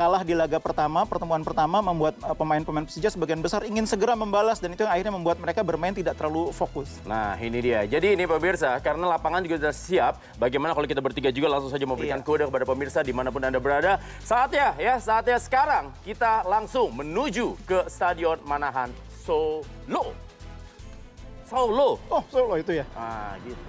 kalah di laga pertama, pertemuan pertama membuat pemain-pemain Persija sebagian besar ingin segera membalas dan itu yang akhirnya membuat mereka bermain tidak terlalu fokus. Nah, ini dia. Jadi ini pemirsa, karena lapangan juga sudah siap, bagaimana kalau kita bertiga juga langsung saja memberikan kode kepada pemirsa dimanapun Anda berada. Saatnya sekarang kita langsung menuju ke Stadion Manahan Solo. Solo. Oh, Solo itu ya. Ah, gitu.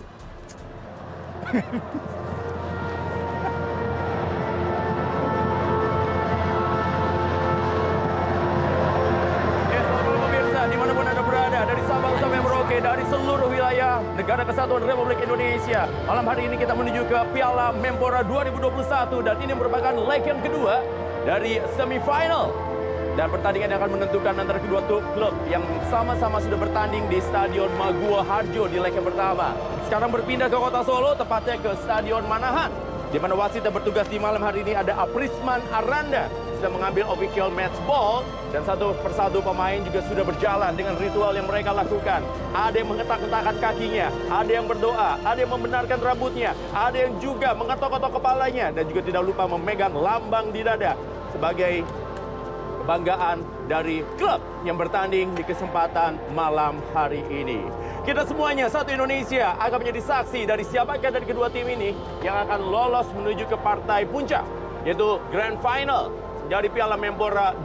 Dimanapun Anda berada, dari Sabang sampai Merauke, dari seluruh wilayah Negara Kesatuan Republik Indonesia. Malam hari ini kita menuju ke Piala Menpora 2021 dan ini merupakan leg yang kedua dari semifinal. Dan pertandingan yang akan menentukan antara kedua klub yang sama-sama sudah bertanding di Stadion Maguwo Harjo di leg yang pertama. Sekarang berpindah ke kota Solo, tepatnya ke Stadion Manahan, di mana wasit yang bertugas di malam hari ini ada Aprisman Aranda, sudah mengambil official match ball, dan satu persatu pemain juga sudah berjalan dengan ritual yang mereka lakukan. Ada yang mengetak-ketakkan kakinya, ada yang berdoa, ada yang membenarkan rambutnya, ada yang juga mengetok-ketok kepalanya, dan juga tidak lupa memegang lambang di dada sebagai kebanggaan dari klub yang bertanding di kesempatan malam hari ini. Kita semuanya, satu Indonesia, akan menjadi saksi dari siapakah dari kedua tim ini yang akan lolos menuju ke partai puncak, yaitu Grand Final dari Piala Menpora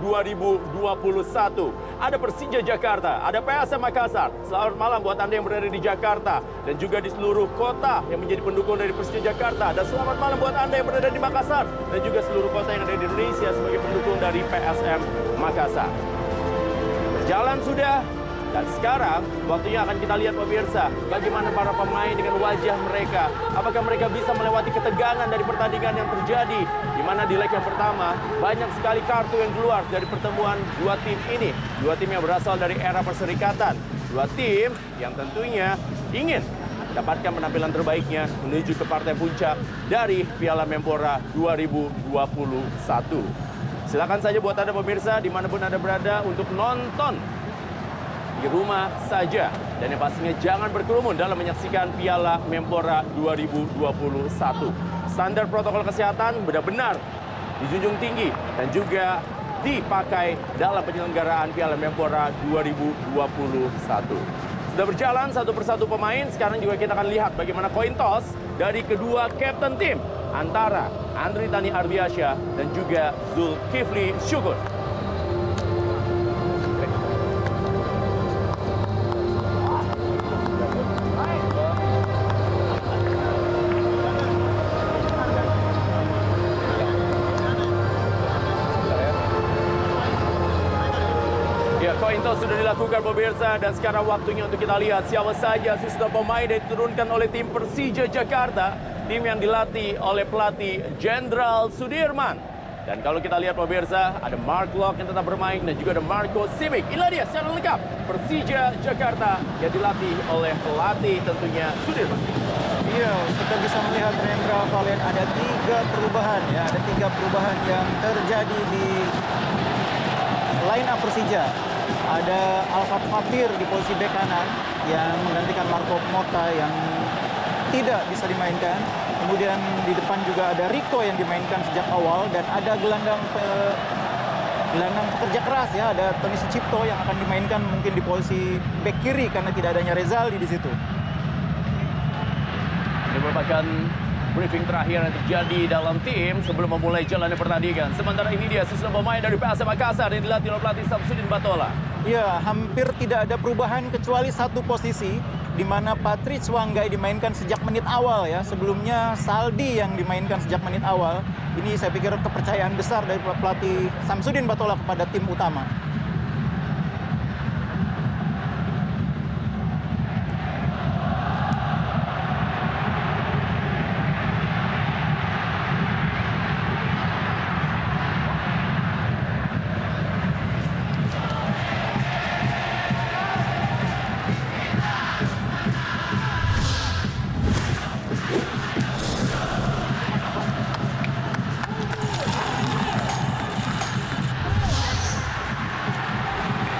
2021. Ada Persija Jakarta, ada PSM Makassar. Selamat malam buat Anda yang berada di Jakarta dan juga di seluruh kota yang menjadi pendukung dari Persija Jakarta. Dan selamat malam buat Anda yang berada di Makassar dan juga seluruh kota yang ada di Indonesia sebagai pendukung dari PSM Makassar. Berjalan sudah. Dan sekarang waktunya akan kita lihat pemirsa bagaimana para pemain dengan wajah mereka. Apakah mereka bisa melewati ketegangan dari pertandingan yang terjadi, di mana di leg yang pertama banyak sekali kartu yang keluar dari pertemuan dua tim ini. Dua tim yang berasal dari era perserikatan. Dua tim yang tentunya ingin mendapatkan penampilan terbaiknya menuju ke partai puncak dari Piala Menpora 2021. Silakan saja buat Anda pemirsa dimanapun Anda berada untuk nonton di rumah saja. Dan yang pastinya jangan berkerumun dalam menyaksikan Piala Menpora 2021. Standar protokol kesehatan benar-benar dijunjung tinggi dan juga dipakai dalam penyelenggaraan Piala Menpora 2021. Sudah berjalan satu persatu pemain, sekarang juga kita akan lihat bagaimana coin toss dari kedua captain tim antara Andri Tani Ardiansyah dan juga Zulkifli Syukur. Coin toss sudah dilakukan pemirsa dan sekarang waktunya untuk kita lihat siapa saja sisa pemain yang diturunkan oleh tim Persija Jakarta, tim yang dilatih oleh pelatih Jenderal Sudirman. Dan kalau kita lihat pemirsa, ada Mark Locke yang tetap bermain dan juga ada Marco Simic. Inilah dia secara lengkap Persija Jakarta yang dilatih oleh pelatih tentunya Sudirman. Iya, kita bisa melihat Rendra Valen ada 3 perubahan ya, ada 3 perubahan yang terjadi di line up Persija. Ada Alfat Fatir di posisi bek kanan yang menggantikan Marco Mota yang tidak bisa dimainkan. Kemudian di depan juga ada Rico yang dimainkan sejak awal dan ada gelandang pekerja keras ya, ada Tony Sucipto yang akan dimainkan mungkin di posisi bek kiri karena tidak adanya Rezaldi di situ. Ini merupakan briefing terakhir yang terjadi dalam tim sebelum memulai jalannya pertandingan. Sementara ini dia sisa pemain dari PSM Makassar yang dilatih oleh pelatih Samsudin Batola. Ya, hampir tidak ada perubahan kecuali satu posisi di mana Patrick Wanggai dimainkan sejak menit awal ya. Sebelumnya Saldi yang dimainkan sejak menit awal. Ini saya pikir kepercayaan besar dari pelatih Samsudin Batola kepada tim utama.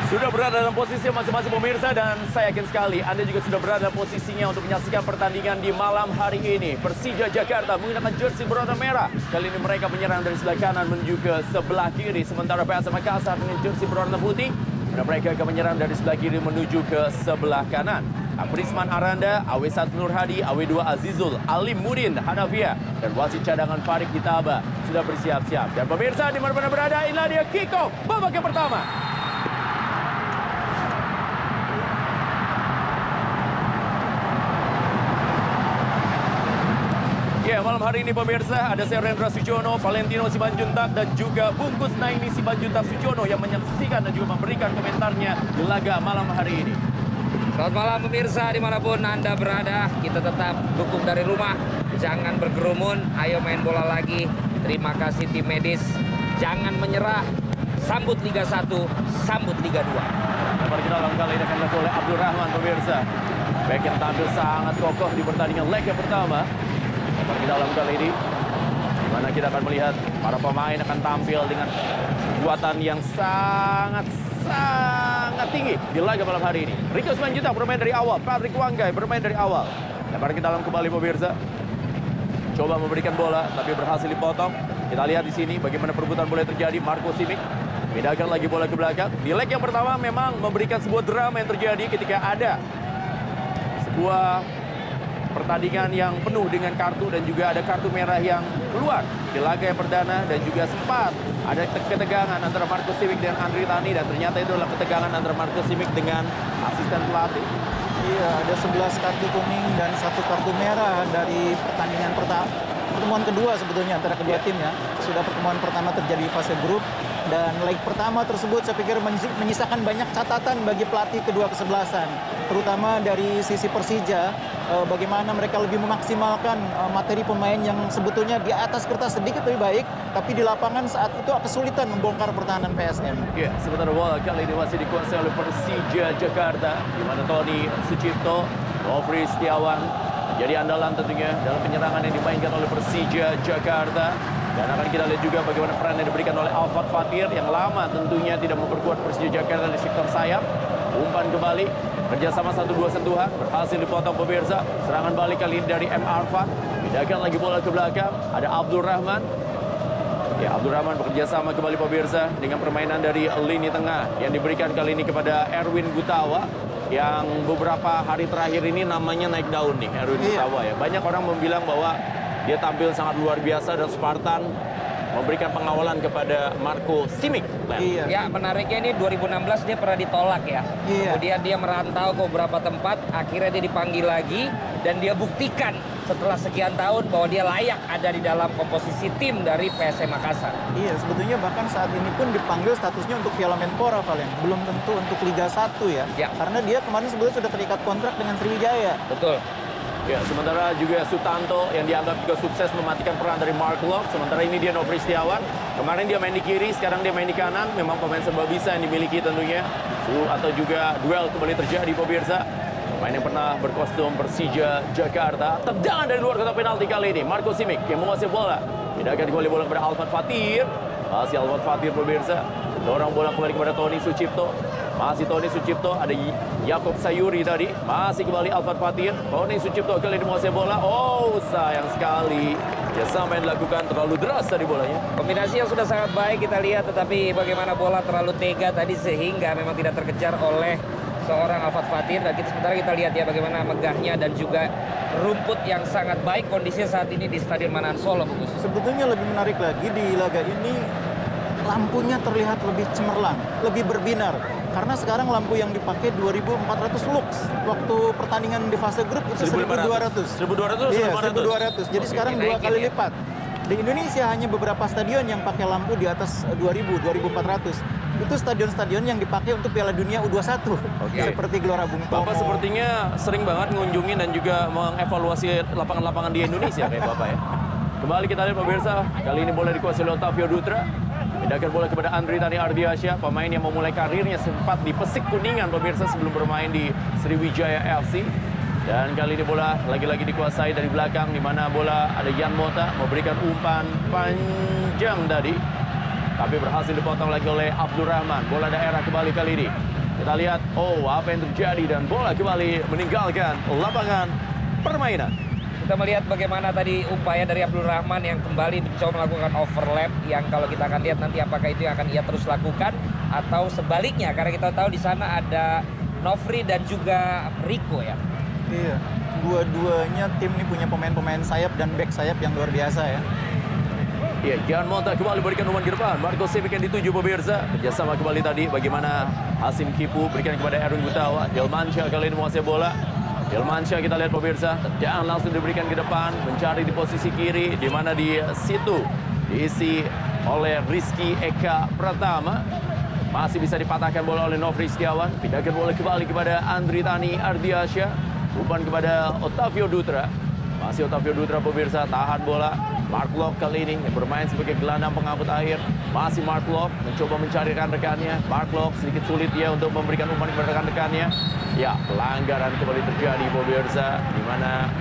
Sudah berada dalam posisi masing-masing pemirsa dan saya yakin sekali Anda juga sudah berada dalam posisinya untuk menyaksikan pertandingan di malam hari ini. Persija Jakarta menggunakan jersey berwarna merah. Kali ini mereka menyerang dari sebelah kanan menuju ke sebelah kiri. Sementara PSM Makassar dengan jersey berwarna putih. Dan mereka akan menyerang dari sebelah kiri menuju ke sebelah kanan. Prisman Aranda, AW1 Nur Hadi, AW2 Azizul, Alim Mudin, Hanafia, dan wasit cadangan Farid Kitaba sudah bersiap-siap. Dan pemirsa di mana-mana berada, inilah dia kick-off babak yang pertama. Ya, malam hari ini pemirsa ada saya Rendra Sujono, Valentino Simanjuntak dan juga Bungkus Naini Simanjuntak Sujono yang menyaksikan dan juga memberikan komentarnya di laga malam hari ini. Selamat malam pemirsa dimanapun Anda berada, kita tetap dukung dari rumah, jangan berkerumun, ayo main bola lagi. Terima kasih tim medis, jangan menyerah, sambut Liga 1, sambut Liga 2. Lebar ke dalam kali ini akan dilakukan oleh Abdul Rahman pemirsa. Back yang tampil sangat kokoh di pertandingan leg yang pertama. Lebar ke dalam kali ini, di mana kita akan melihat para pemain akan tampil dengan kekuatan yang sangat tinggi di laga malam hari ini. Rico Simanjuntak bermain dari awal, Patrick Wanggai bermain dari awal. Lebar ke dalam kembali pemirsa. Coba memberikan bola tapi berhasil dipotong. Kita lihat di sini bagaimana perebutan bola terjadi. Marco Simic pindahkan lagi bola ke belakang. Di leg yang pertama memang memberikan sebuah drama yang terjadi ketika ada sebuah pertandingan yang penuh dengan kartu dan juga ada kartu merah yang keluar di laga yang perdana dan juga sempat ada ketegangan antara Marco Simic dan Andri Tani dan ternyata itu adalah ketegangan antara Marco Simic dengan asisten pelatih. Iya, ada 11 kartu kuning dan 1 kartu merah dari pertandingan pertemuan kedua sebetulnya antara kedua tim ya. Sudah pertemuan pertama terjadi di fase grup dan leg pertama tersebut saya pikir menyisakan banyak catatan bagi pelatih kedua kesebelasan. Terutama dari sisi Persija, bagaimana mereka lebih memaksimalkan materi pemain yang sebetulnya di atas kertas sedikit lebih baik, tapi di lapangan saat itu kesulitan membongkar pertahanan PSM. Ya, sementara bola kali ini masih dikuasai oleh Persija Jakarta, di mana Tony Sucipto, Nofri Setiawan jadi andalan tentunya dalam penyerangan yang dimainkan oleh Persija Jakarta. Dan akan kita lihat juga bagaimana peran yang diberikan oleh Alfat Fatir yang lama tentunya tidak memperkuat Persija Jakarta di sektor sayap. Umpan kembali, kerjasama 1-2 sentuhan, berhasil dipotong pemirsa. Serangan balik kali ini dari M. Arfat, pindahkan lagi bola ke belakang, ada Abdul Rahman. Ya, Abdul Rahman bekerja sama kembali pemirsa dengan permainan dari lini tengah yang diberikan kali ini kepada Erwin Gutawa yang beberapa hari terakhir ini namanya naik daun nih, Erwin Gutawa ya. Banyak orang bilang bahwa dia tampil sangat luar biasa dan Spartan memberikan pengawalan kepada Marco Simic. Iya. Ya, menariknya ini 2016 dia pernah ditolak ya. Iya. Kemudian dia merantau ke beberapa tempat, akhirnya dia dipanggil lagi dan dia buktikan setelah sekian tahun bahwa dia layak ada di dalam komposisi tim dari PSM Makassar. Iya, sebetulnya bahkan saat ini pun dipanggil statusnya untuk Piala Menpora, Valen. Belum tentu untuk Liga 1 ya. Ya. Karena dia kemarin sebetulnya sudah terikat kontrak dengan Sriwijaya. Betul. Ya, sementara juga Sutanto yang dianggap juga sukses mematikan peran dari Mark Locke. Sementara ini dia Nofri Setiawan. Kemarin dia main di kiri, sekarang dia main di kanan. Memang pemain serba bisa yang dimiliki tentunya. Atau juga duel kembali terjadi pemirsa. Pemain yang pernah berkostum Persija Jakarta. Tendangan dari luar kotak penalti kali ini. Marco Simic yang menguasai bola. Pindahkan kembali bola kepada Alfat Fatir. Masih Alfat Fatir pemirsa. Dorong bola kembali kepada Tony Sucipto. Masih Tony Sucipto, ada Yakob Sayuri tadi. Masih kembali Alfat Fatir. Tony Sucipto kali ini menguasai bola. Oh, sayang sekali. Ya, sampai yang dilakukan terlalu deras tadi bolanya. Kombinasi yang sudah sangat baik kita lihat, tetapi bagaimana bola terlalu tega tadi sehingga memang tidak terkejar oleh seorang Alfat Fatir. Dan sementara kita lihat ya bagaimana megahnya dan juga rumput yang sangat baik kondisinya saat ini di Stadion Manahan Solo, Bagus. Sebetulnya lebih menarik lagi di laga ini lampunya terlihat lebih cemerlang, lebih berbinar. Karena sekarang lampu yang dipakai 2.400 lux. Waktu pertandingan di fase grup itu 1.200. 1.200? Iya, 1.200. Jadi sekarang 2 kali lipat. Di Indonesia hanya beberapa stadion yang pakai lampu di atas 2.000, 2.400. Itu stadion-stadion yang dipakai untuk Piala Dunia U21. Seperti Gelora Bung Tomo. Bapak sepertinya sering banget mengunjungi dan juga mengevaluasi lapangan-lapangan di Indonesia kayak Bapak ya. Kembali kita lihat pemirsa, kali ini bola dikuasai oleh Otavio Dutra. Pindahkan bola kepada Andri Tani Ardiasyah, pemain yang memulai karirnya sempat di Pesik Kuningan pemirsa sebelum bermain di Sriwijaya FC. Dan kali ini bola lagi-lagi dikuasai dari belakang, di mana bola ada Yan Mota memberikan umpan panjang tadi. Tapi berhasil dipotong lagi oleh Abdul Rahman. Bola daerah kembali kali ini. Kita lihat, oh apa yang terjadi dan bola kembali meninggalkan lapangan permainan. Kita melihat bagaimana tadi upaya dari Abdul Rahman yang kembali mencoba melakukan overlap yang kalau kita akan lihat nanti apakah itu yang akan ia terus lakukan atau sebaliknya karena kita tahu di sana ada Nofri dan juga Rico ya. Iya, dua-duanya tim ini punya pemain-pemain sayap dan back sayap yang luar biasa ya. Ya, Jan Monta kembali berikan umpan ke depan. Marco Simic yang dituju pemirsa. Kerjasama kembali tadi bagaimana Hasim Kipu berikan kepada Erwin Gutawa. Jelmansyah kali ini menguasai bola. Jelmansyah kita lihat pemirsa. Tendangan langsung diberikan ke depan. Mencari di posisi kiri. Di mana di situ diisi oleh Rizky Eka Pratama. Masih bisa dipatahkan bola oleh Nofri Setiawan. Pindahkan bola kembali kepada Andri Tani Ardiasyah. Umpan kepada Otavio Dutra. Masih Otavio Dutra pemirsa tahan bola. Mark Locke kali ini yang bermain sebagai gelandang pengangkut akhir. Masih Mark Locke mencoba mencari rekan-rekannya. Mark Locke sedikit sulit ya untuk memberikan umpan kepada rekan-rekannya. Ya, pelanggaran kembali terjadi pemirsa di mana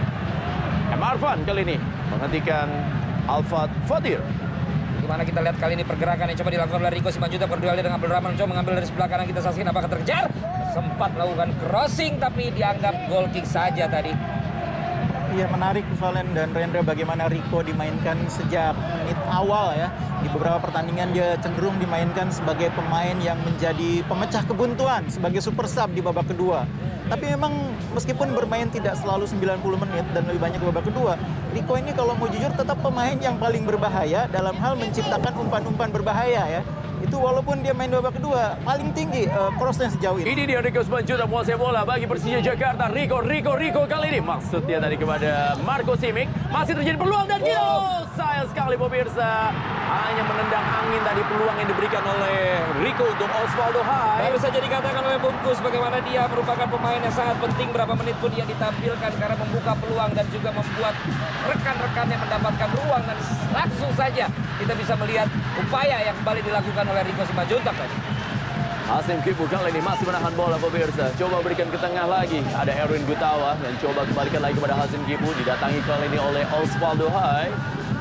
Arfan kali ini menghentikan Alfat Fatir. Dimana kita lihat kali ini pergerakan yang coba dilakukan oleh Rico Simanjuntak berduel dengan Abdul Rahman mencoba mengambil dari sebelah kanan. Kita saksikan apakah terkejar. Sempat melakukan crossing tapi dianggap goal kick saja tadi. Iya, menarik Valen dan Rendra bagaimana Rico dimainkan sejak menit awal ya. Di beberapa pertandingan dia cenderung dimainkan sebagai pemain yang menjadi pemecah kebuntuan, sebagai super sub di babak kedua. Tapi memang meskipun bermain tidak selalu 90 menit dan lebih banyak di babak kedua, Rico ini kalau mau jujur tetap pemain yang paling berbahaya dalam hal menciptakan umpan-umpan berbahaya ya. Itu walaupun dia main di babak kedua paling tinggi crossnya sejauh ini. Ini dia Rico Simanjuntak menguasai bola bagi Persija Jakarta. Rico kali ini maksudnya tadi kepada Marco Simic. Masih terjadi peluang dan gol. Sayang sekali pemirsa. Hanya menendang angin tadi peluang yang diberikan oleh Rico untuk Osvaldo Hai. Baru saja dikatakan oleh Bungkus bagaimana dia merupakan pemain yang sangat penting. Berapa menit pun dia ditampilkan karena membuka peluang dan juga membuat rekan-rekannya mendapatkan ruang. Dan langsung saja kita bisa melihat upaya yang kembali dilakukan oleh Rico Simanjuntak tadi. Hasim Kipu kali ini masih menahan bola pemirsa. Coba berikan ke tengah lagi. Ada Erwin Gutawa dan coba kembalikan lagi kepada Hasim Kipu. Didatangi kali ini oleh Osvaldo Hai.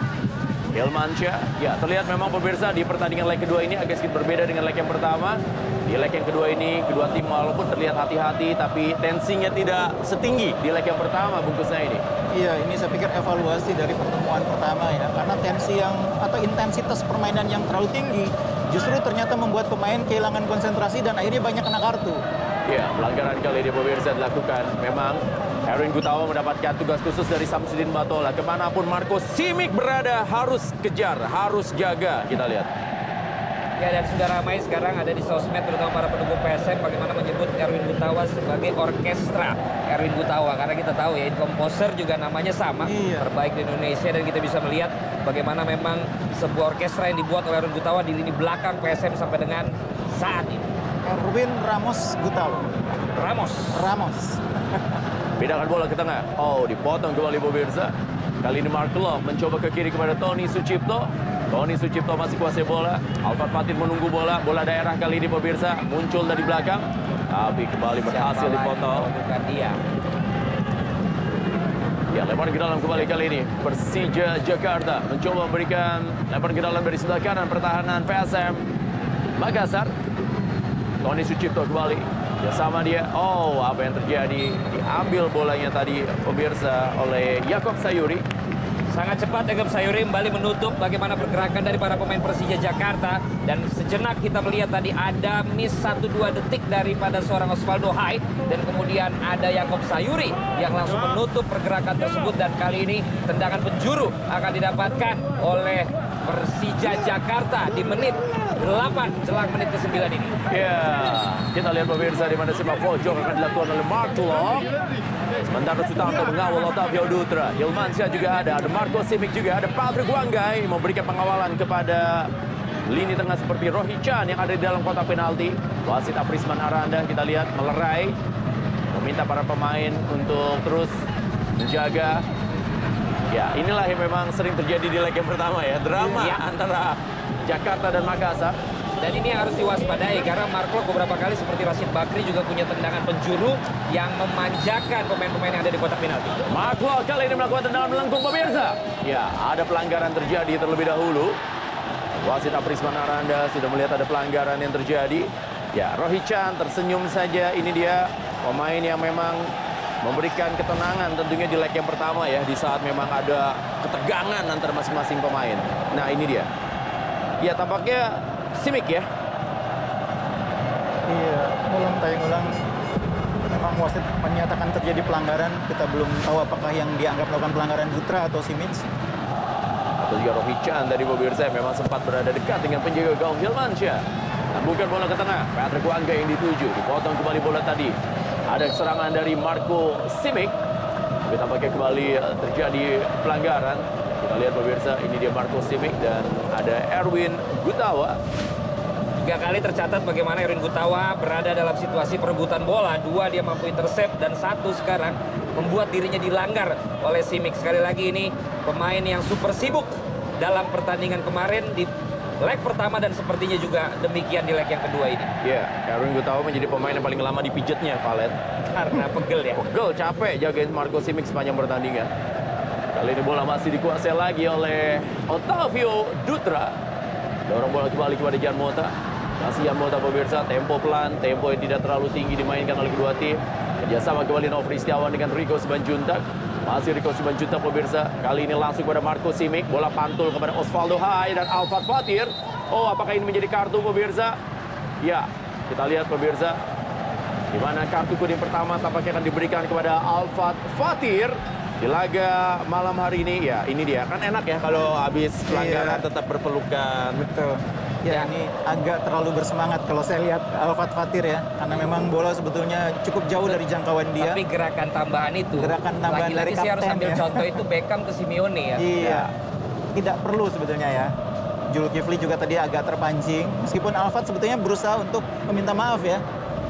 Jelmansyah. Ya, terlihat memang pemirsa di pertandingan leg kedua ini agak sedikit berbeda dengan leg yang pertama. Di leg yang kedua ini kedua tim walaupun terlihat hati-hati tapi tensinya tidak setinggi di leg yang pertama bungkusnya ini. Iya, ini saya pikir evaluasi dari pertemuan pertama ya. Karena tensi yang atau intensitas permainan yang terlalu tinggi justru ternyata membuat pemain kehilangan konsentrasi dan akhirnya banyak kena kartu. Ya, pelanggaran kali ini pemirsa dilakukan. Memang Erwin Gutawa mendapatkan tugas khusus dari Samsudin Batola. Kemanapun Marco Simic berada harus kejar, harus jaga. Kita lihat. Ya, dan sudah ramai sekarang ada di sosmed terutama para pendukung PSM bagaimana menyebut Erwin Gutawa sebagai orkestra Erwin Gutawa karena kita tahu ya komposer juga namanya sama, terbaik di Indonesia dan kita bisa melihat bagaimana memang sebuah orkestra yang dibuat oleh Erwin Gutawa di lini belakang PSM sampai dengan saat ini. Erwin Ramos Gutawa. Ramos. Pindahkan bola ke tengah. Oh, dipotong kembali pemirsa. Kali ini Mark Locke mencoba ke kiri kepada Tony Sucipto. Tony Sucipto masih kuasai bola. Alfat Fatin menunggu bola. Bola daerah kali ini pemirsa muncul dari belakang. Tapi kembali berhasil dipotong. Bukan dia. Ya, lempar ke dalam kembali kali ini. Persija Jakarta mencoba memberikan lempar ke dalam dari sebelah kanan pertahanan PSM Makassar. Tony Sucipto kembali. Ya sama dia. Oh, apa yang terjadi? Diambil bolanya tadi pemirsa oleh Yakob Sayuri. Sangat cepat Yakob Sayuri kembali menutup bagaimana pergerakan dari para pemain Persija Jakarta. Dan sejenak kita melihat tadi ada miss 1-2 detik daripada seorang Osvaldo Hai. Dan kemudian ada Yakob Sayuri yang langsung menutup pergerakan tersebut. Dan kali ini tendangan penjuru akan didapatkan oleh Persija Jakarta di menit 8 jelang menit ke-9 ini. Ya, kita lihat pemirsa di mana sepak pojok akan dilakukan oleh Mark Locke. Sementara Sutanto mengawal Otavio Dutra. Jelmansyah juga ada Marco Simic juga ada Patrick Wanggai memberikan pengawalan kepada lini tengah seperti Rohi Chan yang ada di dalam kotak penalti. Wasit Aprisman Aranda kita lihat melerai, meminta para pemain untuk terus menjaga. Ya, inilah yang memang sering terjadi di leg yang pertama ya, drama antara Jakarta dan Makassar. Dan ini harus diwaspadai karena Mark Locke beberapa kali seperti Rashid Bakri juga punya tendangan penjuru yang memanjakan pemain-pemain yang ada di kotak penalti. Mark Locke kali ini melakukan tendangan melengkung pemirsa. Ya, ada pelanggaran terjadi terlebih dahulu. Wasit Aprisman Aranda sudah melihat ada pelanggaran yang terjadi. Ya, Rohichan tersenyum saja. Ini dia pemain yang memang memberikan ketenangan tentunya di leg yang pertama ya, di saat memang ada ketegangan antara masing-masing pemain. Nah, ini dia. Ya, tampaknya Simic ya. Iya, dalam tayang ulang memang wasit menyatakan terjadi pelanggaran. Kita belum tahu apakah yang dianggap melakukan pelanggaran Dutra atau Simic. Atau juga Rohichan dari Bobirsa memang sempat berada dekat dengan penjaga gawang Hilmansyah. Bukan bola ke tengah, Patrick Wangga yang dituju, dipotong kembali bola tadi. Ada serangan dari Marco Simic. Tapi tampaknya kembali terjadi pelanggaran. Kita lihat pemirsa, ini dia Marco Simic dan ada Erwin Gutawa. 3 kali tercatat bagaimana Erwin Gutawa berada dalam situasi perebutan bola. 2 dia mampu intercept dan 1 sekarang membuat dirinya dilanggar oleh Simic. Sekali lagi ini pemain yang super sibuk dalam pertandingan kemarin di leg pertama dan sepertinya juga demikian di leg yang kedua ini. Ya, Erwin Gutawa menjadi pemain yang paling lama dipijatnya, Valen. Karena pegel ya. Pegel, capek jagain Marco Simic sepanjang pertandingan. Kali ini bola masih dikuasai lagi oleh Otavio Dutra. Dorong bola kembali kepada Jan Mota. Masih Jan Mota pemirsa, tempo pelan, tempo yang tidak terlalu tinggi dimainkan oleh kedua tim. Kerjasama kembali Nofri Setiawan dengan Rico Simanjuntak. Masih Rico Simanjuntak pemirsa. Kali ini langsung kepada Marco Simic. Bola pantul kepada Osvaldo Hai dan Alfat Fatir. Oh, apakah ini menjadi kartu pemirsa? Ya, kita lihat pemirsa. Di mana kartu kuning pertama tampaknya akan diberikan kepada Alfat Fatir. Di laga malam hari ini, ya ini dia. Kan enak ya kalau habis pelanggaran tetap berpelukan. Betul. Ya, ini agak terlalu bersemangat kalau saya lihat Alfat Fatir ya. Karena memang bola sebetulnya cukup jauh dari jangkauan dia. Tapi gerakan tambahan itu, Gerakan tambahan lagi-lagi dari sih harus kapten ambil ya. contoh itu Beckham ke Simeone ya. Iya. Tidak perlu sebetulnya ya. Zulkifli juga tadi agak terpancing. Meskipun Alfat sebetulnya berusaha untuk meminta maaf ya.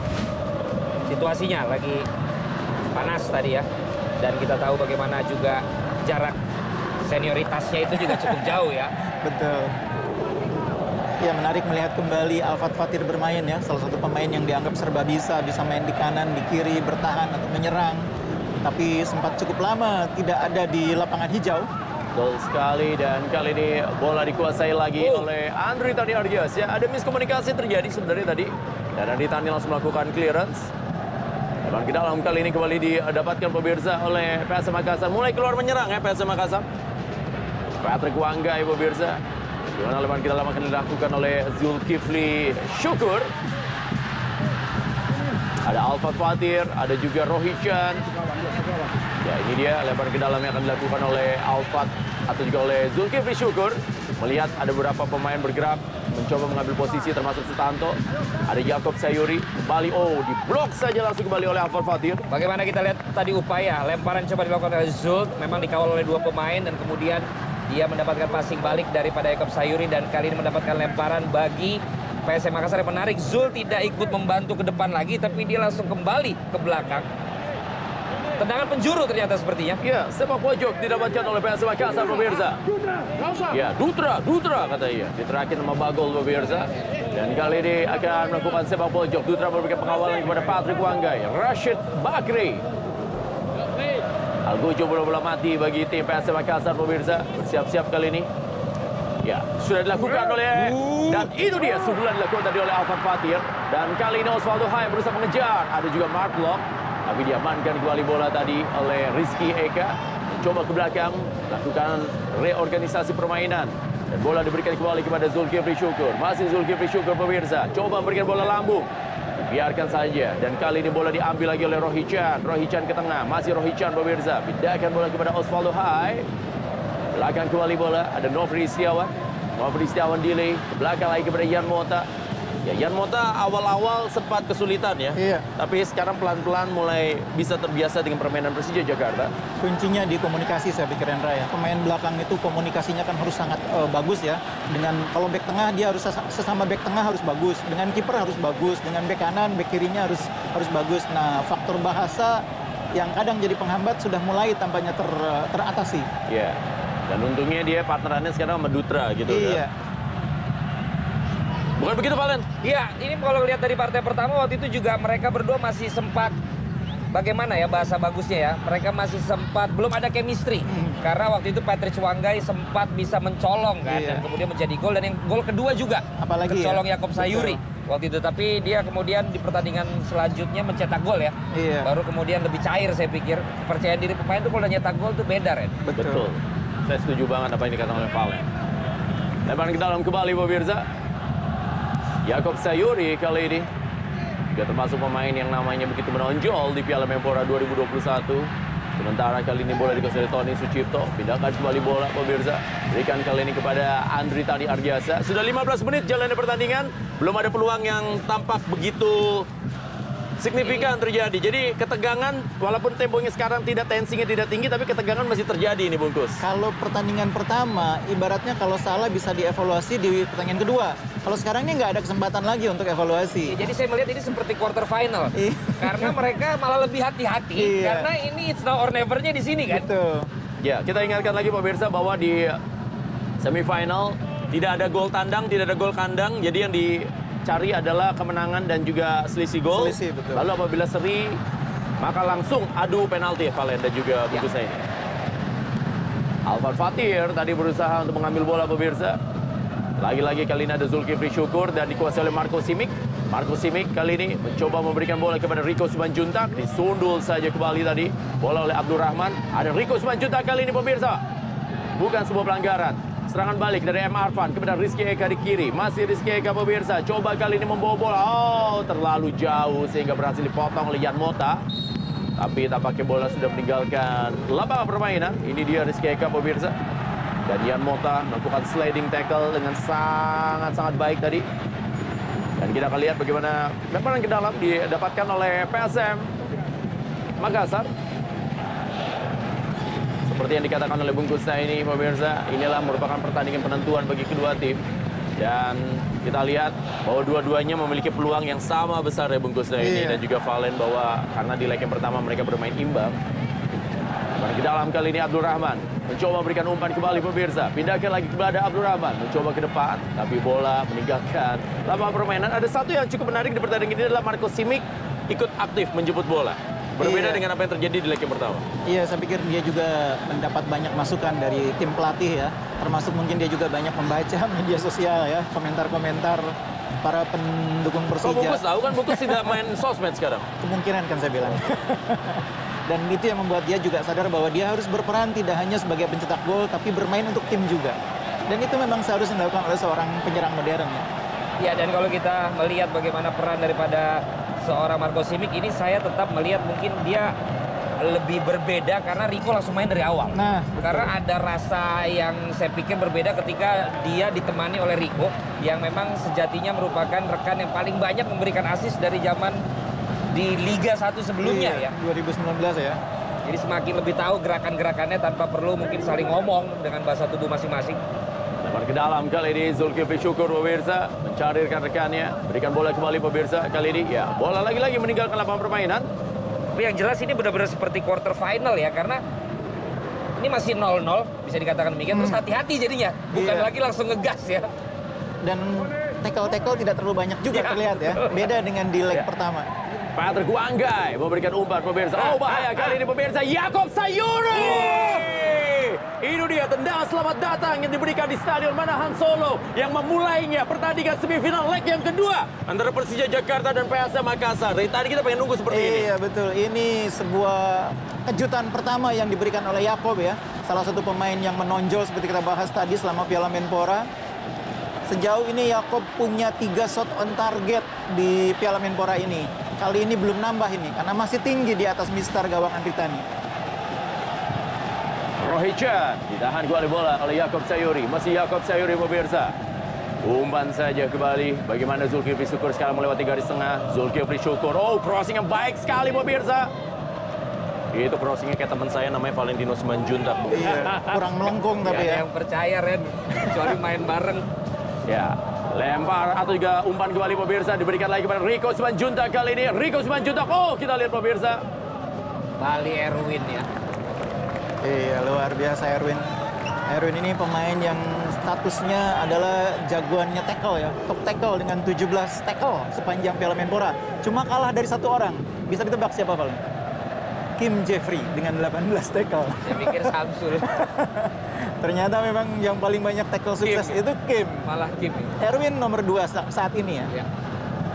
Situasinya lagi panas tadi ya. Dan kita tahu bagaimana juga jarak senioritasnya itu juga cukup jauh ya. Betul. Ya, menarik melihat kembali Alfat Fatir bermain ya. Salah satu pemain yang dianggap serba bisa main di kanan, di kiri, bertahan atau menyerang. Tapi sempat cukup lama tidak ada di lapangan hijau. Betul sekali, dan kali ini bola dikuasai lagi oleh Andri Tani Ardias. Ya, ada miskomunikasi terjadi sebenarnya tadi. Dan Andri Tani langsung melakukan clearance. Lebar ke dalam kali ini kembali didapatkan pemirsa oleh PSM Makassar. Mulai keluar menyerang ya PSM Makassar. Patrick Wangga ya pemirsa. Di mana lebar ke dalam akan dilakukan oleh Zulkifli Syukur. Ada Alfat Fatir, ada juga Rohichan. Ya, ini dia lebar ke dalam yang akan dilakukan oleh Alfat atau juga oleh Zulkifli Syukur. Melihat ada beberapa pemain bergerak, mencoba mengambil posisi termasuk Sutanto. Ada Jakob Sayuri, kembali, diblok saja langsung kembali oleh Alfat Fatir. Bagaimana kita lihat tadi upaya lemparan coba dilakukan oleh Zult, memang dikawal oleh 2 pemain dan kemudian dia mendapatkan passing balik daripada Jakob Sayuri dan kali ini mendapatkan lemparan bagi PSM Makassar yang menarik. Zult tidak ikut membantu ke depan lagi tapi dia langsung kembali ke belakang. Tendangan penjuru ternyata sepertinya. Ya, sepak pojok didapatkan oleh PSM Makassar pemirsa. Ya, Dutra kata ia. Diterakin sama Bagol pemirsa. Dan kali ini akan melakukan sepak pojok. Dutra memberikan pengawalan kepada Patrick Wanggai. Rashid Bakri. Algojo bola-bola mati bagi tim PSM Makassar pemirsa. Bersiap-siap kali ini. Ya, sudah dilakukan oleh, dan itu dia sundulan dilakukan tadi oleh Alfat Fatir. Dan kali ini Osvaldo Hai berusaha mengejar. Ada juga Mark Lock. Tapi diamankan kembali bola tadi oleh Rizky Eka. Coba ke belakang, lakukan reorganisasi permainan. Dan bola diberikan kembali kepada Zulkifli Syukur. Masih Zulkifli Syukur pemirsa. Coba memberikan bola lambung. Biarkan saja. Dan kali ini bola diambil lagi oleh Rohichan. Rohichan ke tengah. Masih Rohichan pemirsa. Pindahkan bola kepada Osvaldo Hai. Belakang kembali bola. Ada Nofri Setiawan. Nofri Setiawan delay. Ke belakang lagi kepada Jan Mota. Ya, Jan Mota awal-awal sempat kesulitan ya. Iya. Tapi sekarang pelan-pelan mulai bisa terbiasa dengan permainan Persija Jakarta. Kuncinya di komunikasi saya pikir Hendra ya. Pemain belakang itu komunikasinya kan harus sangat bagus ya. Dengan kalau back tengah dia harus sesama back tengah harus bagus. Dengan kiper harus bagus. Dengan back kanan, back kirinya harus bagus. Nah, faktor bahasa yang kadang jadi penghambat sudah mulai tampaknya teratasi. Iya. Dan untungnya dia partnerannya sekarang sama Dutra gitu Iya. kan. Bukan begitu, Valen? Iya, ini kalau lihat dari partai pertama waktu itu juga mereka berdua masih sempat, bagaimana ya bahasa bagusnya ya, mereka masih sempat belum ada chemistry. Karena waktu itu Patrick Wanggai sempat bisa mencolong kan, Iya. dan kemudian menjadi gol, dan yang gol kedua juga Apalagi mencolong ya, Jakob Sayuri. betul. waktu itu. Tapi dia kemudian di pertandingan selanjutnya mencetak gol ya. Iya. Baru kemudian lebih cair saya pikir. Kepercayaan diri pemain tuh kalau udah nyetak gol tuh beda, Ren. Betul. Saya setuju banget apa yang dikatakan oleh Valen. Lebaran ke dalam kembali pemirsa. Jakob Sayuri kali ini juga termasuk pemain yang namanya begitu menonjol di Piala Menpora 2021. Sementara kali ini bola dikuasai oleh Tony Sucipto. Pindahkan kembali bola pemirsa. Berikan kali ini kepada Andri Tani Ardiasa. Sudah 15 menit jalannya pertandingan. Belum ada peluang yang tampak begitu signifikan terjadi. Jadi ketegangan walaupun temponya sekarang tensinya tidak tinggi, tapi ketegangan masih terjadi ini bungkus. Kalau pertandingan pertama, ibaratnya kalau salah bisa dievaluasi di pertandingan kedua. Kalau sekarang ini nggak ada kesempatan lagi untuk evaluasi. Jadi saya melihat ini seperti quarter final. Karena mereka malah lebih hati-hati. Iya. Karena ini it's now or never-nya di sini kan. Betul. Ya, kita ingatkan lagi pemirsa bahwa di semifinal tidak ada gol tandang, tidak ada gol kandang. Jadi yang dicari adalah kemenangan dan juga selisih gol. Selisih, betul. Lalu apabila seri, maka langsung adu penalti Valen dan juga bungkus ini. Alvan Fatir tadi berusaha untuk mengambil bola pemirsa. Lagi-lagi kali ini ada Zulkifli Syukur dan dikuasai oleh Marco Simic. Marco Simic kali ini mencoba memberikan bola kepada Rico Simanjuntak. Disundul saja kembali tadi. Bola oleh Abdul Rahman. Ada Rico Simanjuntak kali ini pemirsa. Bukan sebuah pelanggaran. Serangan balik dari M. Arfan kepada Rizky Eka di kiri. Masih Rizky Eka pemirsa. Coba kali ini membawa bola. Oh, terlalu jauh sehingga berhasil dipotong oleh Yan Mota. Tapi tampaknya bola sudah meninggalkan lapangan permainan. Ini dia Rizky Eka pemirsa. Dan Yan Mota melakukan sliding tackle dengan sangat-sangat baik tadi. Dan kita akan lihat bagaimana lemparan ke dalam didapatkan oleh PSM Makassar. Seperti yang dikatakan oleh Bung Kusta ini pemirsa, inilah merupakan pertandingan penentuan bagi kedua tim. Dan kita lihat bahwa dua-duanya memiliki peluang yang sama besar ya Bung Kusta ini. Dan juga Valen bahwa karena di leg yang pertama mereka bermain imbang. Dan ke dalam kali ini Abdul Rahman mencoba memberikan umpan kembali pemirsa. Pindahkan lagi kepada Abdul Rahman. Mencoba ke depan, tapi bola meninggalkan lapangan permainan. Ada satu yang cukup menarik di pertandingan ini adalah Marco Simic ikut aktif menjemput bola. Berbeda dengan apa yang terjadi di leg yang pertama. Iya, saya pikir dia juga mendapat banyak masukan dari tim pelatih ya. Termasuk mungkin dia juga banyak membaca media sosial ya, komentar-komentar para pendukung Kok Persija. Bungkus tahu kan Bungkus tidak main sosmed sekarang. Kemungkinan kan saya bilang. Dan itu yang membuat dia juga sadar bahwa dia harus berperan tidak hanya sebagai pencetak gol, tapi bermain untuk tim juga. Dan itu memang seharusnya dilakukan oleh seorang penyerang modern ya. Ya, dan kalau kita melihat bagaimana peran daripada seorang Marco Simic ini, saya tetap melihat mungkin dia lebih berbeda karena Rico langsung main dari awal. Nah, karena ada rasa yang saya pikir berbeda ketika dia ditemani oleh Rico yang memang sejatinya merupakan rekan yang paling banyak memberikan assist dari zaman di Liga 1 sebelumnya ya. 2019 ya. Jadi semakin lebih tahu gerakan-gerakannya tanpa perlu mungkin saling ngomong dengan bahasa tubuh masing-masing. Lempar ke dalam kali ini Zulkifli Syukur pemirsa mencari rekan-rekannya, berikan bola kembali pemirsa kali ini ya bola lagi-lagi meninggalkan lapangan permainan. Tapi yang jelas ini benar-benar seperti quarter final ya, karena ini masih 0-0 bisa dikatakan demikian. Terus hati-hati jadinya, bukan lagi langsung ngegas ya. Dan tackle-tackle tidak terlalu banyak juga terlihat ya. Beda dengan di leg pertama. Patrick Wanggai memberikan umpan pemirsa. Oh bahaya kali ini pemirsa. Jakob Sayuri. Ini dia tendangan selamat datang yang diberikan di Stadion Manahan Solo yang memulainya pertandingan semifinal leg yang kedua antara Persija Jakarta dan PSM Makassar. Dari tadi kita pengen nunggu seperti ini. Iya betul. Ini sebuah kejutan pertama yang diberikan oleh Jakob ya. Salah satu pemain yang menonjol seperti kita bahas tadi selama Piala Menpora. Sejauh ini Jakob punya 3 shot on target di Piala Menpora ini. Kali ini belum nambah ini karena masih tinggi di atas mister gawang Andri Tani. Rohichan ditahan kembali bola oleh Jakob Sayuri. Masih Jakob Sayuri pemirsa. Umpan saja kembali. Bagaimana Zulkifli Syukur sekarang melewati garis tengah. Zulkifli Syukur. Oh crossing yang baik sekali pemirsa. Itu crossingnya kayak teman saya namanya Valentino Simanjuntak. Iya, kurang melengkung tapi ya. Yang percaya Ren, kecuali main bareng. Ya, lempar atau juga umpan kembali pemirsa diberikan lagi kepada Rico Simanjuntak kali ini. Rico Simanjuntak. Oh, kita lihat pemirsa. Bali Erwin ya. Iya, luar biasa Erwin. Erwin ini pemain yang statusnya adalah jagoannya tackle ya. Top tackle dengan 17 tackle sepanjang Piala Menpora. Cuma kalah dari 1 orang. Bisa ditebak siapa, Val? Kim Jeffrey dengan 18 tackle. Saya mikir Samsul. Ternyata memang yang paling banyak tackle sukses itu Kim. Malah Kim. Erwin nomor 2 saat ini ya.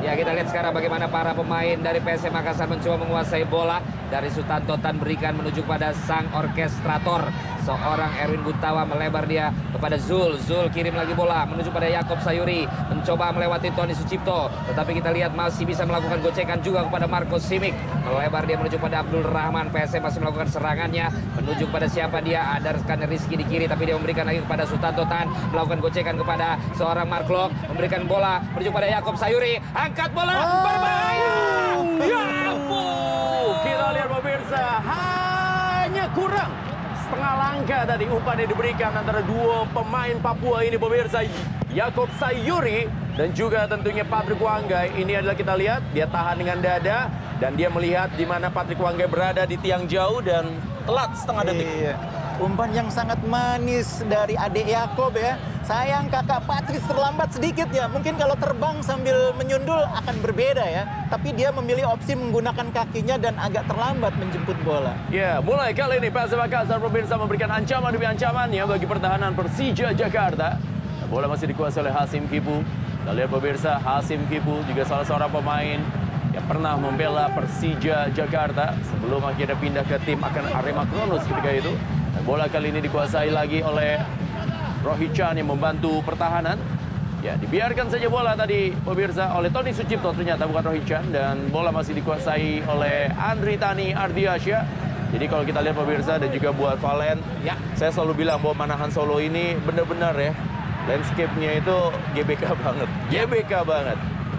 Ya, kita lihat sekarang bagaimana para pemain dari PSM Makassar mencoba menguasai bola. Dari Sutanto Tan berikan menuju pada sang orkestrator. Seorang Erwin Gutawa melebar dia kepada Zul. Zul kirim lagi bola menuju pada Yakob Sayuri. Mencoba melewati Tony Sucipto. Tetapi kita lihat masih bisa melakukan gocekan juga kepada Marco Simic. Melebar dia menuju pada Abdul Rahman. PSM masih melakukan serangannya. Menuju kepada siapa dia? Ada rekan Rizky di kiri. Tapi dia memberikan lagi kepada Sutanto Tan. Melakukan gocekan kepada seorang Mark Lok. Memberikan bola menuju pada Yakob Sayuri. Angkat bola. Berbahaya. Ya ampun. Kita lihat pemirsa, hanya kurang setengah langkah tadi umpan yang diberikan antara dua pemain Papua ini pemirsa. Yakob Sayuri dan juga tentunya Patrick Wanggai. Ini adalah kita lihat, dia tahan dengan dada dan dia melihat di mana Patrick Wanggai berada di tiang jauh dan telat setengah detik. Iya. Umpan yang sangat manis dari adik Yakob ya. Sayang kakak Patrick terlambat sedikit ya. Mungkin kalau terbang sambil menyundul akan berbeda ya. Tapi dia memilih opsi menggunakan kakinya dan agak terlambat menjemput bola. Ya, mulai kali ini PSM Makassar pemirsa memberikan ancaman demi ancamannya bagi pertahanan Persija Jakarta. Bola masih dikuasai oleh Hasim Kipu. Kita lihat pemirsa, Hasim Kipu juga salah seorang pemain yang pernah membela Persija Jakarta sebelum akhirnya pindah ke tim akan Arema Kronos ketika itu. Dan bola kali ini dikuasai lagi oleh Rohit Chan yang membantu pertahanan. Ya, dibiarkan saja bola tadi pemirsa oleh Tony Sucipto, ternyata bukan Rohit Chan, dan bola masih dikuasai oleh Andri Tani Ardiasyah. Jadi kalau kita lihat pemirsa dan juga buat Valen, ya, saya selalu bilang bahwa Manahan Solo ini benar-benar ya, landscape-nya itu GBK banget. GBK banget.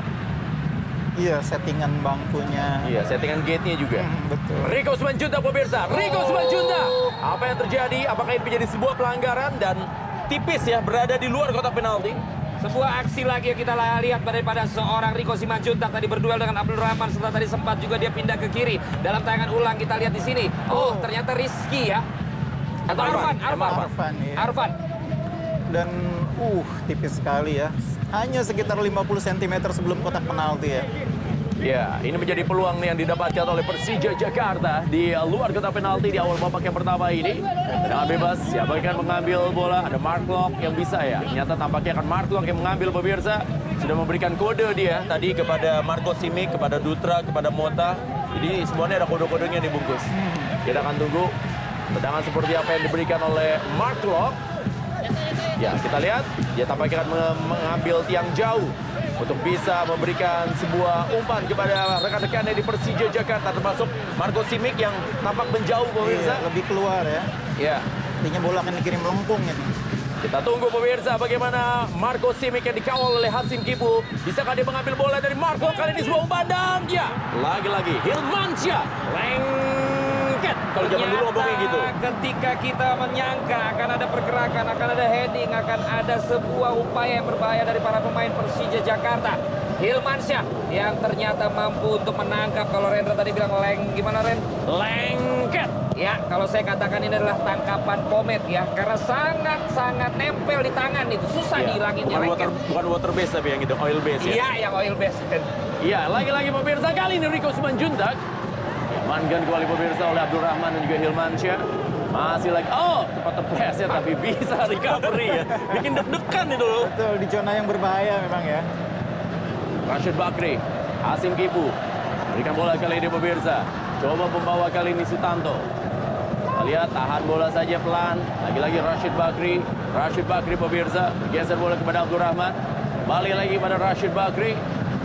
Iya, settingan bangkunya. Iya, settingan gate-nya juga. Betul. Rico Simanjuntak pemirsa, Rico Simanjuntak. Apa yang terjadi? Apakah ini menjadi sebuah pelanggaran dan tipis ya berada di luar kotak penalti? Sebuah aksi lagi yang kita lihat daripada seorang Rico Simanjuntak tadi berduel dengan Abdul Rahman, setelah tadi sempat juga dia pindah ke kiri. Dalam tayangan ulang kita lihat di sini. Oh, ternyata Rizky ya. Atau Arfan, iya. Arfan. Dan tipis sekali ya. Hanya sekitar 50 cm sebelum kotak penalti ya. Ya, ini menjadi peluang yang didapatkan oleh Persija Jakarta di luar kotak penalti di awal babak yang pertama ini. Dengan bebas, siapa yang akan mengambil bola? Ada Mark Lok yang bisa ya. Ternyata tampaknya akan Mark Lok yang mengambil pemirsa. Sudah memberikan kode dia tadi kepada Marco Simic, kepada Dutra, kepada Mota. Jadi semuanya ada kode-kodenya dibungkus. Kita akan tunggu tendangan seperti apa yang diberikan oleh Mark Lok. Ya, kita lihat dia tampaknya akan mengambil tiang jauh untuk bisa memberikan sebuah umpan kepada rekan-rekannya di Persija Jakarta, termasuk Marco Simic yang tampak menjauh pemirsa. Iya, lebih keluar ya. Ya, Artinya bola akan dikirim melengkung ini. kita tunggu pemirsa bagaimana Marco Simic yang dikawal oleh Hasim Kipu. Bisakah dia mengambil bola dari Marco? Kali ini sebuah umpan dan ya, lagi-lagi Hilmansyah lengket. Kalau zaman dulu ngomongnya gitu. Ketika kita menyangka akan ada pergerakan, akan ada heading, akan ada sebuah upaya yang berbahaya dari para pemain Persija Jakarta. Hilmansyah yang ternyata mampu untuk menangkap, kalau Rendra tadi bilang gimana Ren? Lengket. Ya, kalau saya katakan ini adalah tangkapan Pomet ya, karena sangat-sangat nempel di tangan itu, susah dihilanginnya. Bukan water base tapi yang itu oil base ya. Iya, yang oil base. Iya, lagi-lagi pemirsa, kali ini Rico Simanjuntak diamankan kembali pemirsa oleh Abdul Rahman dan juga Hilmansyah. Masih lagi, cepat terpleset tapi bisa recovery ya. Bikin deg-degan itu loh. Betul, di zona yang berbahaya memang ya. Rashid Bakri, Hasim Kipu berikan bola kali ini pemirsa. Coba pembawa kali ini Sutanto. Kita lihat, tahan bola saja pelan. Lagi-lagi Rashid Bakri pemirsa. Geser bola kepada Abdul Rahman. Balik lagi pada Rashid Bakri.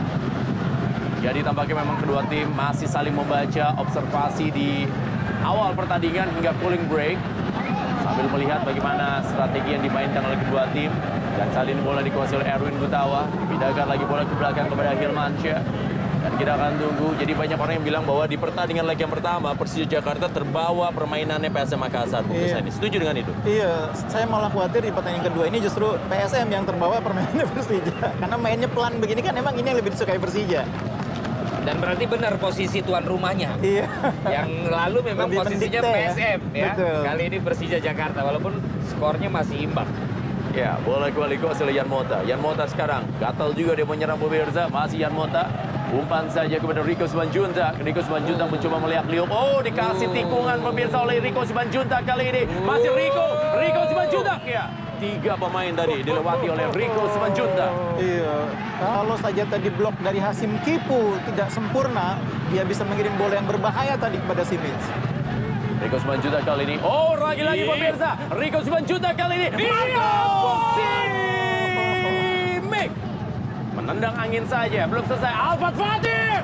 Jadi tampaknya memang kedua tim masih saling membaca, observasi di awal pertandingan hingga cooling break. Sambil melihat bagaimana strategi yang dimainkan oleh kedua tim. Dan kali ini bola dikuasai oleh Erwin Gutawa. Dipindahkan lagi bola ke belakang kepada Hilmansyah. Dan kita akan tunggu. Jadi banyak orang yang bilang bahwa di pertandingan leg yang pertama Persija Jakarta terbawa permainannya PSM Makassar. Iya. Setuju dengan itu? Iya, saya malah khawatir di pertandingan kedua ini justru PSM yang terbawa permainannya Persija. Karena mainnya pelan begini kan emang ini yang lebih disukai Persija. Dan berarti benar posisi tuan rumahnya. Iya. Yang lalu memang Lebih posisinya mendikte ya. PSM ya. Betul. Kali ini Persija Jakarta walaupun skornya masih imbang. Ya, bola kembali oleh Yan Mota. Yan Mota sekarang gatal juga dia menyerang pemirsa. Masih Yan Mota. Umpan saja kepada Rico Simanjuntak. Rico Simanjuntak mencoba melihat-lihat. Dikasih tikungan pemirsa oleh Rico Simanjuntak kali ini. Masih Rico Simanjuntak ya. 3 pemain tadi dilewati oleh Rico Simanjuntak. Iya, Kalau saja tadi blok dari Hasim Kipu tidak sempurna, dia bisa mengirim bola yang berbahaya tadi kepada Simic. Rico Simanjuntak kali ini. Oh, lagi-lagi pemirsa. Rico Simanjuntak kali ini. Marcus Simic menendang angin saja. Belum selesai. Alfat Fatir.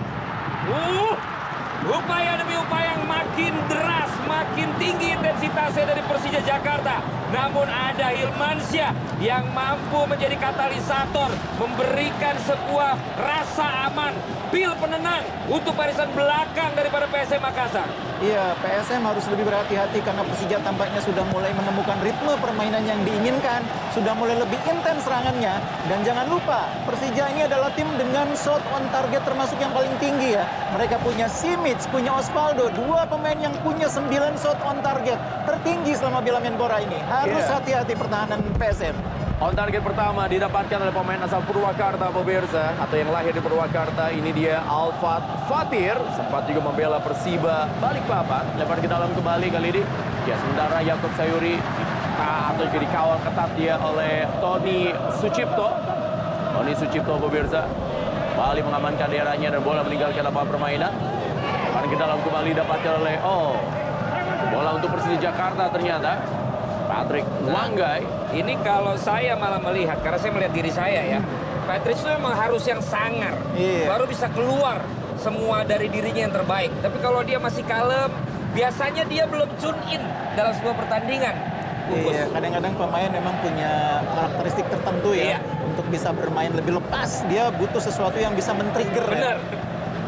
Upaya demi upaya yang makin deras, makin tinggi intensitasnya dari Persija Jakarta. Namun ada Hilmansyah yang mampu menjadi katalisator, memberikan sebuah rasa aman, pil penenang untuk barisan belakang daripada PSM Makassar. Iya, PSM harus lebih berhati-hati karena Persija tampaknya sudah mulai menemukan ritme permainan yang diinginkan, sudah mulai lebih intens serangannya. Dan jangan lupa, Persija ini adalah tim dengan shot on target termasuk yang paling tinggi ya. Mereka punya Simic, punya Osvaldo, dua pemain yang punya 9 shot on target tertinggi selama Piala Menpora ini. Harus hati-hati pertahanan PSM. On target pertama didapatkan oleh pemain asal Purwakarta, pemirsa, atau yang lahir di Purwakarta. Ini dia Alfat Fatir, sempat juga membela Persiba Balikpapan. Lempar ke dalam kembali kali ini. Ya, sementara Yakob Sayuri atau juga dikawal ketat dia oleh Tony Sucipto. Tony Sucipto, pemirsa, Bali mengamankan daerahnya dan bola meninggalkan lapangan permainan. Lempar ke dalam kembali didapatkan oleh bola untuk Persija Jakarta ternyata. Patrick Wanggai. Ini kalau saya malah melihat, karena saya melihat diri saya ya, Patrick itu memang harus yang sangar, baru bisa keluar semua dari dirinya yang terbaik. Tapi kalau dia masih kalem, biasanya dia belum tune in dalam sebuah pertandingan. Iya, kadang-kadang pemain memang punya karakteristik tertentu ya, untuk bisa bermain lebih lepas. Dia butuh sesuatu yang bisa men-trigger. Benar. Ya.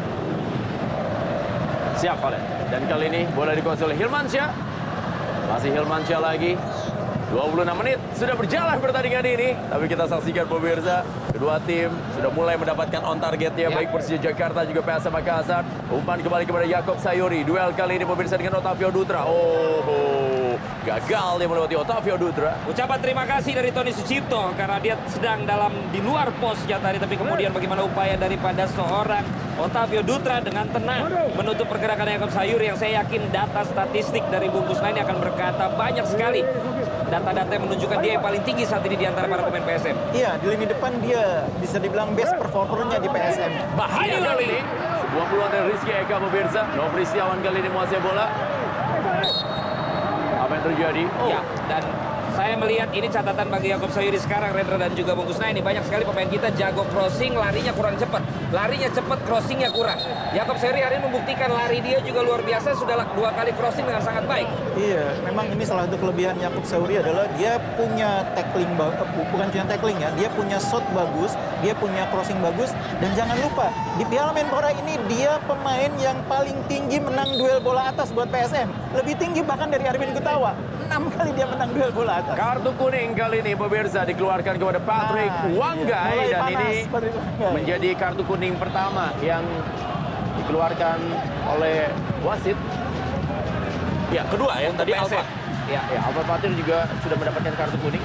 Siap, Valen. Dan kali ini bola dikuasai oleh Hilmansyah. Masih Hilmansyah lagi. 26 menit sudah berjalan pertandingan ini. Tapi kita saksikan pemirsa, kedua tim sudah mulai mendapatkan on targetnya. Baik Persija Jakarta juga PSM Makassar. Umpan kembali kepada Yakob Sayuri. Duel kali ini pemirsa dengan Otavio Dutra. Gagal dia melewati Otavio Dutra. Ucapan terima kasih dari Tony Sucipto karena dia sedang di luar posnya tadi. Tapi kemudian bagaimana upaya daripada seorang Otavio Dutra dengan tenang menutup pergerakan Yakob Sayuri, yang saya yakin data statistik dari Bungkus Nine akan berkata banyak sekali data-data yang menunjukkan dia yang paling tinggi saat ini di antara para pemain PSM. Iya, di lini depan dia bisa dibilang best performernya di PSM. Bahaya kali ini. Sebuah peluang dari Rizky Eka, pemirsa. Nofri Setiawan kali ini menguasai bola. Apa yang terjadi? Ya, dan saya melihat ini catatan bagi Yakob Sayuri sekarang, Rendra dan juga Bungkus Nine. Ini banyak sekali pemain kita jago crossing, larinya kurang cepat. Larinya cepat, crossingnya kurang. Yakob Sayuri hari ini membuktikan lari dia juga luar biasa, sudah 2 kali crossing dengan sangat baik. Iya, memang ini salah satu kelebihan Yakob Sayuri adalah dia punya tackling, bukan cuma tackling ya, dia punya shot bagus, dia punya crossing bagus, dan jangan lupa di Piala Menpora ini dia pemain yang paling tinggi menang duel bola atas buat PSM, lebih tinggi bahkan dari Arvin Gutawa. 6 kali dia menang duel bola atas. Kartu kuning kali ini pemirsa dikeluarkan kepada Patrick Wanggai, dan ini menjadi kartu kuning pertama yang dikeluarkan oleh wasit. Ya, kedua ya, tadi Alfat. Ya, Alfat Fatir juga sudah mendapatkan kartu kuning.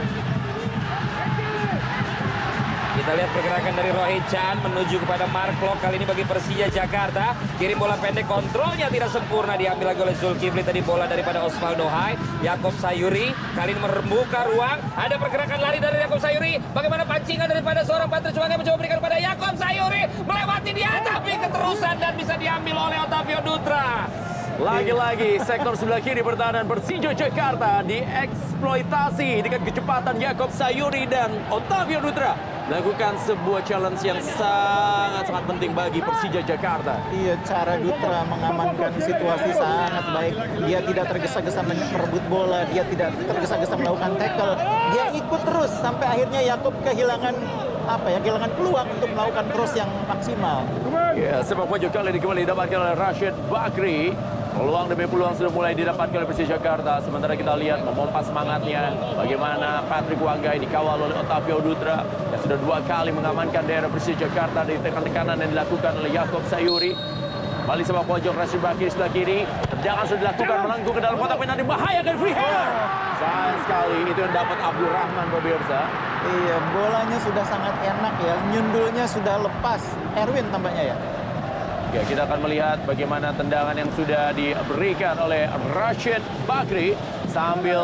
Kita lihat pergerakan dari Rohit Chan menuju kepada Mark Klok kali ini bagi Persija Jakarta. Kirim bola pendek, kontrolnya tidak sempurna, diambil lagi oleh Zulkifli. Tadi bola daripada Osvaldo Hai. Yakob Sayuri kali ini membuka ruang. Ada pergerakan lari dari Yakob Sayuri. Bagaimana pancingan daripada seorang Patrick Wanggai mencoba berikan kepada Yakob Sayuri. Melewati dia, tapi keterusan dan bisa diambil oleh Otavio Dutra. Lagi-lagi sektor sebelah kiri pertahanan Persija Jakarta dieksploitasi dengan kecepatan Yakob Sayuri dan Otavio Dutra melakukan sebuah challenge yang sangat penting bagi Persija Jakarta. Iya, cara Dutra mengamankan situasi sangat baik. Dia tidak tergesa-gesa merebut bola, dia tidak tergesa-gesa melakukan tackle. Dia ikut terus sampai akhirnya Yakob kehilangan peluang untuk melakukan cross yang maksimal. Ya, sepak pojok kali ini kembali didapatkan oleh Rashid Bakri. Peluang demi peluang sudah mulai didapatkan oleh Persija Jakarta. Sementara kita lihat memompa semangatnya bagaimana Patrick Wanggai dikawal oleh Otavio Dutra yang sudah 2 kali mengamankan daerah Persija Jakarta dari tekan-tekanan yang dilakukan oleh Yakob Sayuri. Balik sepak pojok Rashid Bakri sebelah kiri. Tendangan sudah dilakukan melengkung ke dalam kotak penalti, membahayakan free header. Sayang sekali itu yang dapat Abdul Rahman, pemirsa. Iya, bolanya sudah sangat enak ya, nyundulnya sudah lepas. Erwin tampaknya ya. Ya, kita akan melihat bagaimana tendangan yang sudah diberikan oleh Rashid Bakri sambil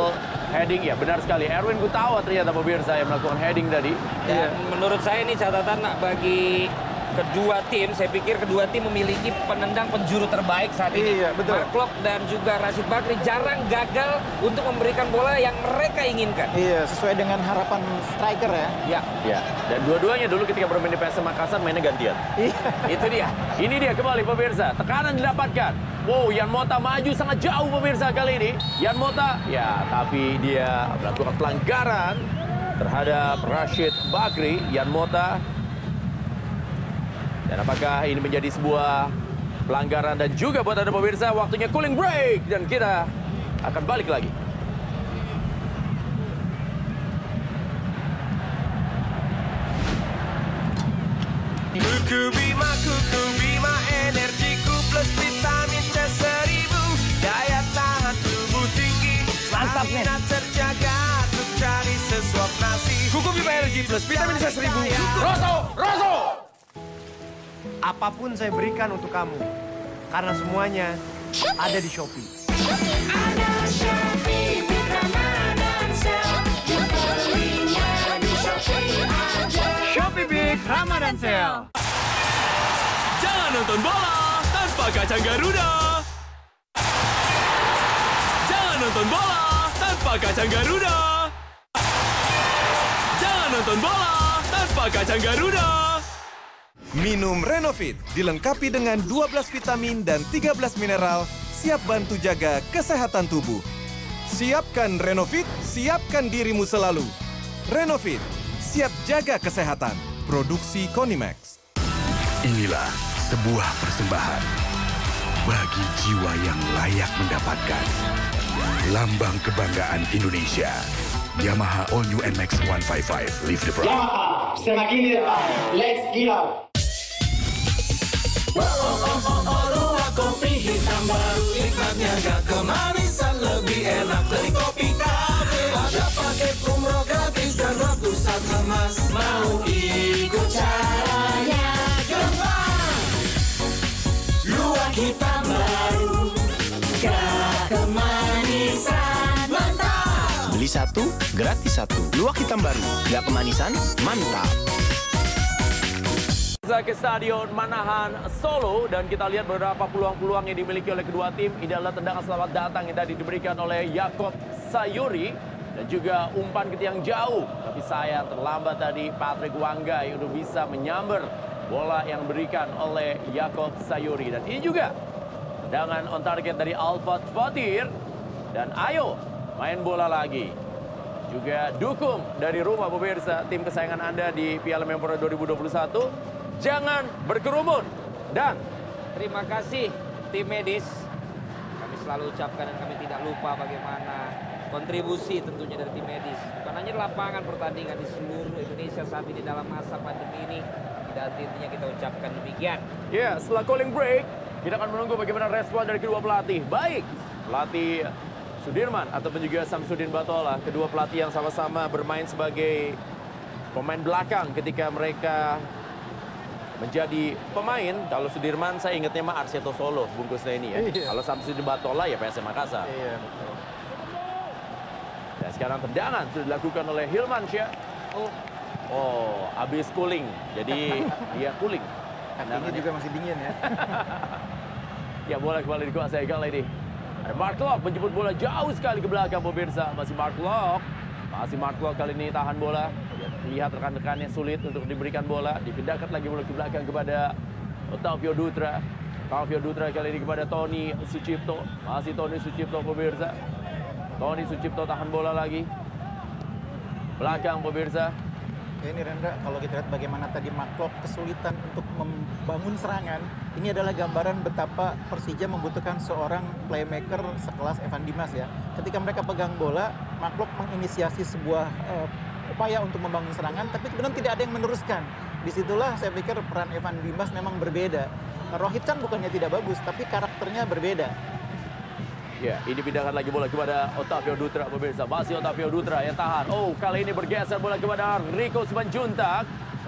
Heading, ya benar sekali. Erwin Gutawa ternyata pemirsa yang melakukan heading tadi. Dan menurut saya ini catatan bagi kedua tim. Saya pikir kedua tim memiliki penendang penjuru terbaik saat ini. Iya, betul. Mark Klok dan juga Rashid Bakri jarang gagal untuk memberikan bola yang mereka inginkan. Iya, sesuai dengan harapan striker ya. Ya, Ya, dan dua-duanya dulu ketika bermain di PSM Makassar mainnya gantian. Iya. itu dia. Ini dia kembali pemirsa, tekanan didapatkan. Wow, Yan Mota maju sangat jauh pemirsa kali ini. Yan Mota, ya tapi dia melakukan pelanggaran terhadap Rashid Bakri. Yan Mota. Dan apakah ini menjadi sebuah pelanggaran dan juga buat Anda pemirsa, waktunya cooling break. Dan kita akan balik lagi. Kuku Bima energiku plus vitamin C1000 daya tahan tubuh tinggi Mantap, men. stamina terjaga untuk cari sesuap nasi. Kuku Bima energi plus vitamin C1000. Rosso! Apapun saya berikan untuk kamu. Karena semuanya ada di Shopee. Ada Shopee Big Ramadan Sale. Dibelinya di Shopee aja. Shopee Big Ramadan Sale. Jangan nonton bola tanpa kacang Garuda. Jangan nonton bola tanpa kacang Garuda. Jangan nonton bola tanpa kacang Garuda. Minum Renovit, dilengkapi dengan 12 vitamin dan 13 mineral, siap bantu jaga kesehatan tubuh. Siapkan Renovit, siapkan dirimu selalu. Renovit, siap jaga kesehatan. Produksi Konimax. Inilah sebuah persembahan bagi jiwa yang layak mendapatkan. Lambang kebanggaan Indonesia. Yamaha All New NMAX 155, Live the Pride. Yamaha, setengah kiri depan. Let's get out. Luwak kopi hitam baru, nikmatnya gak kemanisan, lebih enak dari kopi kafe. Ada paket umroh gratis dan ratusan emas. Mau ikut caranya gampang. Luwak hitam baru, gak kemanisan, mantap. Beli satu, gratis satu. Luwak hitam baru, gak kemanisan, mantap. Ke Stadion Manahan Solo dan kita lihat beberapa peluang-peluang yang dimiliki oleh kedua tim. Ini adalah tendangan selamat datang yang tadi diberikan oleh Yakob Sayuri dan juga umpan ke tiang jauh. Tapi sayang terlambat tadi Patrick Wangga yang udah bisa menyamber bola yang diberikan oleh Yakob Sayuri. Dan ini juga tendangan on target dari Alfat Fatir. Dan ayo main bola lagi. Juga dukung dari rumah pemirsa tim kesayangan Anda di Piala Menpora 2021. Jangan berkerumun. Dan Terima kasih tim medis. Kami selalu ucapkan dan kami tidak lupa bagaimana kontribusi tentunya dari tim medis. Bukan hanya di lapangan pertandingan di seluruh Indonesia saat ini dalam masa pandemi ini. Tidak henti-hentinya kita ucapkan demikian. ya, setelah calling break, kita akan menunggu bagaimana respon dari kedua pelatih. Baik, pelatih Sudirman ataupun juga Samsudin Batola. Kedua pelatih yang sama-sama bermain sebagai pemain belakang ketika mereka menjadi pemain. Kalau Sudirman saya ingatnya mah Arseto Solo bungkusnya ini ya. Iya. Kalau Samsudin Batola ya PSM Makassar. Iya, betul. Dan sekarang tendangan sudah dilakukan oleh Hilmansyah. Oh, habis cooling. Jadi dia cooling. Kakinya juga masih dingin ya. Ya, bola kembali dikuasai kali ini. Ada Mark Locke menjemput bola jauh sekali ke belakang pemirsa. Masih Mark Locke. Masih Mark Locke kali ini tahan bola. Lihat rekan-rekannya sulit untuk diberikan bola. Dipindahkan lagi bola ke belakang kepada Otavio Dutra. Otavio Dutra kali ini kepada Tony Sucipto. Masih Tony Sucipto pemirsa. Tony Sucipto tahan bola lagi. Belakang pemirsa. Ya, ini Rendra, kalau kita lihat bagaimana tadi Maklok kesulitan untuk membangun serangan, ini adalah gambaran betapa Persija membutuhkan seorang playmaker sekelas Evan Dimas ya. Ketika mereka pegang bola, Maklok menginisiasi sebuah upaya untuk membangun serangan, tapi kemudian tidak ada yang meneruskan. Disitulah saya pikir peran Evan Dimas memang berbeda. Rohit kan bukannya tidak bagus, tapi karakternya berbeda. Ya, ini pindahkan lagi bola kepada Otavio Dutra pemirsa. Masih Otavio Dutra yang tahan. Oh, kali ini bergeser bola kepada Rico Simanjuntak.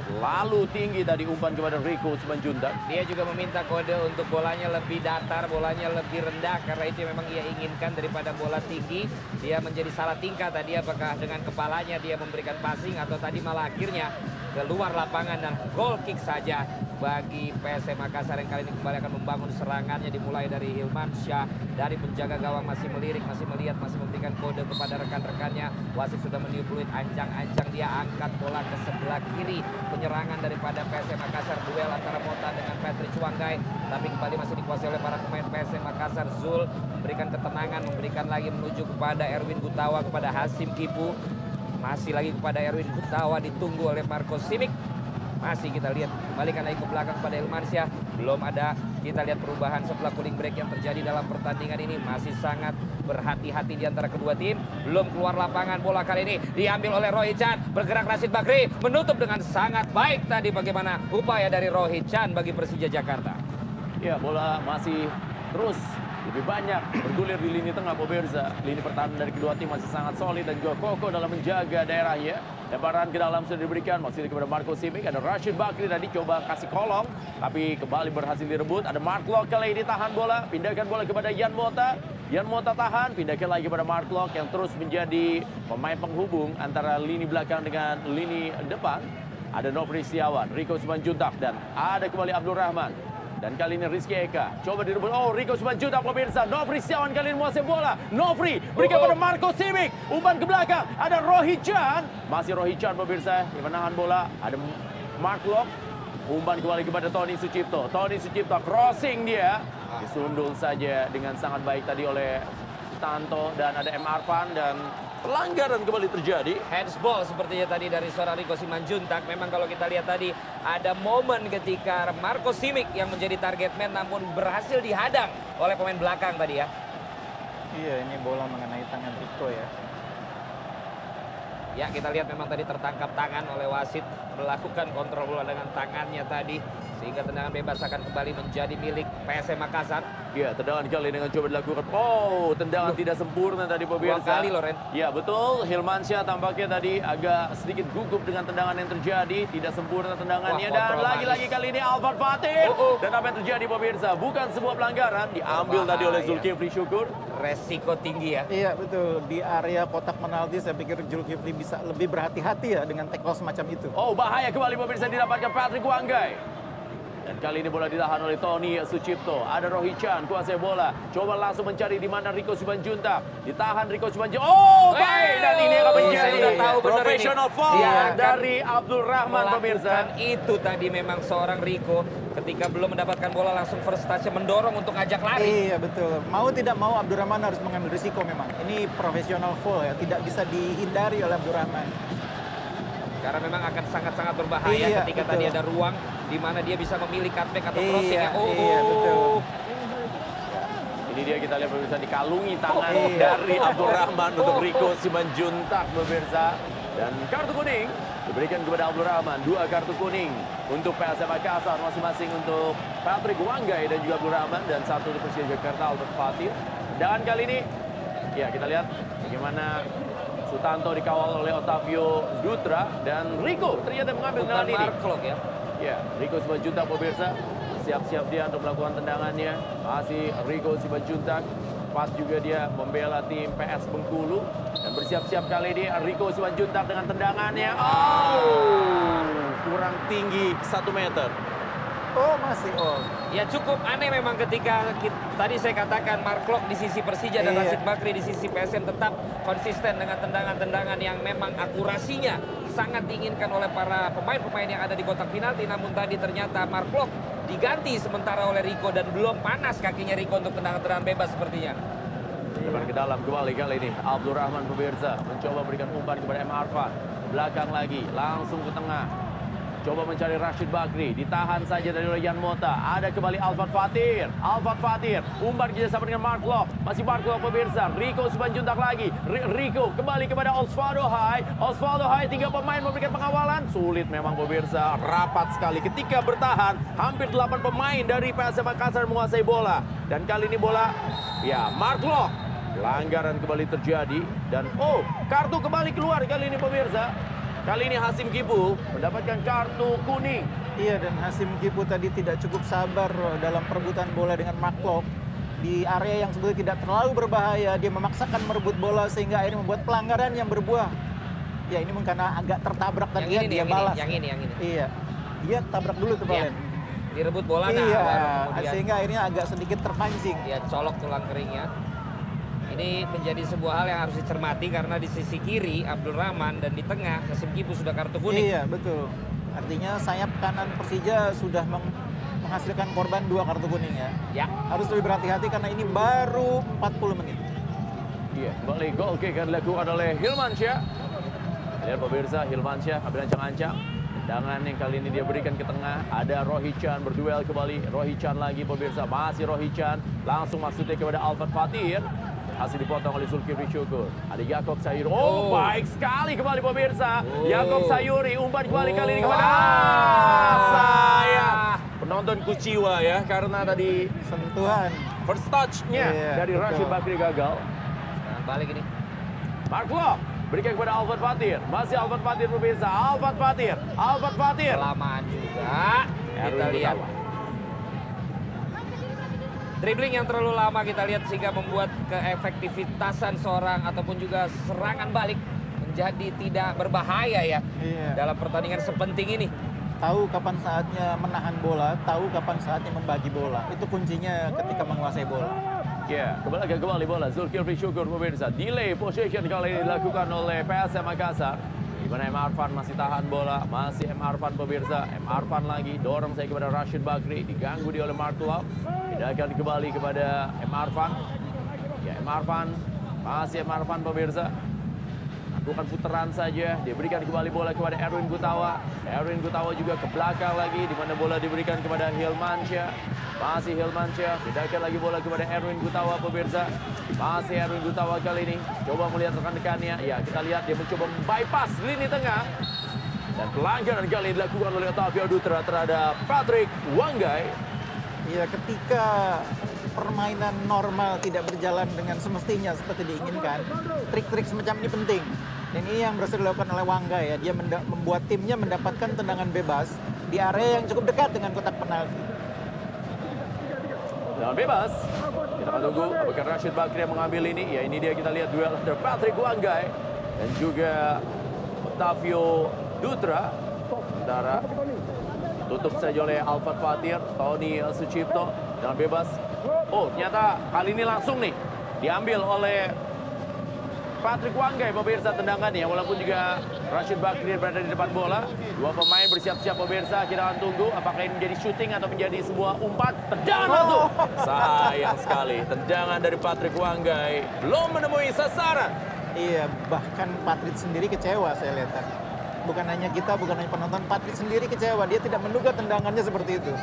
Terlalu tinggi tadi umpan kepada Rico Simanjuntak. Dia juga meminta kode untuk bolanya lebih datar, bolanya lebih rendah, karena itu yang memang ia inginkan daripada bola tinggi. Dia menjadi salah tingkah tadi, apakah dengan kepalanya dia memberikan passing atau tadi malah akhirnya keluar lapangan dan goal kick saja bagi PSM Makassar yang kali ini kembali akan membangun serangannya, dimulai dari Hilmansyah. Dari penjaga gawang masih melirik, masih melihat, masih memberikan kode kepada rekan-rekannya. Wasit sudah meniup peluit, ancang-ancang dia angkat bola ke sebelah kiri. Penyerangan daripada PSM Makassar, duel antara Mota dengan Patrick Wanggai, tapi kembali masih dikuasai oleh para pemain PSM Makassar. Zul memberikan ketenangan, memberikan lagi menuju kepada Erwin Gutawa, kepada Hasim Kipu. Masih lagi kepada Erwin Gutawa, ditunggu oleh Marco Simic. Masih kita lihat, kembalikan lagi ke belakang pada Hilmansyah. Belum ada, kita lihat perubahan setelah cooling break yang terjadi dalam pertandingan ini. Masih sangat berhati-hati di antara kedua tim. Belum keluar lapangan, bola kali ini diambil oleh Rohit Chan. Bergerak Rashid Bakri, menutup dengan sangat baik tadi bagaimana upaya dari Rohit Chan bagi Persija Jakarta. Ya, bola masih terus lebih banyak bergulir di lini tengah pemirsa. Lini pertahanan dari kedua tim masih sangat solid dan juga kokoh dalam menjaga daerahnya. Lemparan ke dalam sudah diberikan, masih kepada Marco Simic. Ada Rashid Bakri tadi coba kasih kolong, tapi kembali berhasil direbut. Ada Mark Locke kali ini tahan bola, pindahkan bola kepada Yan Mota. Yan Mota tahan, pindahkan lagi kepada Mark Locke yang terus menjadi pemain penghubung antara lini belakang dengan lini depan. Ada Nofri Setiawan, Rico Simanjuntak, dan ada kembali Abdul Rahman. Dan kali ini Rizky Eka coba direbut. Oh, Rico Simanjuntak pemirsa. Nofri Setiawan kali ini menguasai bola. Nofri berikan pada Marco Simic. Umpan ke belakang. Ada Rohit Chan. Masih Rohit Chan pemirsa yang menahan bola. Ada Mark Locke. Umpan kembali kepada Tony Sucipto. Tony Sucipto crossing dia. Disundul saja dengan sangat baik tadi oleh Sutanto. Dan ada M. Arfan dan pelanggaran kembali terjadi. Handsball sepertinya tadi dari seorang Rico Simanjuntak. Memang kalau kita lihat tadi ada momen ketika Marco Simic yang menjadi target man namun berhasil dihadang oleh pemain belakang tadi ya. Iya, ini bola mengenai tangan Rico ya. Ya, kita lihat memang tadi tertangkap tangan oleh wasit, melakukan kontrol bola dengan tangannya tadi, sehingga tendangan bebas akan kembali menjadi milik PSM Makassar. Ya, tendangan kali dengan coba dilakukan. Oh, tendangan tidak sempurna tadi pemirsa. 2 kali loh, Ren. Ya, betul. Hilmansyah tampaknya tadi agak sedikit gugup dengan tendangan yang terjadi. Tidak sempurna tendangannya. Wah, Dan lagi-lagi kali ini Alvan Fatin. Dan apa yang terjadi pemirsa? Bukan sebuah pelanggaran. Diambil tadi oleh Zulkifli Syukur. Resiko tinggi ya. Iya, betul. Di area kotak penalti saya pikir Zulkifli bisa lebih berhati-hati ya dengan tackle semacam itu. Oh, bahaya kembali pemirsa didapatkan Patrick Wanggai. Dan kali ini bola ditahan oleh Tony Sucipto. Ada Rohit Chan kuasai bola. Coba langsung mencari di mana Rico Simanjuntak. Ditahan Rico Simanjuntak. Oh, baik. Dan ini akan menjadi professional foul dari Abdul Rahman pemirsa. Itu tadi memang seorang Rico ketika belum mendapatkan bola langsung first touch mendorong untuk ajak lari. Iya, betul. Mau tidak mau Abdul Rahman harus mengambil risiko memang. Ini profesional foul ya, tidak bisa dihindari oleh Abdul Rahman. Karena memang akan sangat-sangat berbahaya ketika tadi ada ruang di mana dia bisa memilih cutback atau crossing. Iya, betul. Ini dia kita lihat pemirsa dikalungi tangan dari Abdul Rahman untuk Rico Simanjuntak pemirsa. Dan kartu kuning diberikan kepada Abdul Rahman. 2 kartu kuning untuk PSM Makassar masing-masing untuk Patrick Wanggai dan juga Abdul Rahman. Dan 1 untuk Persija Jakarta Albert Fatir. Dan kali ini ya kita lihat bagaimana Sutanto dikawal oleh Otavio Dutra dan Rico ternyata mengambil tendangan ini. Mark Locke ya. Ya, Rico Simanjuntak pemirsa. Siap-siap dia untuk melakukan tendangannya. Masih Rico Simanjuntak. Pas juga dia membela tim PS Bengkulu. Dan bersiap-siap kali ini Rico Simanjuntak dengan tendangannya. Oh, kurang tinggi 1 meter. Oh, masih. Oh. Ya cukup aneh memang ketika tadi saya katakan Mark Locke di sisi Persija dan Rashid Bakri di sisi PSM tetap konsisten dengan tendangan-tendangan yang memang akurasinya sangat diinginkan oleh para pemain-pemain yang ada di kotak penalti. Namun tadi ternyata Mark Locke diganti sementara oleh Rico dan belum panas kakinya Rico untuk tendangan-tendangan bebas sepertinya. Depan ke dalam kembali kali ini Abdul Rahman pemirsa mencoba berikan umpan kepada M. Arfan. Belakang lagi langsung ke tengah. Coba mencari Rashid Bakri, ditahan saja dari Yan Mota. Ada kembali Alvan Fatir. Alvan Fatir, umpan kerjasama dengan Mark Locke. Masih Mark Locke pemirsa. Rico Simanjuntak lagi. Rico kembali kepada Osvaldo Hai. Osvaldo Hai, 3 pemain memberikan pengawalan. Sulit memang pemirsa, rapat sekali. Ketika bertahan, hampir 8 pemain dari PSM Makassar menguasai bola. Dan kali ini bola, ya Mark Locke. Pelanggaran kembali terjadi. Dan kartu kembali keluar kali ini pemirsa. Kali ini Hasim Kipu mendapatkan kartu kuning. Iya, dan Hasim Kipu tadi tidak cukup sabar dalam perebutan bola dengan Mark Klok. Di area yang sebetulnya tidak terlalu berbahaya, dia memaksakan merebut bola sehingga akhirnya membuat pelanggaran yang berbuah. Ya, ini mungkin karena agak tertabrak tadi ya, dia balas. Yang ini. Iya, dia tabrak dulu tuh Valen. Direbut bola, Iya, baru kemudian sehingga akhirnya agak sedikit terpancing. dia colok tulang keringnya. Ini menjadi sebuah hal yang harus dicermati karena di sisi kiri Abdul Rahman dan di tengah Hasim Kipu sudah kartu kuning. Iya, betul. Artinya sayap kanan Persija sudah menghasilkan korban 2 kartu kuning ya. Ya. Harus lebih berhati-hati karena ini baru 40 menit. Iya, kembali gol kick yang dilakukan oleh Hilmansyah. Lihat pemirsa, Hilmansyah ambil ancang-ancang. Tendangan yang kali ini dia berikan ke tengah. Ada Rohichan berduel kembali. Rohichan lagi pemirsa, masih Rohichan. Langsung maksudnya kepada Alfat Fatir. Masih dipotong oleh Zulkifli Syukur. Ada Yakob Sayuri. Oh, baik sekali kembali pemirsa. Yakob Sayuri umpan kembali kali ini kepada sayang. Penonton kuciwa ya karena tadi sentuhan first touch-nya dari Rashid Bakri gagal. Nah, balik ini. Mark Klok berikan kepada Alfat Fatir. Masih Alfat Fatir pemirsa. Alfat Fatir. Kelamaan juga. Kita lihat. Dribbling yang terlalu lama kita lihat sehingga membuat keefektivitasan seorang ataupun juga serangan balik menjadi tidak berbahaya ya dalam pertandingan sepenting ini. Tahu kapan saatnya menahan bola, tahu kapan saatnya membagi bola. Itu kuncinya ketika menguasai bola. Ya, kembali bola. Zulkifli Syukur pemirsa. Delay possession kali ini dilakukan oleh PSM Makassar. Di mana M. Arfan masih tahan bola. Masih M. Arfan pemirsa. M. Arfan lagi dorong saya kepada Rashid Bakri. Diganggu dia oleh Mark Klok. Pindahkan kembali kepada M. Arfan. Ya, M. Arfan. Masih M. Arfan pemirsa. Lakukan putaran saja. Dia berikan kembali bola kepada Erwin Gutawa. Erwin Gutawa juga ke belakang lagi. Di mana bola diberikan kepada Hilmansyah. Masih Hilmansyah. Pindahkan lagi bola kepada Erwin Gutawa pemirsa. Masih Erwin Gutawa kali ini. Coba melihat rekan-rekannya. Ya, kita lihat dia mencoba bypass lini tengah. Dan pelanggaran kali ini dilakukan oleh Otavio Dutra terhadap Patrick Wanggai. Iya, ketika permainan normal tidak berjalan dengan semestinya seperti diinginkan, trik-trik semacam ini penting. Dan ini yang berhasil dilakukan oleh Wanggai ya. Dia membuat timnya mendapatkan tendangan bebas di area yang cukup dekat dengan kotak penalti. Tendangan bebas. Kita akan tunggu apakah Rashid Bakri yang mengambil ini. Ya, ini dia kita lihat duel antara Patrick Wanggai dan juga Otavio Dutra. Sementara tutup saja oleh Alfat Fatir, Tony Sucipto. Tendangan bebas. Oh, ternyata kali ini langsung nih diambil oleh Patrick Wanggai pemirsa tendangannya. Walaupun juga Rashid Bakri berada di depan bola. Dua pemain bersiap-siap pemirsa. Kita akan tunggu apakah ini menjadi syuting atau menjadi sebuah umpan. Tendangan langsung. Sayang sekali. Tendangan dari Patrick Wanggai belum menemui sasaran. Iya, bahkan Patrick sendiri kecewa saya lihat tadi. Bukan hanya kita, bukan hanya penonton, Patrick sendiri kecewa. Dia tidak menduga tendangannya seperti itu.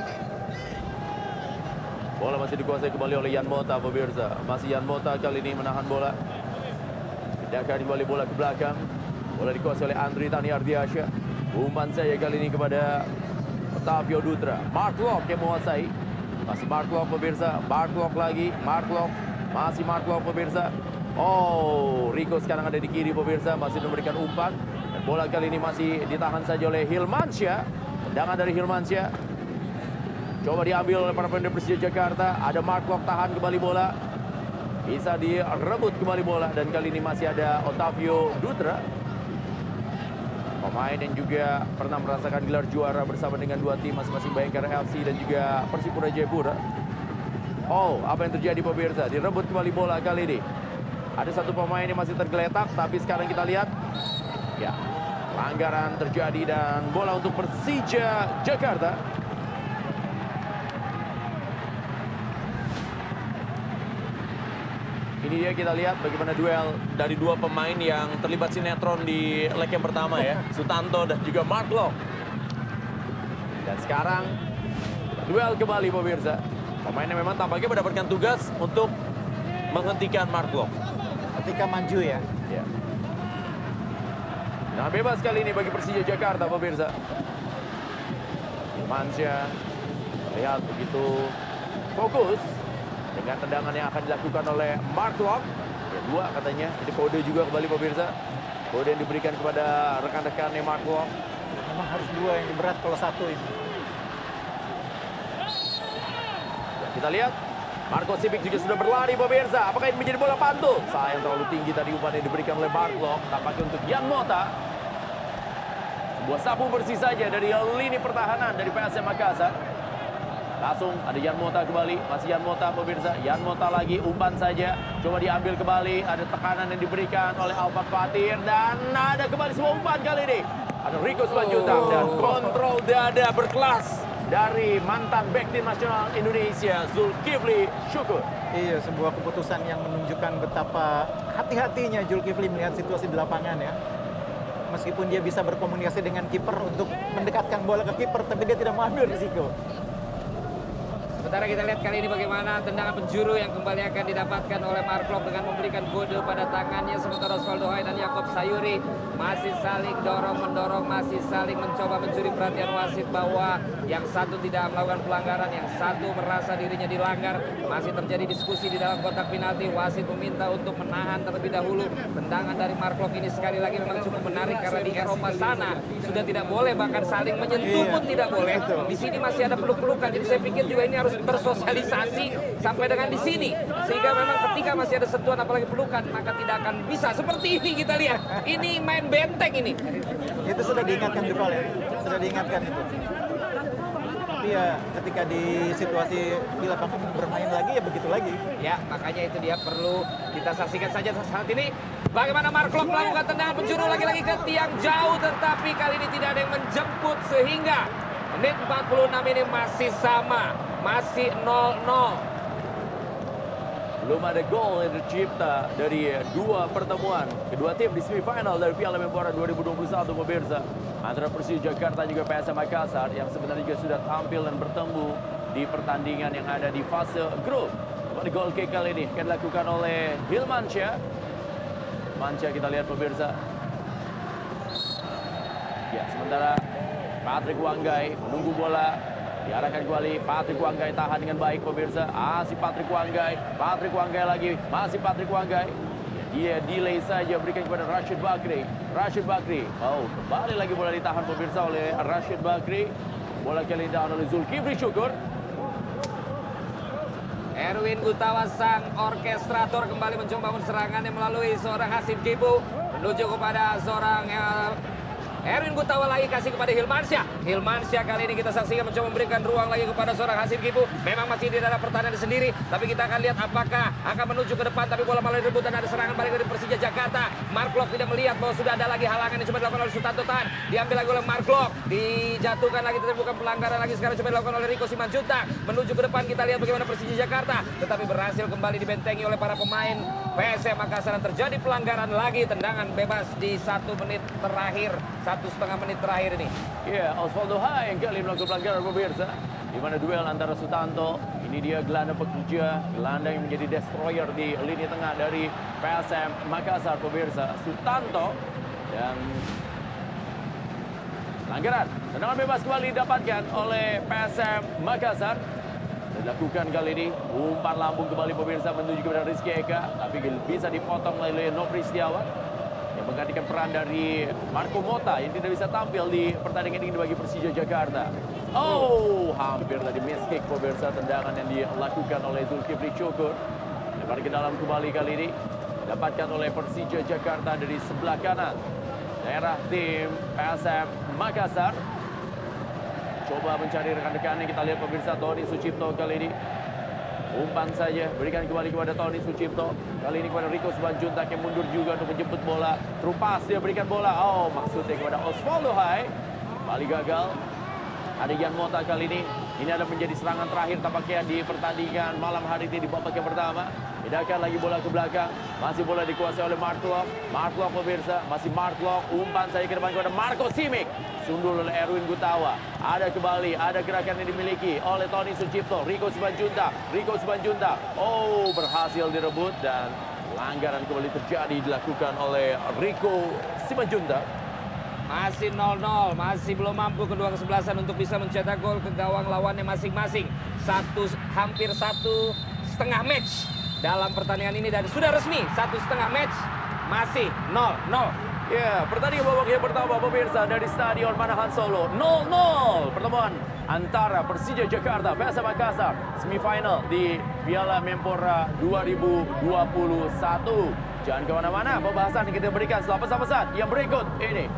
Bola masih dikuasai kembali oleh Yan Mota pemirsa. Masih Yan Mota kali ini menahan bola. Pindahkan kembali bola ke belakang. Bola dikuasai oleh Andri Tani Ardiasyah. Umpan saya kali ini kepada Otavio Dutra. Mark Klok yang menguasai. Masih Mark Klok pemirsa. Mark Klok lagi. Mark Klok. Masih Mark Klok pemirsa. Oh, Rico sekarang ada di kiri pemirsa. Masih memberikan umpan. Dan bola kali ini masih ditahan saja oleh Hilmansyah. Tendangan dari Hilmansyah. Coba diambil oleh para pemain Persija Jakarta. Ada Mark Klok tahan kembali bola. Bisa direbut kembali bola. Dan kali ini masih ada Otavio Dutra. Pemain yang juga pernah merasakan gelar juara bersama dengan dua tim masing-masing Bayangkara FC dan juga Persipura Jayapura. Oh, apa yang terjadi pemirsa? Direbut kembali bola kali ini. Ada satu pemain yang masih tergeletak. Tapi sekarang kita lihat. Ya, pelanggaran terjadi dan bola untuk Persija Jakarta. Ini dia kita lihat bagaimana duel dari dua pemain yang terlibat sinetron di leg yang pertama ya. Sutanto dan juga Mark Klok. Dan sekarang duel kembali pemirsa. Pemainnya memang tampaknya mendapatkan tugas untuk menghentikan Mark Klok. Ketika maju ya. Ya. Nah, bebas kali ini bagi Persija Jakarta pemirsa. Hilmansyah lihat begitu fokus dengan tendangan yang akan dilakukan oleh Mark Klok. Ya, dua katanya. Ini kode juga kembali pemirsa. Kemudian diberikan kepada rekan-rekannya Mark Klok. Memang harus 2 yang berat kalau 1 ini. Kita lihat, Marco Simic juga sudah berlari pemirsa. Apakah ini menjadi bola pantul? Sayang terlalu tinggi tadi umpan yang diberikan oleh Mark Klok. Tampaknya untuk Jan Mota. Sebuah sapu bersih saja dari lini pertahanan dari PSM Makassar. Langsung ada Jan Mota kembali. Masih Jan Mota pemirsa. Jan Mota lagi, umpan saja. Coba diambil kembali. Ada tekanan yang diberikan oleh Alfat Fatir. Dan ada kembali sebuah umpan kali ini. Ada Rico Simanjuntak dan kontrol dada berkelas dari mantan bek tim nasional Indonesia Zulkifli Syukur. Iya, sebuah keputusan yang menunjukkan betapa hati-hatinya Zulkifli melihat situasi di lapangan ya. Meskipun dia bisa berkomunikasi dengan kiper untuk mendekatkan bola ke kiper, tapi dia tidak mengambil risiko. Sementara kita lihat kali ini bagaimana tendangan penjuru yang kembali akan didapatkan oleh Mark Klok dengan memberikan kode pada tangannya. Sementara Osvaldo Hai dan Yakob Sayuri masih saling dorong-mendorong, masih saling mencoba mencuri perhatian wasit bahwa yang satu tidak melakukan pelanggaran, yang satu merasa dirinya dilanggar. Masih terjadi diskusi di dalam kotak penalti. Wasit meminta untuk menahan terlebih dahulu. Tendangan dari Mark Klok ini sekali lagi memang cukup menarik karena di Eropa sana sudah tidak boleh, bahkan saling menyentuh pun tidak boleh. Di sini masih ada peluk-pelukan. Jadi saya pikir juga ini harus bersosialisasi sampai dengan di sini, sehingga memang ketika masih ada sentuhan apalagi pelukan maka tidak akan bisa seperti ini. Kita lihat ini main benteng ini. Itu sudah diingatkan di ya, sudah diingatkan itu. Tapi ya ketika di situasi di lapangan bermain lagi ya begitu lagi. Ya makanya itu dia perlu kita saksikan saja saat ini bagaimana Mark Klok melakukan tendangan penjuru lagi-lagi ke tiang jauh, tetapi kali ini tidak ada yang menjemput sehingga menit 46 ini masih sama, masih 0-0. Belum ada gol yang tercipta dari 2 pertemuan kedua tim di semifinal dari Piala Menpora 2021 pemirsa. Antara Persija Jakarta juga PSM Makassar yang sebenarnya juga sudah tampil dan bertemu di pertandingan yang ada di fase grup. Pada gol kick kali ini akan dilakukan oleh Hilmansyah. Mansyah kita lihat pemirsa. Ya, sementara Patrick Wanggai menunggu bola, diarahkan kembali. Patrick Wanggai tahan dengan baik pemirsa. Si Patrick Wanggai lagi, masih Patrick Wanggai. Dia delay saja, berikan kepada Rashid Bakri. Kembali lagi bola ditahan pemirsa oleh Rashid Bakri. Bola kali ini ditahan oleh Zulkifli Syukur. Erwin Gutawa sang orkestrator kembali mencoba serangannya melalui seorang Hasim Kibu menuju kepada seorang Erwin Gutawa lagi kasih kepada Hilmansyah. Hilmansyah kali ini kita saksikan mencoba memberikan ruang lagi kepada seorang Hasim Kibu. Memang masih di dalam pertahanan sendiri, tapi kita akan lihat apakah akan menuju ke depan. Tapi bola malah direbut dan ada serangan balik dari Persija Jakarta. Mark Klok tidak melihat bahwa sudah ada lagi halangan yang coba dilakukan oleh Sutanto Tan. Diambil lagi oleh Mark Klok, dijatuhkan lagi, tapi bukan pelanggaran lagi. Sekarang coba dilakukan oleh Rico Simanjuntak. Menuju ke depan kita lihat bagaimana Persija Jakarta, tetapi berhasil kembali dibentengi oleh para pemain PSM Makassar. Terjadi pelanggaran lagi, tendangan bebas di 1 menit terakhir, 1,5 menit terakhir ini. Ya, Osvaldo Hai yang kali melakukan pelanggaran pemirsa. Di mana duel antara Sutanto, ini dia gelandang pekerja, gelandang yang menjadi destroyer di lini tengah dari PSM Makassar pemirsa. Sutanto dan pelanggaran. Tendangan bebas kembali didapatkan oleh PSM Makassar. Dilakukan kali ini, umpan lambung kembali pemirsa menuju kepada Rizky Eka, tapi bisa dipotong oleh Nofri Setiawan yang menggantikan peran dari Marco Mota yang tidak bisa tampil di pertandingan ini bagi Persija Jakarta. Hampir tadi miss kick pemirsa, tendangan yang dilakukan oleh Zulkifli Syukur. Lebar ke dalam kembali kali ini, dapatkan oleh Persija Jakarta dari sebelah kanan daerah tim PSM Makassar. Coba mencari rekan-rekannya, kita lihat pemirsa Tony Sucipto kali ini. Umpan saja, berikan kembali kepada Tony Sucipto. Kali ini kepada Rico Simanjuntak yang mundur juga untuk menjemput bola. Terupas dia berikan bola. Maksudnya kepada Osvaldo Hai. Kembali gagal. Ada Jan Mota kali ini. Ini ada menjadi serangan terakhir tampaknya di pertandingan malam hari ini di babak yang pertama. Pindahkan lagi bola ke belakang. Masih bola dikuasai oleh Mark Klok. Mark Klok pemirsa, masih Mark Klok. Umpan saja ke depan kepada Marco Simic. Sundul oleh Erwin Gutawa. Ada kembali, ada gerakan yang dimiliki oleh Tony Sucipto. Rico Simanjuntak. Berhasil direbut dan pelanggaran kembali terjadi dilakukan oleh Rico Simanjuntak. Masih 0-0, masih belum mampu kedua kesebelasan untuk bisa mencetak gol ke gawang lawannya masing-masing. Hampir 1,5 match dalam pertandingan ini dan sudah resmi 1,5 match masih 0-0. Ya, pertandingan babak yang pertama pemirsa dari Stadion Manahan Solo 0-0. Pertemuan antara Persija Jakarta PSM Makassar semifinal di Piala Menpora 2021. Jangan kemana-mana, pembahasan yang kita berikan setelah pesan-pesan yang berikut ini.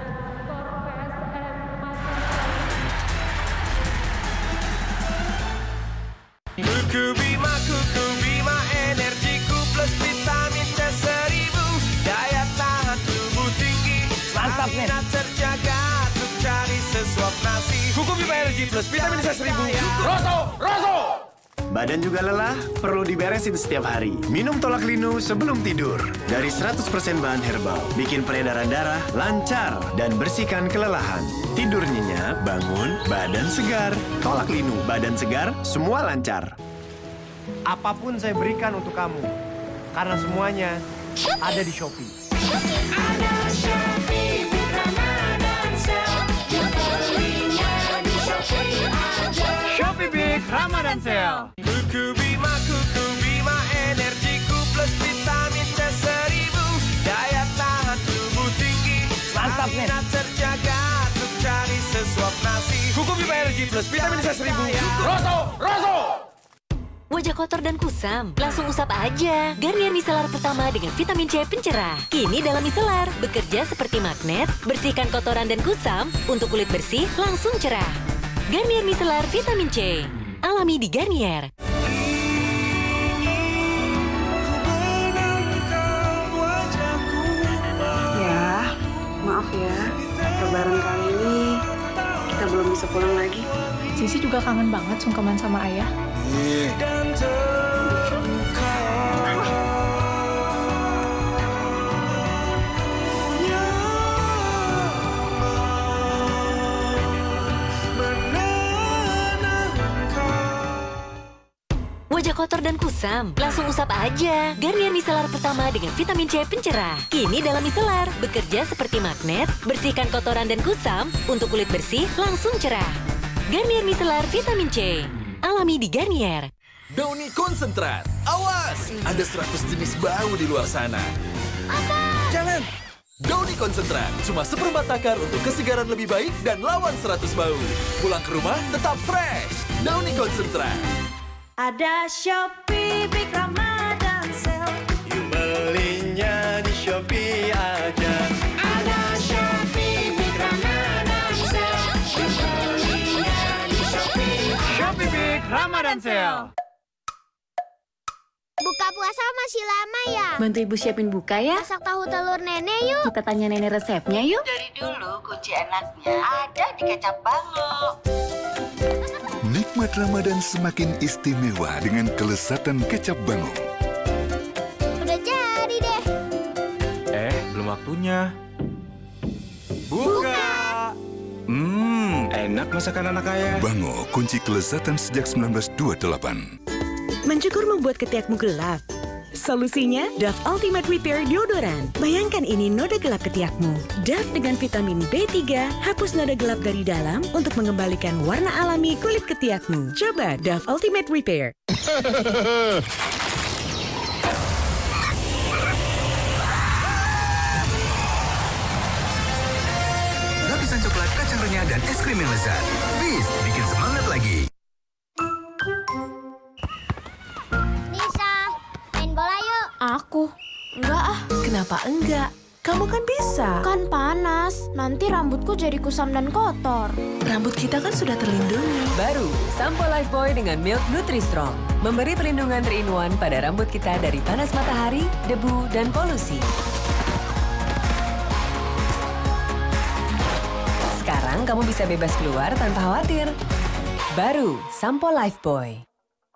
Kuku Bima energiku plus vitamin C1000. Daya tahan tubuh tinggi, stamina terjaga untuk cari sesuap nasi. Kuku Bima Energy Plus vitamin C1000. Rosso! Badan juga lelah? Perlu diberesin setiap hari. Minum Tolak Linu sebelum tidur. Dari 100% bahan herbal, bikin peredaran darah lancar dan bersihkan kelelahan. Tidur nyenyak, bangun, badan segar. Tolak Linu, badan segar, semua lancar. Apapun saya berikan untuk kamu. Karena semuanya ada di Shopee. Ada Shopee Big Ramadan Sale. Yang belinya di Shopee aja. Shopee Big Ramadan Sale. Kuku Bima energiku plus vitamin C1000. Daya tahan tubuh tinggi, stamina terjaga untuk cari sesuap nasi. Kuku Bima Energy Plus vitamin C1000. Rosso! Wajah kotor dan kusam, langsung usap aja. Garnier Micellar pertama dengan vitamin C pencerah. Kini dalam micellar, bekerja seperti magnet, bersihkan kotoran dan kusam, untuk kulit bersih langsung cerah. Garnier Micellar vitamin C. Alami di Garnier. Ya, maaf ya. Lebaran kali ini kita belum bisa pulang lagi. Sisi juga kangen banget sungkeman sama ayah. Dan terluka. Wajah kotor dan kusam, langsung usap aja. Garnier Micellar pertama dengan vitamin C pencerah. Kini dalam micellar, bekerja seperti magnet, bersihkan kotoran dan kusam, untuk kulit bersih langsung cerah. Garnier Micellar vitamin C. Alami di Garnier. Downy konsentrat. Awas, ada 100 jenis bau di luar sana. Apa? Jangan. Downy konsentrat, cuma seperempat takar untuk kesegaran lebih baik dan lawan 100 bau. Pulang ke rumah tetap fresh. Downy konsentrat. Ada Shopee Big Ramadan Sale. Yuk belinya di Shopee aja. Ada Shopee Big Ramadan Sale. Yang belinya di Shopee. Shopee Big Ramadan Sale. Buka puasa masih lama ya? Bantu ibu siapin buka ya. Masak tahu telur nenek yuk. Kita tanya nenek resepnya yuk. Dari dulu kunci enaknya ada di kecap bango. Nikmat Ramadan semakin istimewa dengan kelezatan kecap bango. Udah jadi deh. Belum waktunya. Buka! Enak masakan anak ayah. Bango, kunci kelezatan sejak 1928. Mencukur membuat ketiakmu gelap. Solusinya, Dove Ultimate Repair Deodoran. Bayangkan ini noda gelap ketiakmu. Dove dengan vitamin B3 hapus noda gelap dari dalam untuk mengembalikan warna alami kulit ketiakmu. Coba Dove Ultimate Repair. Lapisan coklat, kacang renyah, dan es krim yang lezat. Bis, bikin semangat lagi. Nisa, main bola yuk. Aku? Enggak ah. Kenapa enggak? Kamu kan bisa. Kan panas. Nanti rambutku jadi kusam dan kotor. Rambut kita kan sudah terlindungi. Baru, Sampo Lifebuoy dengan Milk Nutri-Strong. Memberi perlindungan 3-in-1 pada rambut kita dari panas matahari, debu, dan polusi. Sekarang kamu bisa bebas keluar tanpa khawatir. Baru, Sampo Lifebuoy.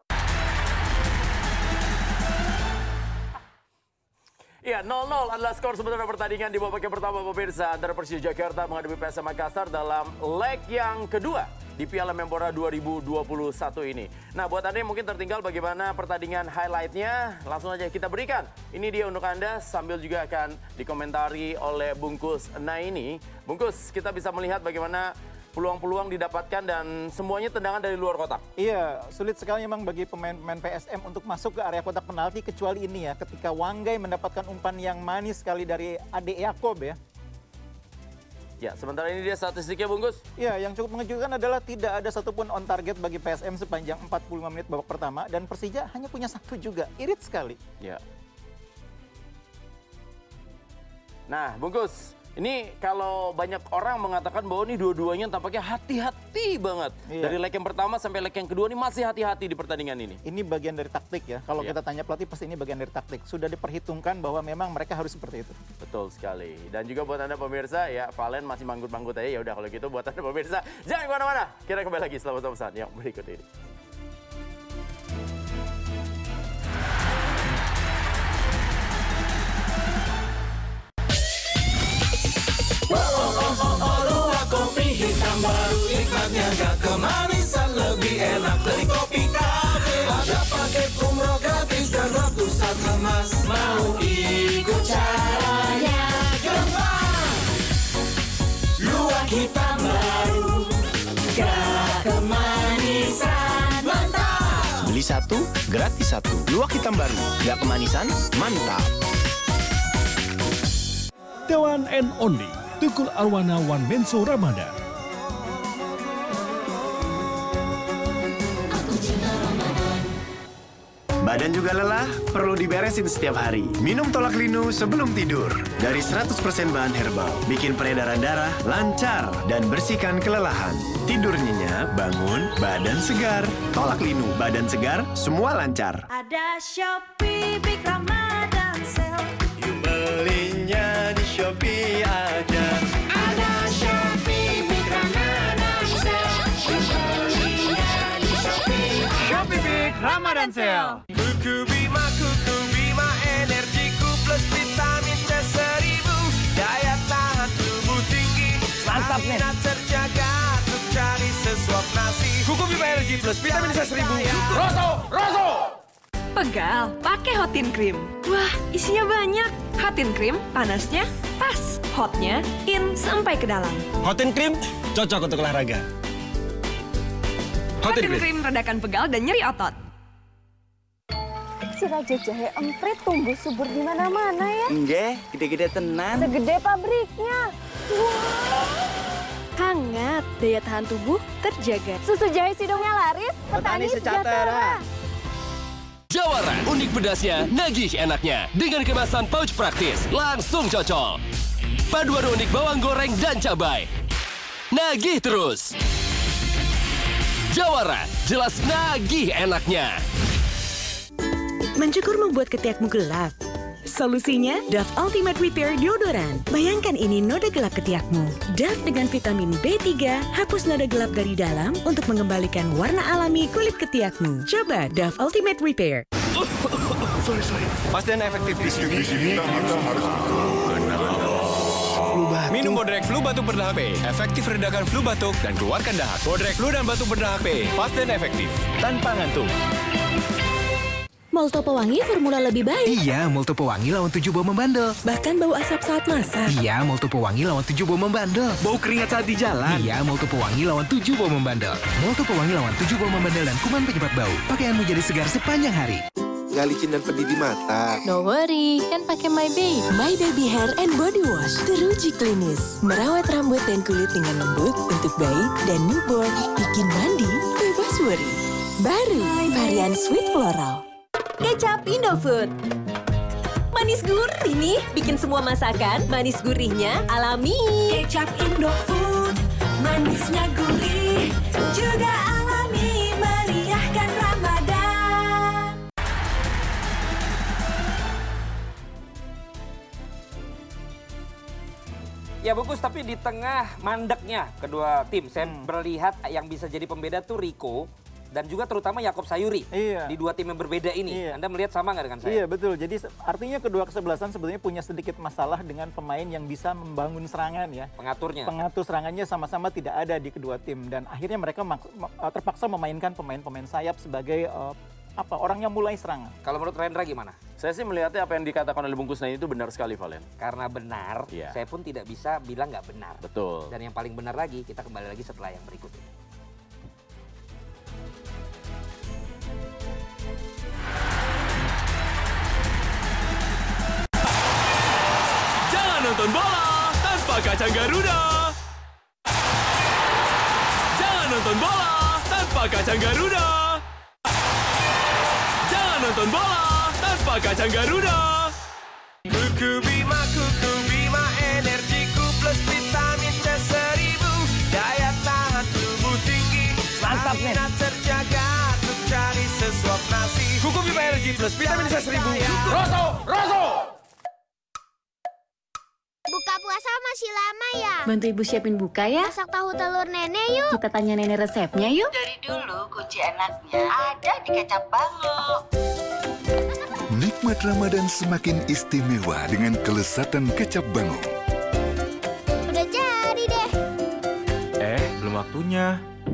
Ya, 0-0 adalah skor sementara pertandingan di babak yang pertama pemirsa antara Persija Jakarta menghadapi PSM Makassar dalam leg yang kedua di Piala Menpora 2021 ini. Nah, buat Anda yang mungkin tertinggal bagaimana pertandingan highlight-nya, langsung aja kita berikan. Ini dia untuk Anda sambil juga akan dikomentari oleh Bungkus Naini. Bungkus, kita bisa melihat bagaimana peluang-peluang didapatkan dan semuanya tendangan dari luar kotak. Iya, sulit sekali memang bagi pemain-pemain PSM untuk masuk ke area kotak penalti kecuali ini ya, ketika Wanggai mendapatkan umpan yang manis sekali dari Ade Yakob ya. Ya, sementara ini dia statistiknya bungkus. Ya, yang cukup mengejutkan adalah tidak ada satupun on target bagi PSM sepanjang 45 menit babak pertama dan Persija hanya punya 1 juga. Irit sekali. Ya. Nah, bungkus. Ini kalau banyak orang mengatakan bahwa ini dua-duanya tampaknya hati-hati banget. Iya. Dari leg yang pertama sampai leg yang kedua ini masih hati-hati di pertandingan ini. Ini bagian dari taktik ya. Kalau Iya. kita tanya pelatih pasti ini bagian dari taktik. Sudah diperhitungkan bahwa memang mereka harus seperti itu. Betul sekali. Dan juga buat Anda pemirsa, ya Valen masih manggut-manggut aja. Ya udah kalau gitu buat Anda pemirsa, jangan kemana-mana. Kita kembali lagi setelah pesan yang berikut ini. Luwak kopi hitam baru nikmatnya gak kemanisan, lebih enak dari kopi kafe. Ada paket umroh gratis dan waktu saat lemas, mau ikut caranya gampang. Luwak hitam baru gak kemanisan, mantap. Beli 1, gratis 1. Luwak hitam baru, gak kemanisan, mantap. The one and only Tukul Arwana One Menso Ramadan. Badan juga lelah? Perlu diberesin setiap hari. Minum Tolak Linu sebelum tidur. Dari 100% bahan herbal, bikin peredaran darah lancar dan bersihkan kelelahan. Tidur nyenyak, bangun, badan segar. Tolak Linu, badan segar, semua lancar. Ada Shopee Big Ramadan Sale. Belinya di Shopee aja. Ada Shopee Big Ramadan Sale. Belinya di Shopee. Shopee Big Ramadan Sale. Kuku Bima energiku plus vitamin C1000. Daya tahan tubuh tinggi. Mantap nih. Stamina terjaga untuk cari sesuap nasi. Kuku Bima Energi plus vitamin C1000. Rosso! Pegal, pakai Hotin Cream. Wah, isinya banyak. Hotin Cream, panasnya pas. Hotnya in sampai ke dalam. Hotin Cream cocok untuk olahraga. Hotin Cream redakan pegal dan nyeri otot. Si Raja Jahe emprit tumbuh subur di mana-mana ya. Nggih, gede-gede tenan. Segede pabriknya. Hangat, daya tahan tubuh terjaga. Susu jahe sidungnya laris, petani sejahtera. Jawara, unik pedasnya, nagih enaknya. Dengan kemasan pouch praktis, langsung cocok. Paduan unik bawang goreng dan cabai. Nagih terus. Jawara, jelas nagih enaknya. Mencukur membuat ketiakmu gelap. Solusinya, Dove Ultimate Repair Deodoran. Bayangkan ini noda gelap ketiakmu. Dove dengan vitamin B3, hapus noda gelap dari dalam untuk mengembalikan warna alami kulit ketiakmu. Coba Dove Ultimate Repair. Sorry. Pasti dan efektif di sini. Minum Bodrek Flu Batuk Berdahak P. Efektif redakan flu batuk dan keluarkan dahak. Bodrek Flu dan Batuk Berdahak P. Pasti dan efektif. Tanpa ngantuk. Molto Pewangi formula lebih baik. Iya, Molto Pewangi lawan 7 bau membandel. Bahkan bau asap saat masak. Iya, Molto Pewangi lawan 7 bau membandel. Bau keringat saat di jalan. Iya, Molto Pewangi lawan 7 bau membandel. Molto Pewangi lawan 7 bau membandel dan kuman penyebab bau. Pakaianmu jadi segar sepanjang hari. Gak licin dan pedih di mata. No worry, kan pakai My Baby. My Baby Hair and Body Wash teruji klinis. Merawat rambut dan kulit dengan lembut untuk bayi dan newborn. Bikin mandi bebas worry. Baru, varian Sweet Floral. Kecap Indofood. Manis gurih nih, bikin semua masakan manis gurihnya alami. Kecap Indofood, manisnya gurih, juga alami, meriahkan Ramadan. Ya bungkus, tapi di tengah mandeknya kedua tim, saya melihat yang bisa jadi pembeda tuh Rico dan juga terutama Yakob Sayuri. Iya. Di dua tim yang berbeda ini. Iya. Anda melihat sama nggak dengan saya? Iya betul, jadi artinya kedua kesebelasan sebenarnya punya sedikit masalah dengan pemain yang bisa membangun serangan ya. Pengaturnya. Pengatur serangannya sama-sama tidak ada di kedua tim dan akhirnya mereka terpaksa memainkan pemain-pemain sayap sebagai orang yang mulai serangan. Kalau menurut Rendra gimana? Saya sih melihatnya apa yang dikatakan oleh Bungkus Nain itu benar sekali, Valen. Karena benar, Iya. saya pun tidak bisa bilang nggak benar. Betul. Dan yang paling benar lagi, kita kembali lagi setelah yang berikut ini. Jangan nonton bola tanpa kacang Garuda. bola tanpa kacang Garuda. Jangan nonton bola tanpa kacang Garuda. Kuku Bima energiku plus vitamin C1000. Daya tahan tubuh tinggi. Mantap, men. Stamina terjaga untuk cari sesuap nasi. Kuku Bima Energy plus vitamin C1000. Rosso! Buka puasa masih lama ya? Bantu ibu siapin buka ya. Masak tahu telur nenek yuk. Kita tanya nenek resepnya yuk. Dari dulu kunci enaknya ada di kecap bango. Nikmat Ramadan semakin istimewa dengan kelezatan kecap bango. Udah jadi deh. Belum waktunya.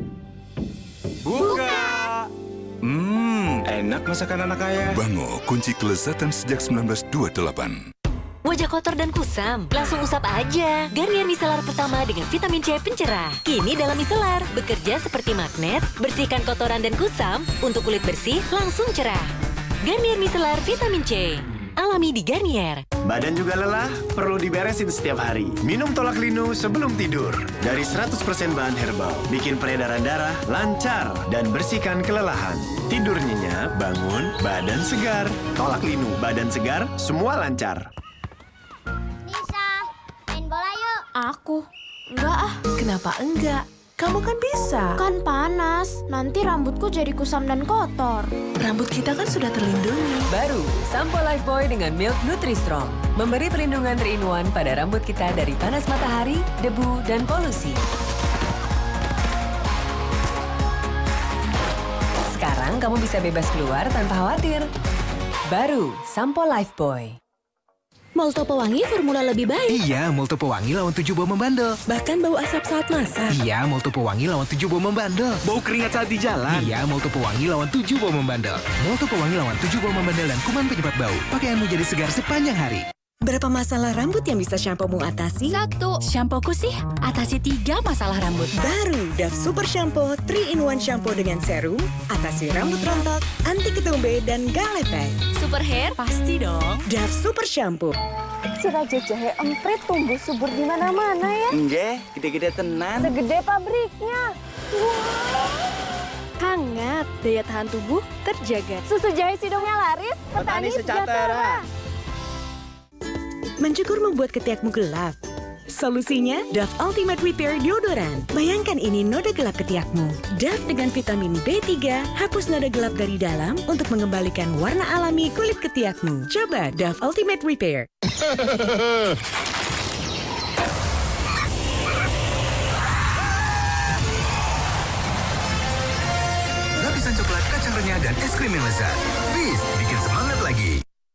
Buka. Enak masakan anak kaya. Bango, kunci kelezatan sejak 1928. Wajah kotor dan kusam? Langsung usap aja. Garnier Micellar pertama dengan vitamin C pencerah. Kini dalam Micellar, bekerja seperti magnet, bersihkan kotoran dan kusam untuk kulit bersih langsung cerah. Garnier Micellar vitamin C. Alami di Garnier. Badan juga lelah? Perlu diberesin setiap hari. Minum Tolak Linu sebelum tidur. Dari 100% bahan herbal, bikin peredaran darah lancar dan bersihkan kelelahan. Tidur nyenyak, bangun, badan segar. Tolak Linu, badan segar, semua lancar. Nisa, main bola yuk. Aku? Enggak ah. Kenapa enggak? Kamu kan bisa. Kan panas. Nanti rambutku jadi kusam dan kotor. Rambut kita kan sudah terlindungi. Baru, sampo Lifebuoy dengan Milk Nutri-Strong. Memberi perlindungan 3-in-1 pada rambut kita dari panas matahari, debu, dan polusi. Sekarang kamu bisa bebas keluar tanpa khawatir. Baru, sampo Lifebuoy. Molto Pewangi formula lebih baik. Iya, Molto Pewangi lawan 7 bau membandel. Bahkan bau asap saat masak. Iya, Molto Pewangi lawan 7 bau membandel. Bau keringat saat di jalan. Iya, Molto Pewangi lawan 7 bau membandel. Molto Pewangi lawan 7 bau membandel dan kuman penyebab bau. Pakaianmu jadi segar sepanjang hari. Berapa masalah rambut yang bisa shampoo-mu atasi? 1. Shampooku sih atasi 3 masalah rambut. Baru Dove Super Shampoo 3-in-1 shampoo dengan serum, atasi rambut rontok, anti ketombe, dan galepek. Super hair pasti dong. Dove Super Shampoo. Si Raja Jahe emprit tumbuh subur di mana-mana ya. Nggih, gede-gede tenan. Segede pabriknya. Hangat, daya tahan tubuh terjaga. Susu jahe Sidomnya laris, petani sejahtera. Mencukur membuat ketiakmu gelap. Solusinya Dove Ultimate Repair Deodorant. Bayangkan ini noda gelap ketiakmu. Dove dengan vitamin B3 hapus noda gelap dari dalam untuk mengembalikan warna alami kulit ketiakmu. Coba Dove Ultimate Repair. Lapisan coklat, kacang renyah, dan es krim yang lezat. Fizz, bikin semangat lagi.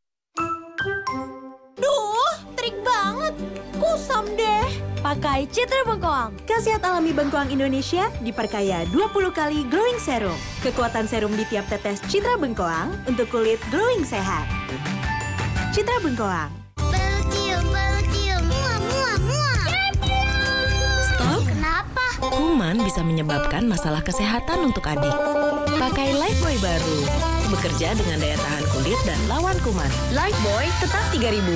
Duh, trik banget. Kusam deh. Pakai Citra Bengkoang. Khasiat alami Bengkoang Indonesia diperkaya 20 kali glowing serum. Kekuatan serum di tiap tetes Citra Bengkoang untuk kulit glowing sehat. Citra Bengkoang. Peluk-cium, muah. Stop. Kenapa? Kuman bisa menyebabkan masalah kesehatan untuk adik. Pakai Lifebuoy baru. Bekerja dengan daya tahan kulit dan lawan kuman. Lifebuoy tetap 3.000.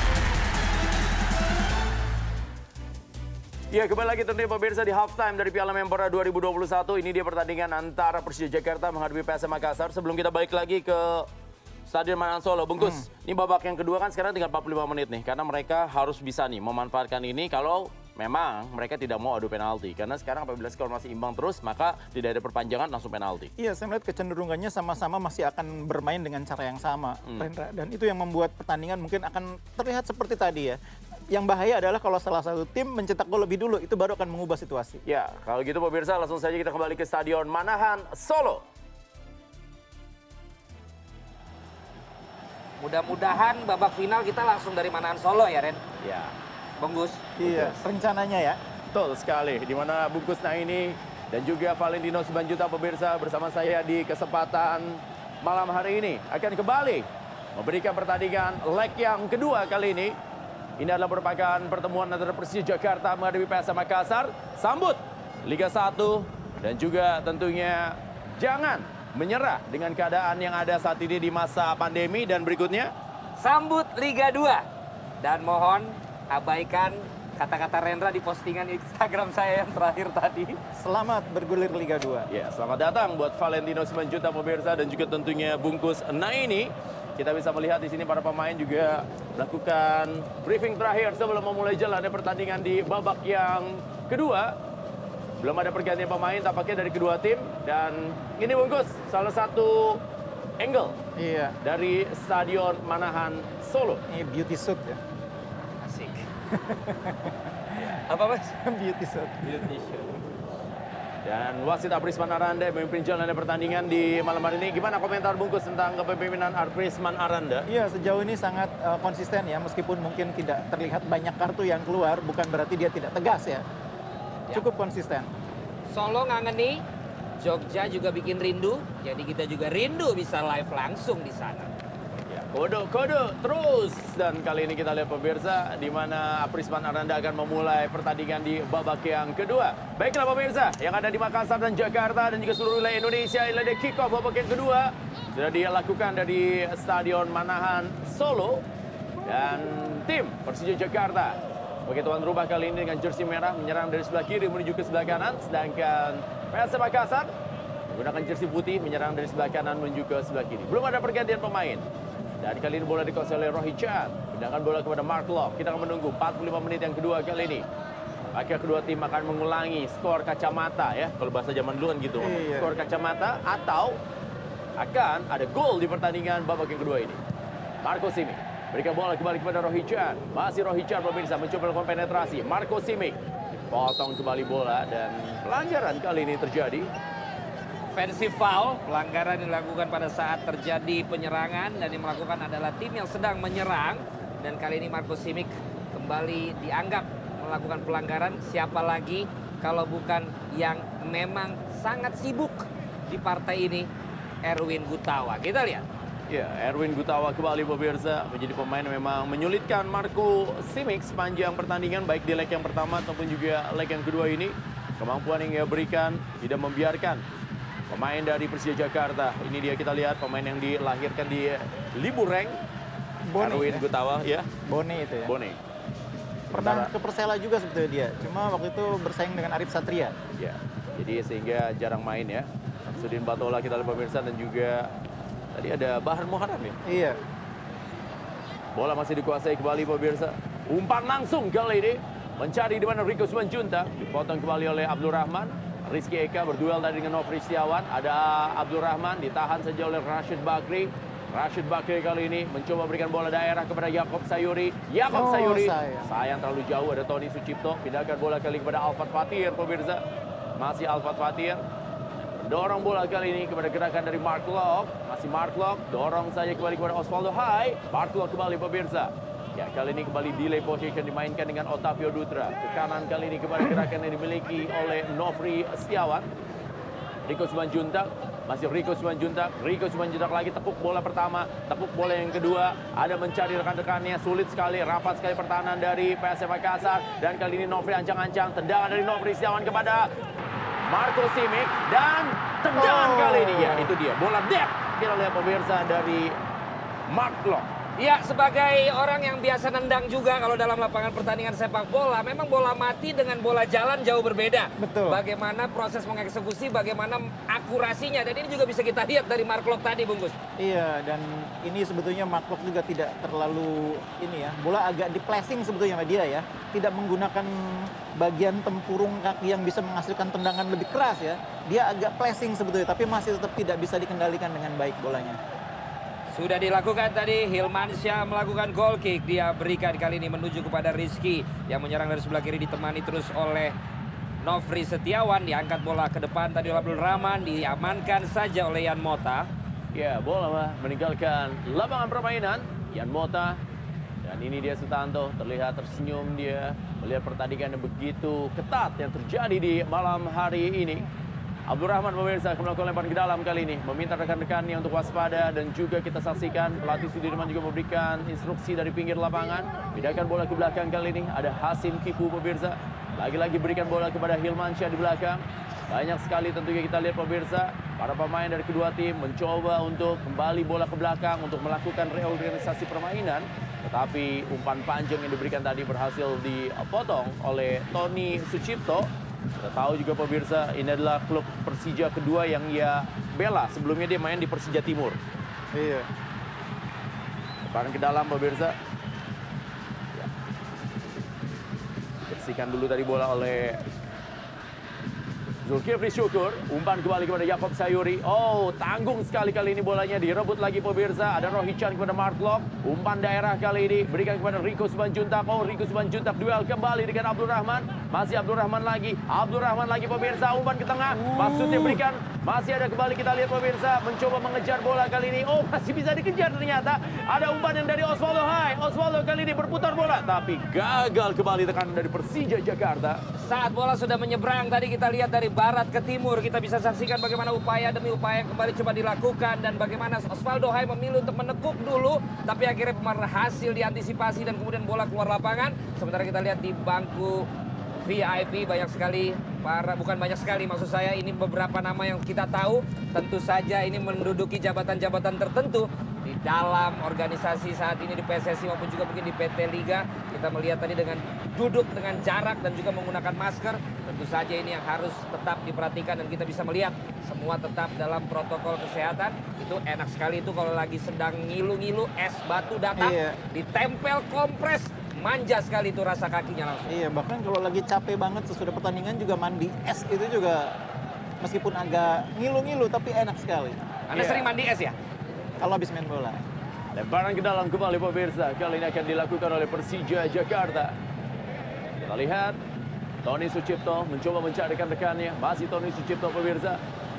Ya, kembali lagi tentunya pemirsa di halftime dari Piala Menpora 2021. Ini dia pertandingan antara Persija Jakarta menghadapi PSM Makassar. Sebelum kita balik lagi ke Stadion Manahan Solo, Bungkus. Ini babak yang kedua kan sekarang tinggal 45 menit nih. Karena mereka harus bisa nih memanfaatkan ini kalau memang mereka tidak mau adu penalti. Karena sekarang apabila skor masih imbang terus, maka tidak ada perpanjangan langsung penalti. Iya, saya melihat kecenderungannya sama-sama masih akan bermain dengan cara yang sama, Rendra. Dan itu yang membuat pertandingan mungkin akan terlihat seperti tadi ya. Yang bahaya adalah kalau salah satu tim mencetak gol lebih dulu, itu baru akan mengubah situasi. Ya, kalau gitu pemirsa langsung saja kita kembali ke Stadion Manahan Solo. Mudah-mudahan babak final kita langsung dari Manahan Solo ya, Ren? Ya. Bungkus. Iya, rencananya ya. Betul sekali. Di mana Bungkus Naini dan juga Valentino Simanjuntak pemirsa bersama saya di kesempatan malam hari ini akan kembali memberikan pertandingan leg yang kedua kali ini. Ini adalah merupakan pertemuan antara Persija Jakarta menghadapi PSM Makassar. Sambut Liga 1 dan juga tentunya jangan menyerah dengan keadaan yang ada saat ini di masa pandemi. Dan berikutnya sambut Liga 2. Dan mohon abaikan Kata-kata Rendra di postingan Instagram saya yang terakhir tadi. Selamat bergulir Liga 2. Ya, selamat datang buat Valentino Simanjuntak pemirsa dan juga tentunya bungkus. Nah ini kita bisa melihat di sini para pemain juga melakukan briefing terakhir sebelum memulai jalannya pertandingan di babak yang kedua. Belum ada pergantian pemain tampaknya dari kedua tim dan ini bungkus salah satu angle dari Stadion Manahan Solo. Ini beauty suit ya. Asik. Apa Mas? Beauty suit. Beauty suit. Dan wasit Aprisman Aranda memimpin jalannya pertandingan di malam hari ini. Gimana komentar bungkus tentang kepemimpinan Aprisman Aranda? Iya, sejauh ini sangat konsisten ya. Meskipun mungkin tidak terlihat banyak kartu yang keluar, bukan berarti dia tidak tegas ya. Cukup konsisten. Solo ngangeni, Jogja juga bikin rindu. Jadi kita juga rindu bisa live langsung di sana. Kode terus, dan kali ini kita lihat pemirsa di mana Aprisman Aranda akan memulai pertandingan di babak yang kedua. Baiklah pemirsa yang ada di Makassar dan Jakarta dan juga seluruh wilayah Indonesia, ini kick off babak yang kedua sudah dilakukan dari Stadion Manahan Solo dan tim Persija Jakarta sebagai tuan rumah kali ini dengan jersey merah menyerang dari sebelah kiri menuju ke sebelah kanan, sedangkan PSM Makassar menggunakan jersey putih menyerang dari sebelah kanan menuju ke sebelah kiri. Belum ada pergantian pemain. Dan kali ini bola dikuasai oleh Rohi Chan. Pindahkan bola kepada Mark Locke. Kita akan menunggu 45 menit yang kedua kali ini. Maka kedua tim akan mengulangi skor kacamata ya. Kalau bahasa zaman dulu kan gitu. Skor kacamata atau akan ada gol di pertandingan babak yang kedua ini. Marco Simic berikan bola kembali kepada Rohi Chan. Masih Rohi Chan pemirsa mencoba melakukan penetrasi. Marco Simic potong kembali bola dan pelanggaran kali ini terjadi. Fancy foul, pelanggaran dilakukan pada saat terjadi penyerangan dan yang melakukan adalah tim yang sedang menyerang. Dan kali ini Marco Simic kembali dianggap melakukan pelanggaran. Siapa lagi kalau bukan yang memang sangat sibuk di partai ini, Erwin Gutawa. Kita lihat. Ya, Erwin Gutawa kembali pemirsa menjadi pemain yang memang menyulitkan Marco Simic sepanjang pertandingan baik di leg yang pertama ataupun juga leg yang kedua ini. Kemampuan yang ia berikan tidak membiarkan pemain dari Persija Jakarta. Ini dia kita lihat pemain yang dilahirkan di Libureng. Erwin Gutawa ya. Bone itu ya. Bone. Pernah ke Persela juga sebetulnya dia. Cuma waktu itu bersaing dengan Arif Satria. Ya. Jadi sehingga jarang main ya. Samsudin Batola kita lihat pemirsa dan juga tadi ada Bahar Muharram ya. Iya. Bola masih dikuasai kembali pemirsa. Umpan langsung kali ini. Mencari di mana Rico Simanjuntak. Dipotong kembali oleh Abdul Rahman. Rizky Eka berduel tadi dengan Nofri Setiawan. Ada Abdul Rahman ditahan saja oleh Rashid Bakri. Rashid Bakri kali ini mencoba berikan bola daerah kepada Yakob Sayuri. Yakob Sayuri sayang terlalu jauh, ada Tony Sucipto. Pindahkan bola kali kepada Alfat Fatir pemirsa. Masih Alfat Fatir. Dorong bola kali ini kepada gerakan dari Mark Locke. Masih Mark Locke. Dorong saja kembali kepada Osvaldo Hai. Mark Locke kembali pemirsa. Ya, kali ini kembali delay possession dimainkan dengan Otavio Dutra. Ke kanan kali ini kepada gerakan yang dimiliki oleh Nofri Setiawan. Rico Simanjuntak, masih Rico Simanjuntak. Rico Simanjuntak lagi tepuk bola pertama, tepuk bola yang kedua. Ada mencari rekan-rekannya, sulit sekali, rapat sekali pertahanan dari PSM Makassar. Dan kali ini Nofri ancang-ancang, tendangan dari Nofri Setiawan kepada Marco Simic. Dan tendangan kali ini, ya itu dia, bola deep. Kita lihat pemirsa dari Mark Locke. Ya, sebagai orang yang biasa nendang juga kalau dalam lapangan pertandingan sepak bola, memang bola mati dengan bola jalan jauh berbeda. Betul. Bagaimana proses mengeksekusi, bagaimana akurasinya, dan ini juga bisa kita lihat dari Mark Locke tadi, Bungkus. Iya, dan ini sebetulnya Mark Locke juga tidak terlalu ini ya, bola agak di-flashing sebetulnya sama dia ya. Tidak menggunakan bagian tempurung kaki yang bisa menghasilkan tendangan lebih keras ya. Dia agak flashing sebetulnya, tapi masih tetap tidak bisa dikendalikan dengan baik bolanya. Sudah dilakukan tadi, Hilmansyah melakukan goal kick. Dia berikan kali ini menuju kepada Rizky yang menyerang dari sebelah kiri, ditemani terus oleh Nofri Setiawan. Diangkat bola ke depan tadi oleh Abdul Rahman, diamankan saja oleh Yan Mota. Ya, bola meninggalkan lapangan permainan. Yan Mota. Dan ini dia Sutanto, terlihat tersenyum dia melihat pertandingan yang begitu ketat yang terjadi di malam hari ini. Abdul Rahman pemirsa akan melakukan lemparan ke dalam kali ini, meminta rekan-rekannya untuk waspada, dan juga kita saksikan pelatih Sudirman juga memberikan instruksi dari pinggir lapangan. Pindahkan bola ke belakang kali ini, ada Hasim Kipu pemirsa. Lagi-lagi berikan bola kepada Hilmansyah di belakang. Banyak sekali tentunya kita lihat pemirsa, para pemain dari kedua tim mencoba untuk kembali bola ke belakang untuk melakukan reorganisasi permainan. Tetapi umpan panjang yang diberikan tadi berhasil dipotong oleh Tony Sucipto. Kita tahu juga pemirsa, ini adalah klub Persija kedua yang ia bela. Sebelumnya dia main di Persija Timur. Iya. Umpan ke dalam pemirsa. Ya. Bersihkan dulu tadi bola oleh Zulkifli Syukur. Umpan kembali kepada Yakob Sayuri. Oh, tanggung sekali kali ini bolanya. Direbut lagi pemirsa. Ada Rohichan kepada Mark Lok. Umpan daerah kali ini berikan kepada Rico Simanjuntak. Oh, Rico Simanjuntak duel kembali dengan Abdul Rahman. Masih Abdul Rahman lagi. Abdul Rahman lagi pemirsa. Umpan ke tengah. Maksudnya berikan. Masih ada kembali kita lihat pemirsa. Mencoba mengejar bola kali ini. Oh, masih bisa dikejar ternyata. Ada umpan yang dari Osvaldo Hai. Osvaldo kali ini berputar bola. Tapi gagal kembali tekanan dari Persija Jakarta. Saat bola sudah menyeberang tadi kita lihat dari barat ke timur. Kita bisa saksikan bagaimana upaya demi upaya yang kembali coba dilakukan. Dan bagaimana Osvaldo Hai memilih untuk menekuk dulu. Tapi akhirnya berhasil diantisipasi dan kemudian bola keluar lapangan. Sementara kita lihat di bangku VIP banyak sekali bukan banyak sekali maksud saya, ini beberapa nama yang kita tahu tentu saja ini menduduki jabatan-jabatan tertentu di dalam organisasi saat ini di PSSI maupun juga mungkin di PT Liga. Kita melihat tadi dengan duduk dengan jarak dan juga menggunakan masker. Tentu saja ini yang harus tetap diperhatikan dan kita bisa melihat semua tetap dalam protokol kesehatan. Itu enak sekali itu kalau lagi sedang ngilu-ngilu es batu datang, ditempel kompres. Manja sekali itu rasa kakinya langsung. Iya, bahkan kalau lagi capek banget sesudah pertandingan juga mandi es itu juga meskipun agak ngilu-ngilu tapi enak sekali. Anda sering mandi es ya? Kalau habis main bola. Lemparan ke dalam kembali pemirsa. Kali ini akan dilakukan oleh Persija Jakarta. Kita lihat Tony Sucipto mencoba mencari rekan-rekannya. Masih Tony Sucipto pemirsa.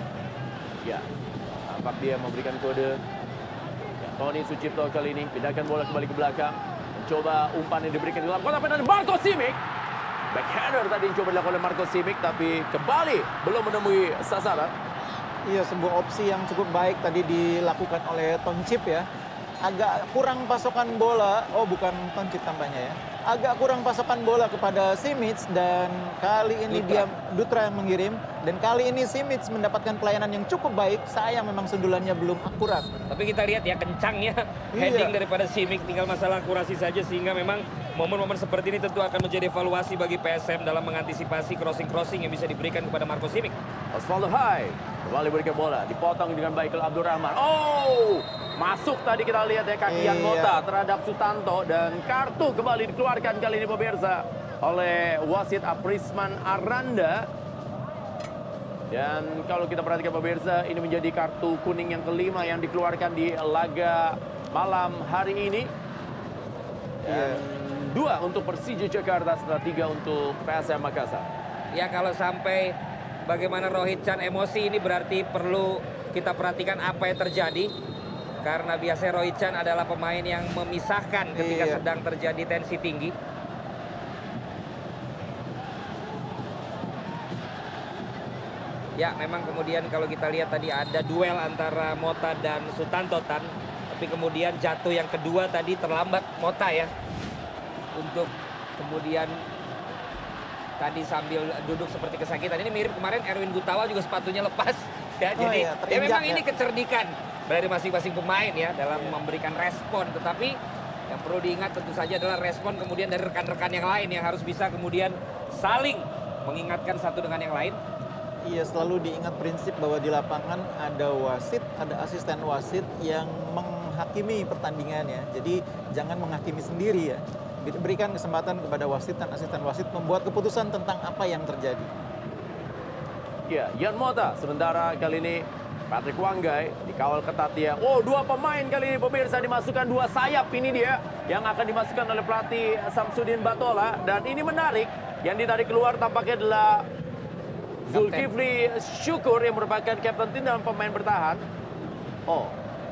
Ya, tampak dia memberikan kode. Ya, Tony Sucipto kali ini pindahkan bola kembali ke belakang. Coba umpan yang diberikan di dalam kotak penalti Marco Simic. Backhander tadi coba dilakukan oleh Marco Simic tapi kembali belum menemui sasaran. Iya, sebuah opsi yang cukup baik tadi dilakukan oleh Toncip ya. Agak kurang pasokan bola, oh bukan Toncip tampaknya ya. Agak kurang pasokan bola kepada Simic dan kali ini Dutra yang mengirim. Dan kali ini Simic mendapatkan pelayanan yang cukup baik, sayang memang sundulannya belum akurat. Tapi kita lihat ya kencangnya heading daripada Simic, tinggal masalah akurasi saja sehingga memang momen-momen seperti ini tentu akan menjadi evaluasi bagi PSM dalam mengantisipasi crossing-crossing yang bisa diberikan kepada Marco Simic. Osvaldo Hai kembali berikan bola, dipotong dengan baik oleh Abdul Rahman. Oh, masuk tadi kita lihat ya kaki Yan Mota terhadap Sutanto dan kartu kembali dikeluarkan kali ini pemirsa oleh wasit Aprisman Aranda. Dan kalau kita perhatikan pemirsa, ini menjadi kartu kuning yang kelima yang dikeluarkan di laga malam hari ini. Dan 2 untuk Persija Jakarta setelah 3 untuk PSM Makassar. Ya, kalau sampai bagaimana Rohichan emosi ini berarti perlu kita perhatikan apa yang terjadi. Karena biasanya Rohichan adalah pemain yang memisahkan ketika sedang terjadi tensi tinggi. Ya, memang kemudian kalau kita lihat tadi ada duel antara Mota dan Sutanto Tan. Tapi kemudian jatuh yang kedua tadi terlambat Mota ya. Untuk kemudian tadi sambil duduk seperti kesakitan. Ini mirip kemarin Erwin Gutawa juga sepatunya lepas. Ya, jadi ya memang ini kecerdikan dari masing-masing pemain ya dalam memberikan respon. Tetapi yang perlu diingat tentu saja adalah respon kemudian dari rekan-rekan yang lain yang harus bisa kemudian saling mengingatkan satu dengan yang lain. Iya, selalu diingat prinsip bahwa di lapangan ada wasit, ada asisten wasit yang menghakimi pertandingannya. Jadi jangan menghakimi sendiri ya. Berikan kesempatan kepada wasit dan asisten wasit membuat keputusan tentang apa yang terjadi. Ya, Yan Mota sementara kali ini Patrick Wanggai dikawal ketat dia. Oh, 2 pemain kali ini pemirsa dimasukkan, 2 sayap ini dia yang akan dimasukkan oleh pelatih Samsudin Batola. Dan ini menarik, yang ditarik keluar tampaknya adalah Zulkifli Syukur yang merupakan kapten tim dan pemain bertahan. Oh,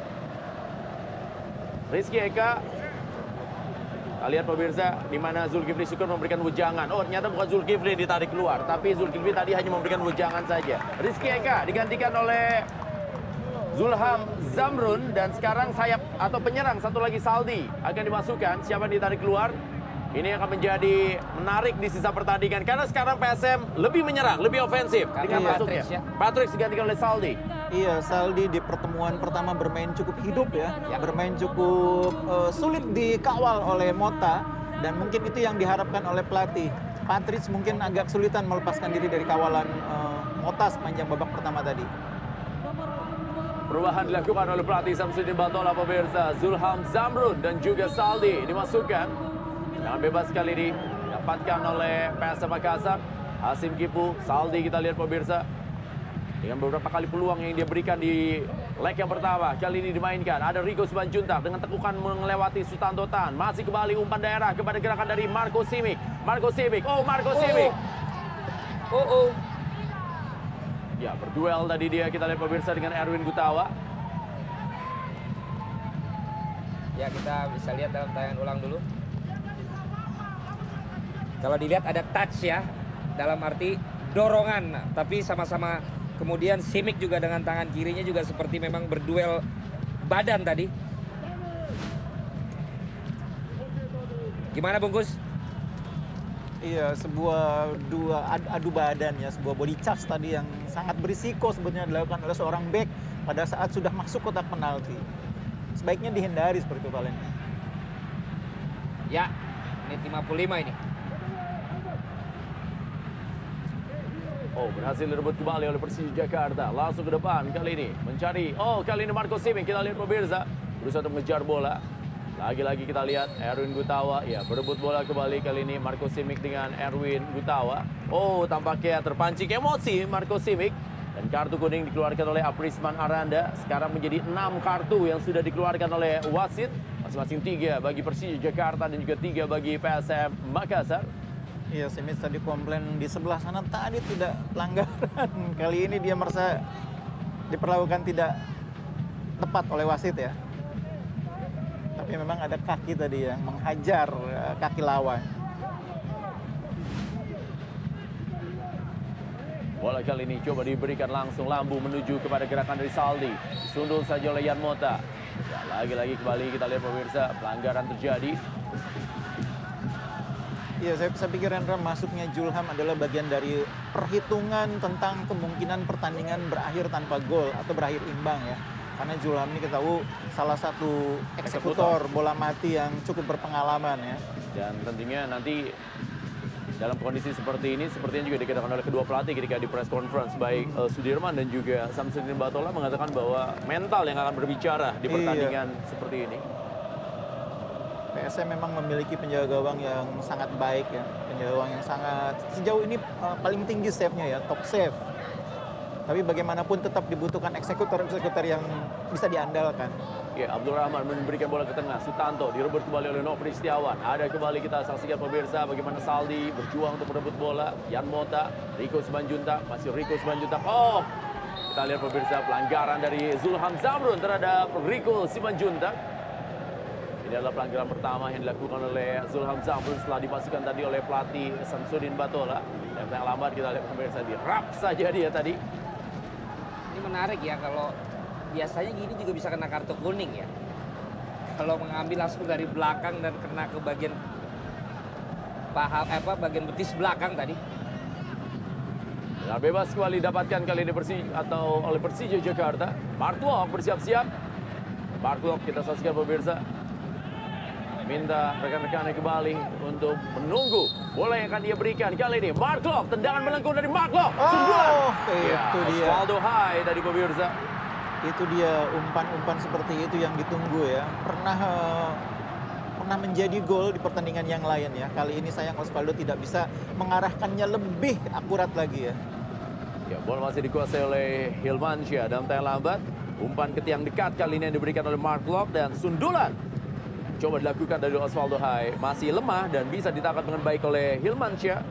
Rizky Eka. Kita lihat pemirsa di mana Zulkifli Syukur memberikan wejangan. Oh, ternyata bukan Zulkifli yang ditarik keluar, tapi Zulkifli tadi hanya memberikan wejangan saja. Rizky Eka digantikan oleh Zulham Zamrun dan sekarang sayap atau penyerang satu lagi Saldi akan dimasukkan. Siapa yang ditarik keluar? Ini akan menjadi menarik di sisa pertandingan karena sekarang PSM lebih menyerang, lebih ofensif dengan masuknya. Patrick digantikan oleh Saldi. Iya, Saldi di pertemuan pertama bermain cukup hidup ya. Bermain cukup sulit dikawal oleh Mota. Dan mungkin itu yang diharapkan oleh pelatih. Patrice mungkin agak kesulitan melepaskan diri dari kawalan Mota sepanjang babak pertama tadi. Perubahan dilakukan oleh pelatih Samsudin Batola pemirsa. Zulham Zamrun dan juga Saldi dimasukkan. Dengan bebas kali ini dapatkan oleh PSM Makassar. Hasim Kipu, Saldi kita lihat pemirsa. Dengan beberapa kali peluang yang dia berikan di leg yang pertama. Kali ini dimainkan. Ada Rico Simanjuntak dengan tekukan melewati Sutanto Tan. Masih kembali umpan daerah kepada gerakan dari Marco Simic. Marco Simic. Ya, berduel tadi dia. Kita lihat pemirsa dengan Erwin Gutawa. Ya, kita bisa lihat dalam tayangan ulang dulu. Kalau dilihat ada touch ya. Dalam arti dorongan. Tapi sama-sama kemudian Simic juga dengan tangan kirinya juga seperti memang berduel badan tadi. Gimana Bungkus? Iya, sebuah adu badan ya, sebuah body charge tadi yang sangat berisiko sebetulnya dilakukan oleh seorang bek pada saat sudah masuk kotak penalti. Sebaiknya dihindari seperti itu Valen. Ya, menit 55 ini. Oh, berhasil direbut kembali oleh Persija Jakarta. Langsung ke depan kali ini. Mencari, kali ini Marco Simic. Kita lihat pemirsa. Berusaha untuk mengejar bola. Lagi-lagi kita lihat Erwin Gutawa. Ya, berebut bola kembali kali ini Marco Simic dengan Erwin Gutawa. Oh, tampaknya terpancing emosi Marco Simic. Dan kartu kuning dikeluarkan oleh Aprisman Aranda. Sekarang menjadi 6 kartu yang sudah dikeluarkan oleh wasit. Masing-masing 3 bagi Persija Jakarta dan juga 3 bagi PSM Makassar. Iya, Simic tadi komplain di sebelah sana tadi tidak pelanggaran. Kali ini dia merasa diperlakukan tidak tepat oleh wasit ya. Tapi memang ada kaki tadi yang menghajar kaki lawan. Bola kali ini coba diberikan langsung Lambu menuju kepada gerakan dari Saldi. Disundul saja oleh Yan Mota. Ya, lagi-lagi kembali kita lihat pemirsa, pelanggaran terjadi. Iya, saya pikir Rendra masuknya Zulham adalah bagian dari perhitungan tentang kemungkinan pertandingan berakhir tanpa gol atau berakhir imbang ya. Karena Zulham ini kita tahu salah satu eksekutor bola mati yang cukup berpengalaman ya. Dan tentunya nanti dalam kondisi seperti ini, sepertinya juga dikatakan oleh kedua pelatih ketika di press conference, baik Sudirman dan juga Samsudin Batola mengatakan bahwa mental yang akan berbicara di pertandingan seperti ini. PSM memang memiliki penjaga gawang yang sangat baik ya, penjaga gawang yang sangat sejauh ini paling tinggi save-nya ya, top save. Tapi bagaimanapun tetap dibutuhkan eksekutor yang bisa diandalkan. Ya, Abdul Rahman memberikan bola ke tengah, Sutanto direbut kembali oleh Nofri Setiawan. Ada kembali kita saksikan pemirsa bagaimana Saldi berjuang untuk merebut bola. Yan Mota, Rico Simanjuntak, masih Rico Simanjuntak. Oh, kita lihat pemirsa pelanggaran dari Zulham Zamrun terhadap Rico Simanjuntak. Ini adalah pelanggaran pertama yang dilakukan oleh Zulham Zamrun setelah dimasukkan tadi oleh pelatih Samsudin Batola. Dan yang lambat kita lihat pemirsa dirap saja dia tadi. Ini menarik ya, kalau biasanya gini juga bisa kena kartu kuning ya. Kalau mengambil langsung dari belakang dan kena ke bagian bagian betis belakang tadi. Dengan bebas kembali dapatkan kali ini oleh Persija Jakarta. Martlock bersiap-siap. Martlock kita saksikan pemirsa. Minta rekan-rekannya kembali untuk menunggu bola yang akan dia berikan kali ini. Martlock, tendangan melengkung dari Martlock. Itu dia. Osvaldo Hai tadi pemirsa. Itu dia umpan-umpan seperti itu yang ditunggu ya. Pernah menjadi gol di pertandingan yang lain ya. Kali ini sayang Osvaldo tidak bisa mengarahkannya lebih akurat lagi ya. Ya, bola masih dikuasai oleh Hilmansyah dalam tayangan lambat. Umpan ke tiang dekat kali ini yang diberikan oleh Martlock dan sundulan coba dilakukan dari Osvaldo Hai. Masih lemah dan bisa ditangkap dengan baik oleh Hilmansyah.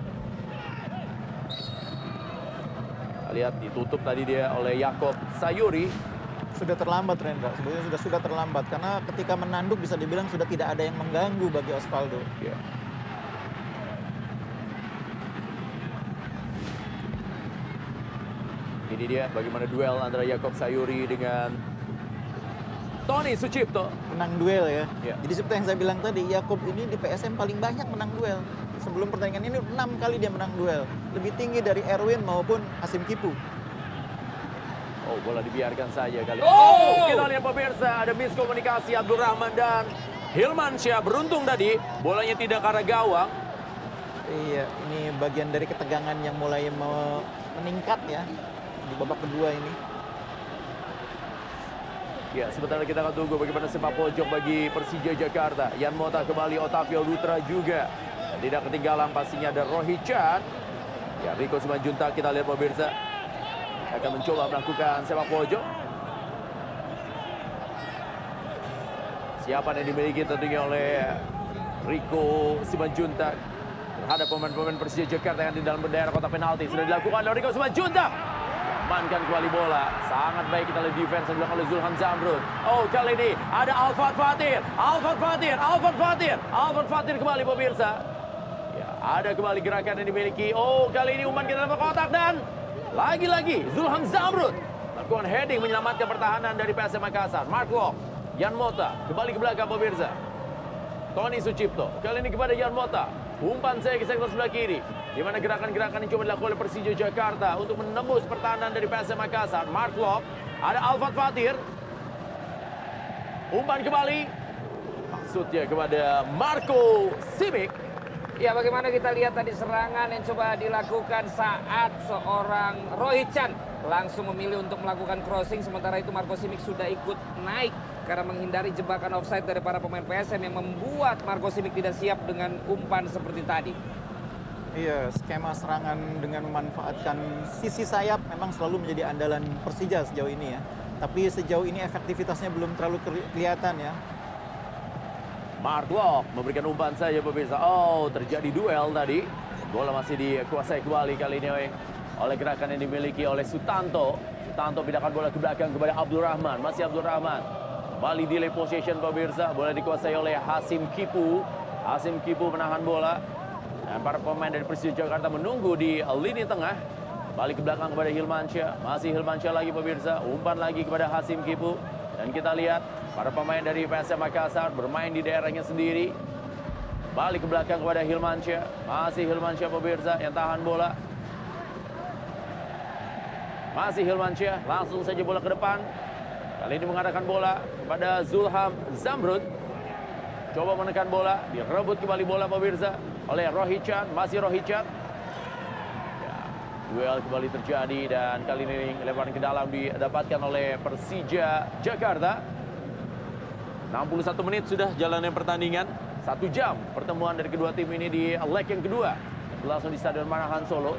Lihat ditutup tadi dia oleh Yakob Sayuri. Sudah terlambat Rendra, sebenarnya sudah terlambat karena ketika menanduk bisa dibilang sudah tidak ada yang mengganggu bagi Osvaldo. Ya. Ini dia bagaimana duel antara Yakob Sayuri dengan Tony Sucipto. Menang duel ya. Ya. Jadi seperti yang saya bilang tadi, Yakob ini di PSM paling banyak menang duel. Sebelum pertandingan ini 6 kali dia menang duel. Lebih tinggi dari Erwin maupun Hasim Kipu. Oh, bola dibiarkan saja kali. Oh, kita lihat pemirsa, ada miskomunikasi Abdul Rahman dan Hilmansyah. Beruntung tadi bolanya tidak ke arah gawang. Iya, ini bagian dari ketegangan yang mulai meningkat ya di babak kedua ini. Ya, sementara kita akan tunggu bagaimana sepak pojok bagi Persija Jakarta. Yan Mota kembali, Otavio Dutra juga. Dan tidak ketinggalan pastinya ada Rohichan. Ya, Rico Simanjuntak kita lihat pemirsa akan mencoba melakukan sepak pojok. Siapa yang dimiliki tentunya oleh Rico Simanjuntak terhadap pemain-pemain Persija Jakarta yang di dalam daerah kotak penalti. Sudah dilakukan oleh Rico Simanjuntak. Amankan kembali bola. Sangat baik kita lihat defense yang dilakukan oleh Zulham Zamrud. Oh, kali ini ada Alfat Fatir kembali pemirsa. Ya, ada kembali gerakan yang dimiliki. Oh, kali ini umpan kita dalam kotak dan lagi-lagi Zulham Zamrud melakukan heading menyelamatkan pertahanan dari PSM Makassar. Mark Lok, Yan Mota kembali ke belakang pemirsa. Tony Sucipto kali ini kepada Yan Mota. Umpan saya ke sektor sebelah kiri, di mana gerakan-gerakan yang coba dilakukan oleh Persija Jakarta untuk menembus pertahanan dari PSM Makassar. Mark Lok, ada Alfat Fatir. Umpan kembali, maksudnya kepada Marco Simic. Ya, bagaimana kita lihat tadi serangan yang coba dilakukan saat seorang Rohichan langsung memilih untuk melakukan crossing. Sementara itu Marco Simic sudah ikut naik karena menghindari jebakan offside dari para pemain PSM yang membuat Marco Simic tidak siap dengan umpan seperti tadi. Iya, skema serangan dengan memanfaatkan sisi sayap memang selalu menjadi andalan Persija sejauh ini ya. Tapi sejauh ini efektivitasnya belum terlalu kelihatan ya. Mark Lok memberikan umpan saja pemirsa. Oh, terjadi duel tadi. Bola masih dikuasai kembali kali ini oleh gerakan yang dimiliki oleh Sutanto. Sutanto pindahkan bola ke belakang kepada Abdul Rahman. Masih Abdul Rahman. Kembali delay possession pemirsa. Bola dikuasai oleh Hasim Kipu. Hasim Kipu menahan bola. Dan para pemain dari Persija Jakarta menunggu di lini tengah. Balik ke belakang kepada Hilmansyah. Masih Hilmansyah lagi pemirsa. Umpan lagi kepada Hasim Kipu. Dan kita lihat para pemain dari PSM Makassar bermain di daerahnya sendiri. Balik ke belakang kepada Hilmansyah. Masih Hilmansyah pemirsa yang tahan bola. Masih Hilmansyah. Langsung saja bola ke depan. Kali ini mengarahkan bola kepada Zulham Zamrud. Coba menekan bola. Direbut kembali bola pemirsa oleh Rohichan. Masih Rohichan. Ya, duel kembali terjadi dan kali ini lemparan ke dalam didapatkan oleh Persija Jakarta. 61 menit sudah jalannya pertandingan. 1 jam pertemuan dari kedua tim ini di leg yang kedua. Berlangsung di Stadion Manahan Solo.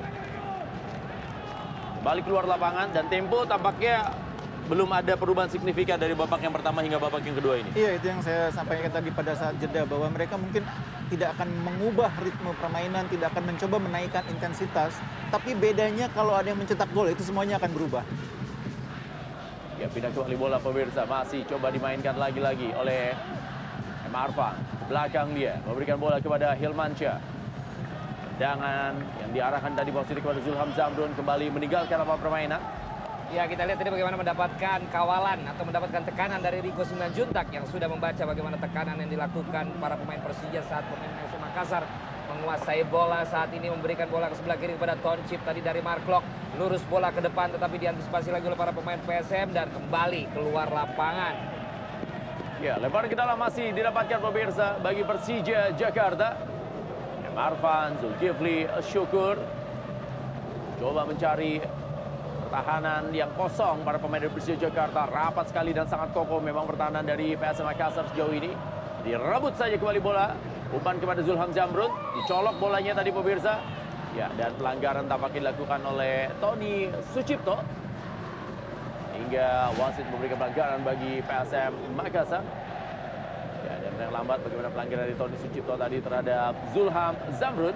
Balik keluar lapangan dan tempo tampaknya belum ada perubahan signifikan dari babak yang pertama hingga babak yang kedua ini. Iya, itu yang saya sampaikan tadi pada saat jeda, bahwa mereka mungkin tidak akan mengubah ritme permainan, tidak akan mencoba menaikkan intensitas. Tapi bedanya kalau ada yang mencetak gol, itu semuanya akan berubah. Ya, pindah kembali bola pemirsa. Masih coba dimainkan lagi-lagi oleh M. Arfan. Belakang dia, memberikan bola kepada Hilmansyah. Tendangan yang diarahkan tadi positif kepada Zulham Zamrud kembali meninggalkan lapangan permainan. Ya, kita lihat tadi bagaimana mendapatkan kawalan atau mendapatkan tekanan dari Rico Simanjuntak yang sudah membaca bagaimana tekanan yang dilakukan para pemain Persija saat pemain PSM Makassar menguasai bola. Saat ini memberikan bola ke sebelah kiri kepada Toncip tadi dari Mark Lok. Lurus bola ke depan tetapi diantisipasi lagi oleh para pemain PSM dan kembali keluar lapangan. Ya, lemparan ke dalam masih didapatkan pemirsa bagi Persija Jakarta. Arfan, Zulkifli, Syukur coba mencari pertahanan yang kosong. Para pemain dari Persija Jakarta rapat sekali dan sangat kokoh memang pertahanan dari PSM Makassar sejauh ini. Direbut saja kembali bola. Umpan kepada Zulham Zamrud. Dicolok bolanya tadi pemirsa. Ya, dan pelanggaran tampaknya dilakukan oleh Tony Sucipto. Hingga wasit memberikan pelanggaran bagi PSM Makassar. Ya, dan yang lambat bagaimana pelanggaran dari Tony Sucipto tadi terhadap Zulham Zamrud.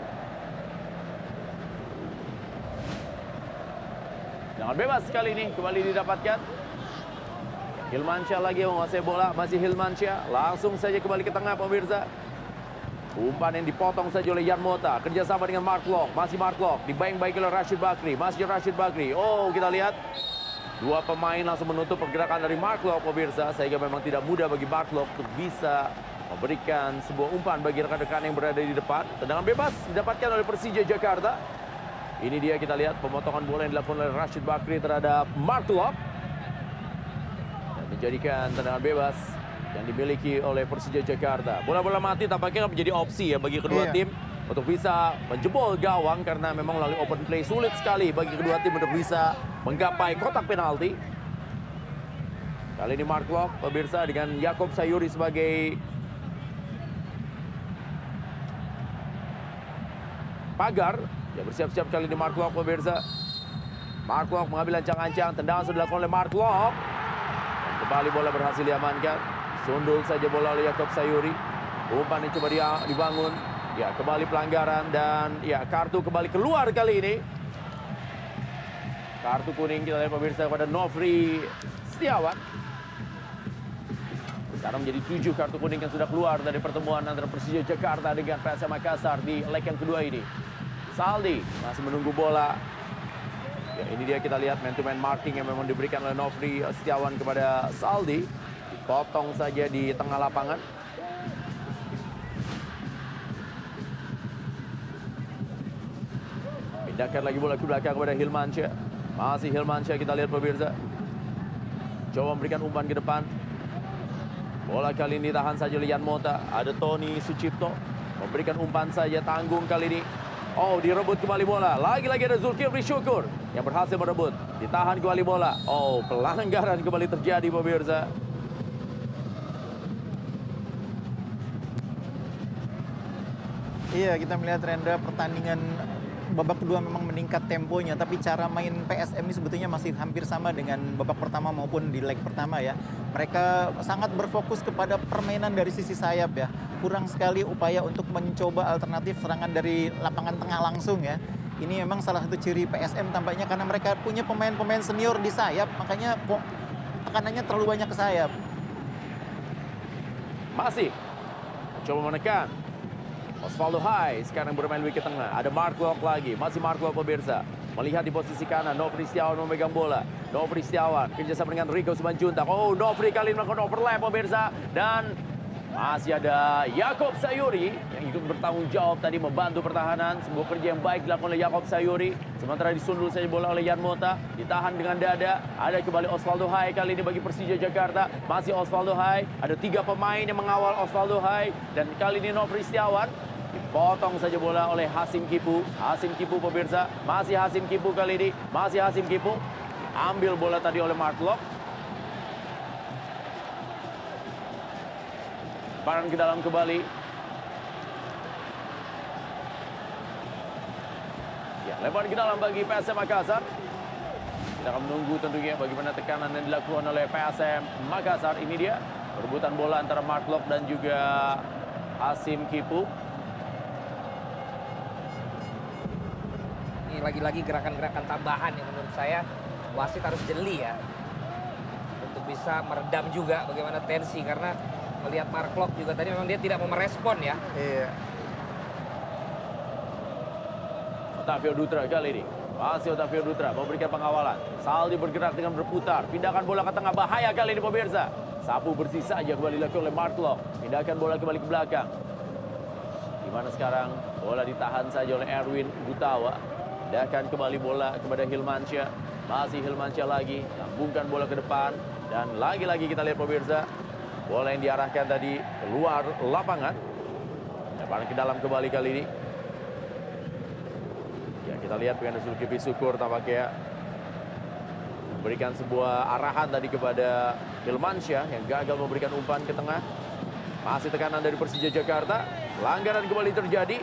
Jangan bebas kali ini kembali didapatkan. Hilmansyah lagi menguasai bola, masih Hilmansyah. Langsung saja kembali ke tengah pemirsa. Umpan yang dipotong saja oleh Yan Mota. Kerjasama dengan Mark Lok, masih Mark Lok. Dibayang-bayang oleh Rashid Bakri, masih Rashid Bakri. Oh, kita lihat. Dua pemain langsung menutup pergerakan dari Mark Lok pemirsa. Sehingga memang tidak mudah bagi Mark Lok untuk bisa memberikan sebuah umpan bagi rekan-rekan yang berada di depan. Tendangan bebas didapatkan oleh Persija Jakarta. Ini dia kita lihat pemotongan bola yang dilakukan oleh Rashid Bakri terhadap Mark Lok. menjadikan tendangan bebas yang dimiliki oleh Persija Jakarta. Bola-bola mati tampaknya menjadi opsi ya bagi kedua tim untuk bisa menjebol gawang karena memang melalui open play sulit sekali bagi kedua tim untuk bisa menggapai kotak penalti. Kali ini Mark Locke, pemirsa, dengan Yakob Sayuri sebagai pagar. Ya, bersiap-siap kali ini Mark Locke, pemirsa. Mark Locke mengambil ancang-ancang, tendangan sudah dilakukan oleh Mark Locke. Dan kembali bola berhasil diamankan. Sundul saja bola oleh Yakob Sayuri. Umpan yang coba dibangun. Ya, kembali pelanggaran dan ya kartu kembali keluar kali ini. Kartu kuning kita lihat, pemirsa, kepada Nofri Setiawan. Sekarang menjadi 7 kartu kuning yang sudah keluar dari pertemuan antara Persija Jakarta dengan PSM Makassar di leg yang kedua ini. Saldi masih menunggu bola. Ya, ini dia kita lihat man-to-man marking yang memang diberikan oleh Nofri Setiawan kepada Saldi. Dipotong saja di tengah lapangan. Pindahkan lagi bola ke belakang kepada Hilmansyah. Masih Hilmansyah kita lihat, pemirsa. Coba memberikan umpan ke depan. Bola kali ini ditahan saja oleh Yan Mota. Ada Tony Sucipto. Memberikan umpan saja, tanggung kali ini. Oh, direbut kembali bola. Lagi-lagi ada Zulkifli Syukur yang berhasil merebut. Ditahan kembali bola. Oh, pelanggaran kembali terjadi, pemirsa. Iya, kita melihat Rendra pertandingan babak kedua memang meningkat temponya, tapi cara main PSM ini sebetulnya masih hampir sama dengan babak pertama maupun di leg pertama ya. Mereka sangat berfokus kepada permainan dari sisi sayap ya. Kurang sekali upaya untuk mencoba alternatif serangan dari lapangan tengah langsung ya. Ini memang salah satu ciri PSM tampaknya karena mereka punya pemain-pemain senior di sayap, makanya tekanannya terlalu banyak ke sayap. Masih coba menekan. Osvaldo Hai sekarang bermain wicket tengah. Ada Mark Locke lagi. Masih Mark Locke, pemirsa. Melihat di posisi kanan, Nofri Setiawan memegang bola. Nofri Setiawan kerjasama dengan Rico Simanjuntak. Oh, Nofri kali ini melakukan overlap, pemirsa. Dan masih ada Yakob Sayuri yang ikut bertanggung jawab tadi membantu pertahanan. Sebuah kerja yang baik dilakukan oleh Yakob Sayuri. Sementara disundul saja bola oleh Yan Mota. Ditahan dengan dada. Ada kembali Osvaldo Hai kali ini bagi Persija Jakarta. Masih Osvaldo Hai. Ada 3 pemain yang mengawal Osvaldo Hai. Dan kali ini Nofri Setiawan. Dipotong saja bola oleh Hasim Kipu. Hasim Kipu, pemirsa. Masih Hasim Kipu kali ini. Masih Hasim Kipu. Ambil bola tadi oleh Mark Locke. Barang ke dalam kembali. Ya, lebar ke dalam bagi PSM Makassar. Kita akan menunggu tentunya bagaimana tekanan yang dilakukan oleh PSM Makassar. Ini dia perebutan bola antara Mark Locke dan juga Hasim Kipu. Ini lagi-lagi gerakan-gerakan tambahan yang menurut saya wasit harus jeli ya. Untuk bisa meredam juga bagaimana tensi. Karena melihat Mark Locke juga tadi memang dia tidak mau merespon ya. Iya. Otavio Dutra kali ini. Masih Otavio Dutra memberikan pengawalan. Saldi bergerak dengan berputar. Pindahkan bola ke tengah, bahaya kali ini, pemirsa. Sapu bersih saja kembali dilakukan oleh Mark Locke. Pindahkan bola kembali ke belakang. Di mana sekarang bola ditahan saja oleh Erwin Gutawa. Pindahkan kembali bola kepada Hilmansyah. Masih Hilmansyah lagi. Lambungkan bola ke depan. Dan lagi-lagi kita lihat, pemirsa. Bola yang diarahkan tadi keluar lapangan. Lebaran ke dalam kembali kali ini. Ya, kita lihat dengan Zulkifli Syukur tampaknya memberikan sebuah arahan tadi kepada Hilmansyah yang gagal memberikan umpan ke tengah. Masih tekanan dari Persija Jakarta. Pelanggaran kembali terjadi.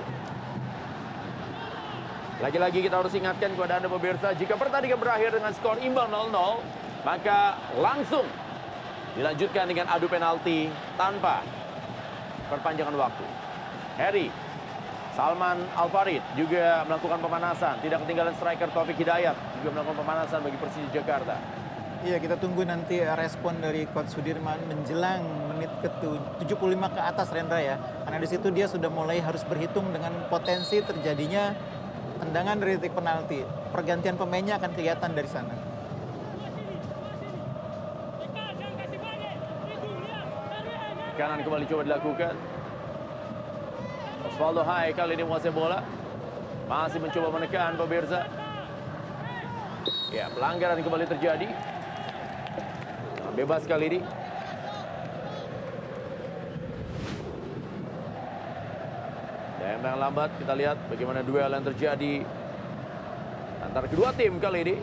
Lagi-lagi kita harus ingatkan kepada Anda, pemirsa, jika pertandingan berakhir dengan skor imbang 0-0, maka langsung dilanjutkan dengan adu penalti tanpa perpanjangan waktu. Harry Salman Al-Farid juga melakukan pemanasan. Tidak ketinggalan striker Taufik Hidayat juga melakukan pemanasan bagi Persija Jakarta. Iya, kita tunggu nanti respon dari Coach Sudirman menjelang menit ke 75 ke atas, Rendra ya. Karena di situ dia sudah mulai harus berhitung dengan potensi terjadinya tendangan dari titik penalti. Pergantian pemainnya akan kelihatan dari sana. Kanan kembali coba dilakukan. Osvaldo Hai kali ini menguasai bola. Masih mencoba menekan, pemirsa. Ya, pelanggaran kembali terjadi. bebas kali ini. Yang lambat, kita lihat bagaimana duel yang terjadi antara kedua tim kali ini.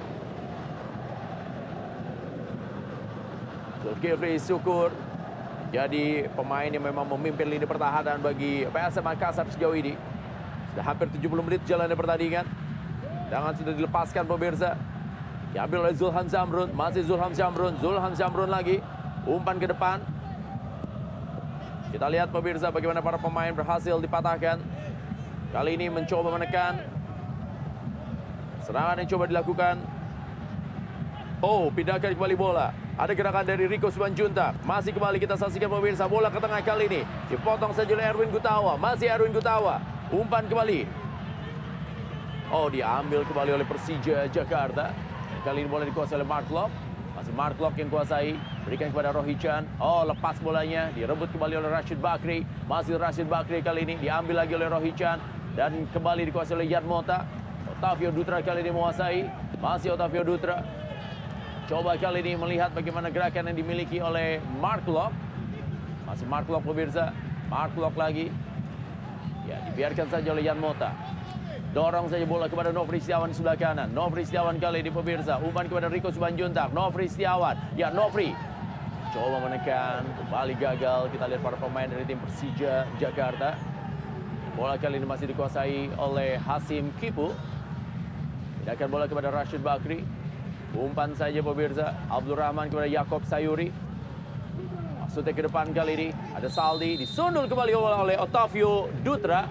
Zulkifli Syukur jadi pemain yang memang memimpin lini pertahanan bagi PSM Makassar sejauh ini. Sudah hampir 70 menit jalannya pertandingan. Tangan sudah dilepaskan pemirsa. Diambil oleh Zulham Zamrun, masih Zulham Zamrun lagi. Umpan ke depan. Kita lihat pemirsa bagaimana para pemain berhasil dipatahkan. Kali ini mencoba menekan. Serangan yang coba dilakukan. Oh, pindahkan kembali bola. Ada gerakan dari Rico Simanjuntak. Masih kembali kita saksikan pemirsa. Bola ke tengah kali ini. Dipotong saja oleh Erwin Gutawa. Masih Erwin Gutawa. Umpan kembali. Oh, diambil kembali oleh Persija Jakarta. Kali ini bola dikuasai oleh Mark Lok. Masih Mark Lok yang kuasai. Berikan kepada Rohichan. Oh, lepas bolanya. Direbut kembali oleh Rashid Bakri. Masih Rashid Bakri kali ini. Diambil lagi oleh Rohichan. Dan kembali dikuasai oleh Yad Mota. Otavio Dutra kali ini menguasai. Masih Otavio Dutra. Coba kali ini melihat bagaimana gerakan yang dimiliki oleh Mark Lok. Masih Mark Lok pemirsa. Mark Lok lagi. Ya, dibiarkan saja oleh Yan Mota. Dorong saja bola kepada Nofri Setiawan di sebelah kanan. Nofri Setiawan kali ini pemirsa. Umpan kepada Rico Simanjuntak. Nofri Setiawan. Ya, Nofri. Coba menekan. Kembali gagal. Kita lihat para pemain dari tim Persija Jakarta. Bola kali ini masih dikuasai oleh Hasim Kipu. Pindahkan bola kepada Rashid Bakri. Umpan saja pemirsa. Abdul Rahman kepada Yakob Sayuri. Maksudnya ke depan kali ini. Ada Saldi. Disundul kembali oleh Otavio Dutra.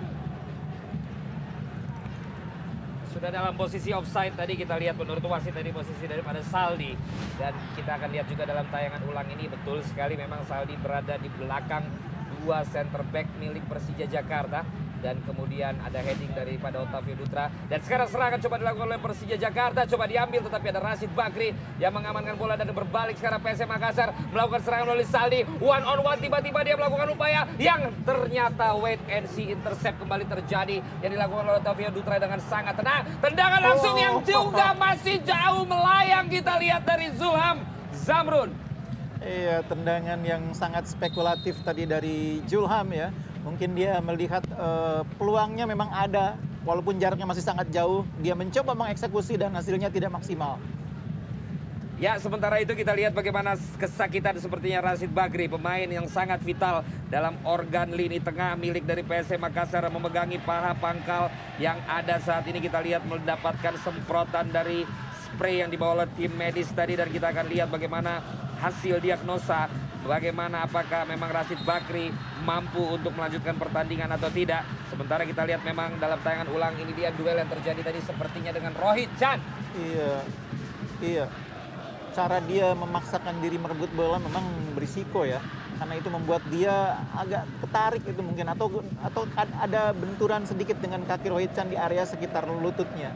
Sudah dalam posisi offside tadi kita lihat menurut wasit tadi posisi daripada Saldi. Dan kita akan lihat juga dalam tayangan ulang ini. Betul sekali memang Saldi berada di belakang dua center back milik Persija Jakarta. Dan kemudian ada heading daripada Otavio Dutra. Dan sekarang serangan coba dilakukan oleh Persija Jakarta. Coba diambil tetapi ada Rashid Bakri yang mengamankan bola dan berbalik sekarang PSM Makassar. Melakukan serangan oleh Saldi. One on one tiba-tiba dia melakukan upaya yang ternyata wait and see intercept kembali terjadi. Yang dilakukan oleh Otavio Dutra dengan sangat tenang. Tendangan langsung yang juga masih jauh melayang kita lihat dari Zulham Zamrun. Iya, tendangan yang sangat spekulatif tadi dari Zulham ya. Mungkin dia melihat peluangnya memang ada, walaupun jaraknya masih sangat jauh. Dia mencoba mengeksekusi dan hasilnya tidak maksimal. Ya, sementara itu kita lihat bagaimana kesakitan sepertinya Rashid Bakri, pemain yang sangat vital dalam organ lini tengah milik dari PSM Makassar, memegangi paha pangkal yang ada saat ini. Kita lihat mendapatkan semprotan dari spray yang dibawa oleh tim medis tadi, dan kita akan lihat bagaimana hasil diagnosa. Bagaimana apakah memang Rashid Bakri mampu untuk melanjutkan pertandingan atau tidak. Sementara kita lihat memang dalam tayangan ulang ini dia duel yang terjadi tadi sepertinya dengan Rohichan. Iya. Cara dia memaksakan diri merebut bola memang berisiko ya. Karena itu membuat dia agak ketarik itu mungkin. Atau ada benturan sedikit dengan kaki Rohichan di area sekitar lututnya.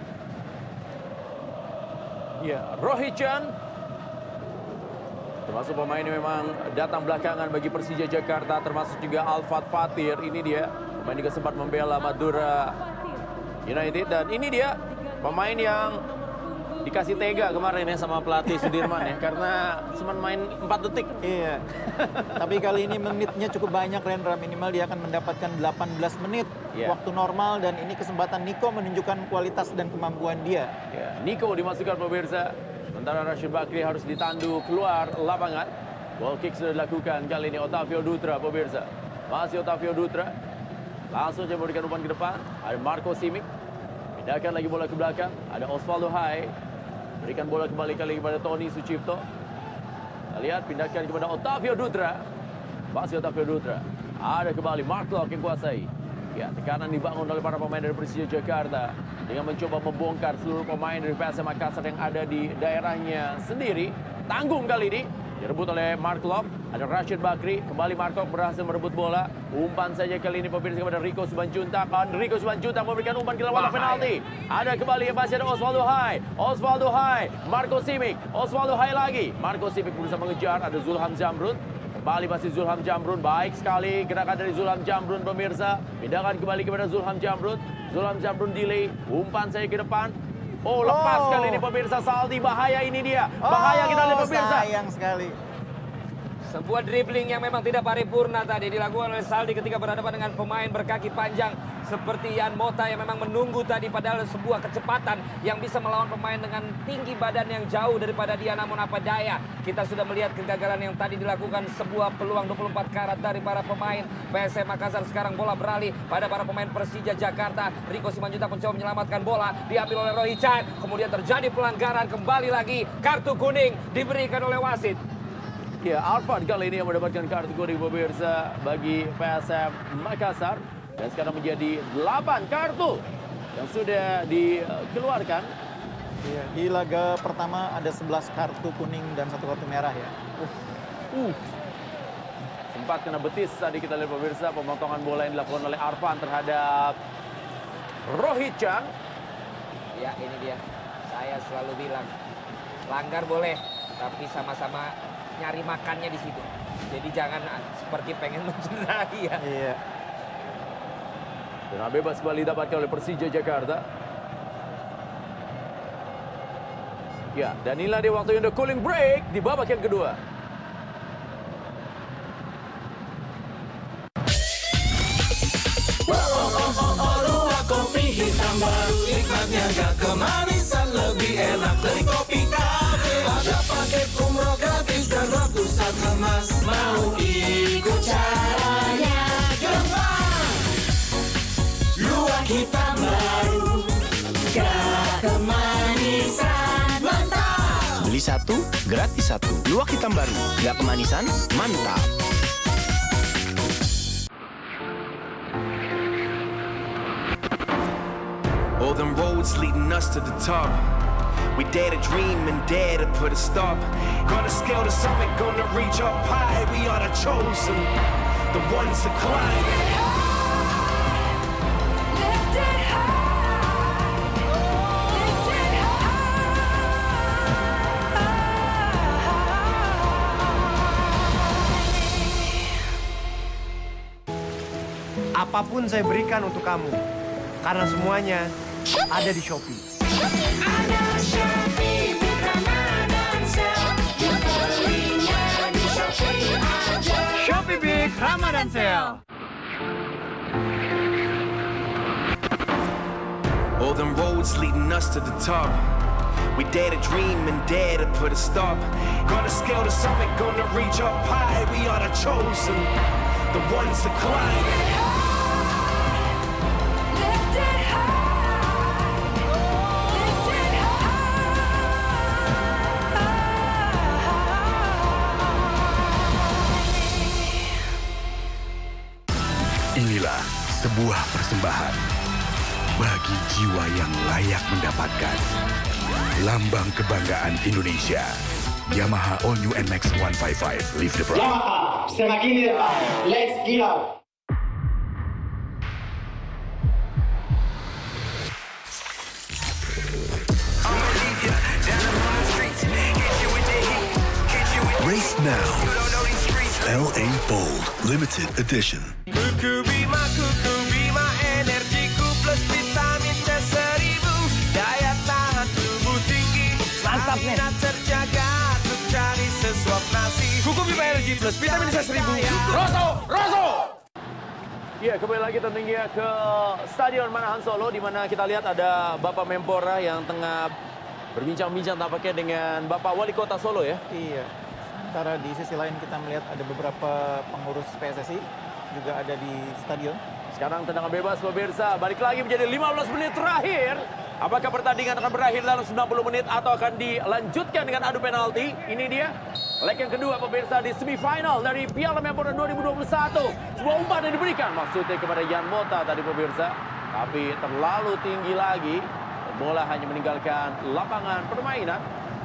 Ya, Rohichan termasuk pemain yang memang datang belakangan bagi Persija Jakarta, termasuk juga Alfat Fatir. Ini dia, pemain juga sempat membela Madura United. Dan ini dia, pemain yang dikasih tega kemarin ya sama pelatih Sudirman ya. Karena cuma main 4 detik. Iya, tapi kali ini menitnya cukup banyak, Rendra. Minimal dia akan mendapatkan 18 menit waktu normal. Dan ini kesempatan Nico menunjukkan kualitas dan kemampuan dia. Ya, Nico dimasukkan pemirsa. Sementara Rashid Bakri harus ditandu keluar lapangan. Ball kick sudah dilakukan kali ini Otavio Dutra pemirsa. Masih Otavio Dutra. Langsung saja memberikan umpan ke depan. Ada Marco Simic. Pindahkan lagi bola ke belakang. Ada Osvaldo Hai. Berikan bola kembali kali kepada Tony Sucipto. Kita lihat pindahkan kepada Otavio Dutra. Masih Otavio Dutra. Ada kembali Mark Lok yang kuasai. Ya, tekanan dibangun oleh para pemain dari Persija Jakarta dengan mencoba membongkar seluruh pemain dari PSM Makassar yang ada di daerahnya sendiri. Tanggung kali ini direbut oleh Mark Lok. Ada Rashid Bakri, kembali Mark Lok berhasil merebut bola. Umpan saja kali ini pemirsa kepada Rico Simanjuntak. Rico Simanjuntak memberikan umpan ke lawan penalti. Ada kembali yang masih ada Osvaldo Hai. Osvaldo Hai, Marco Simic. Osvaldo Hai lagi. Marco Simic berusaha mengejar. Ada Zulham Zamrun. Kembali masih Zulham Zamrun. Baik sekali gerakan dari Zulham Zamrun pemirsa. Pindahkan kembali kepada Zulham Zamrun. Zulham Zamrun delay. Umpan saya ke depan. Oh, lepas kali ini pemirsa. Saldi, bahaya ini dia. Bahaya kita lihat pemirsa. Sayang sekali. Sebuah dribbling yang memang tidak paripurna tadi dilakukan oleh Saldi ketika berhadapan dengan pemain berkaki panjang seperti Yan Mota yang memang menunggu tadi, padahal sebuah kecepatan yang bisa melawan pemayan dengan tinggi badan yang jauh daripada dia, namun apa daya. Kita sudah melihat kegagalan yang tadi dilakukan, sebuah peluang 24 karat dari para pemain PSM Makassar. Sekarang bola beralih pada para pemain Persija Jakarta. Riko Simanjuntak mencoba menyelamatkan bola, diambil oleh Roy Chan, kemudian terjadi pelanggaran, kembali lagi kartu kuning diberikan oleh wasit. Ya, Arfad kali ini yang mendapatkan kartu kuning pemirsa bagi PSM Makassar. Dan sekarang menjadi 8 kartu yang sudah dikeluarkan. Ya, di laga pertama ada 11 kartu kuning dan 1 kartu merah ya. Sempat kena betis tadi kita lihat pemirsa, pemotongan bola yang dilakukan oleh Arfan terhadap Rohit Chan. Ya, ini dia. Saya selalu bilang, langgar boleh, tapi sama-sama nyari makannya di situ. Jadi jangan seperti pengen mencederai ya. Iya. Tenang bebas kembali didapatkan oleh Persija Jakarta. Ya, dan inilah dia waktu yang the cooling break di babak yang kedua. Luwak kopi hitam baru, nikmatnya gak kemanisan, lebih enak dari kopi kafe. Ada paket umroh gratis dan ratusan emas, mau ikut caranya gampang. Luwak hitam baru, gak kemanisan, mantap. Beli 1, gratis 1. Luwak hitam baru, gak kemanisan, mantap. All them roads leading us to the top. We dare to dream and dare to put a stop. Gonna scale the summit, gonna reach up high. We are the chosen, the ones to climb. Apapun saya berikan untuk kamu, karena semuanya ada di Shopee. Ada Shopee Big Ramadan Sale, dibelinya di Shopee aja. Shopee Big Ramadan Sale. All them roads leading us to the top. We dare to dream and dare to put a stop. Gonna scale the summit, gonna reach up high. We are the chosen, the ones to climb. Inilah sebuah persembahan bagi jiwa yang layak mendapatkan lambang kebanggaan Indonesia. Yamaha All New NMAX 155 Live the Pride. Yamaha, semakin di depan. Let's get out. Race now. LA Bold Limited Edition. Kuku Bima energiku plus vitamin C1000. Daya tahan tubuh tinggi, stamina terjaga untuk cari sesuap nasi. Kuku Bima Energy plus vitamin C1000. Rosso! Ya, kembali lagi tentunya ke Stadion Manahan Solo, di mana kita lihat ada Bapak Menpora yang tengah berbincang-bincang tampaknya dengan Bapak Wali Kota Solo ya. Iya. Sementara di sisi lain kita melihat ada beberapa pengurus PSSI juga ada di stadion. Sekarang tendangan bebas pemirsa, balik lagi menjadi 15 menit terakhir. Apakah pertandingan akan berakhir dalam 90 menit atau akan dilanjutkan dengan adu penalti? Ini dia leg yang kedua pemirsa di semifinal dari Piala Menpora 2021. Sebuah umpan yang diberikan maksudnya kepada Yan Mota tadi pemirsa, tapi terlalu tinggi lagi. Bola hanya meninggalkan lapangan permainan.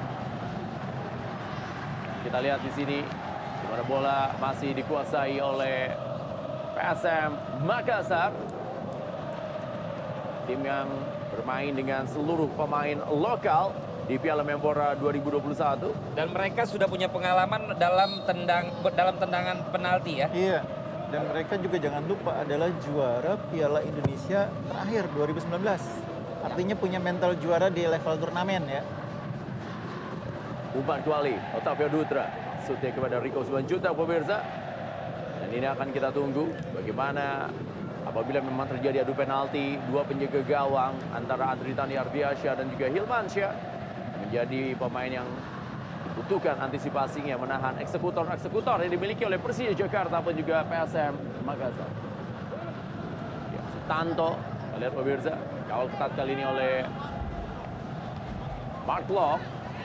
Kita lihat di sini di mana bola masih dikuasai oleh PSM Makassar. Tim yang bermain dengan seluruh pemain lokal di Piala Menpora 2021. Dan mereka sudah punya pengalaman dalam tendangan penalti ya. Iya. Dan mereka juga jangan lupa adalah juara Piala Indonesia terakhir 2019. Artinya punya mental juara di level turnamen ya. Umpan kuali Otavio Dutra. Sute kepada Rico Simanjuntak pemirsa. Dan ini akan kita tunggu bagaimana apabila memang terjadi adu penalti, dua penjaga gawang antara Adritani Ardiansyah dan juga Hilmansyah menjadi pemain yang dibutuhkan antisipasinya menahan eksekutor-eksekutor yang dimiliki oleh Persija Jakarta pun juga PSM Makassar. Ya, Sutanto, kita lihat pemirsa, kawal ketat kali ini oleh Mark Locke.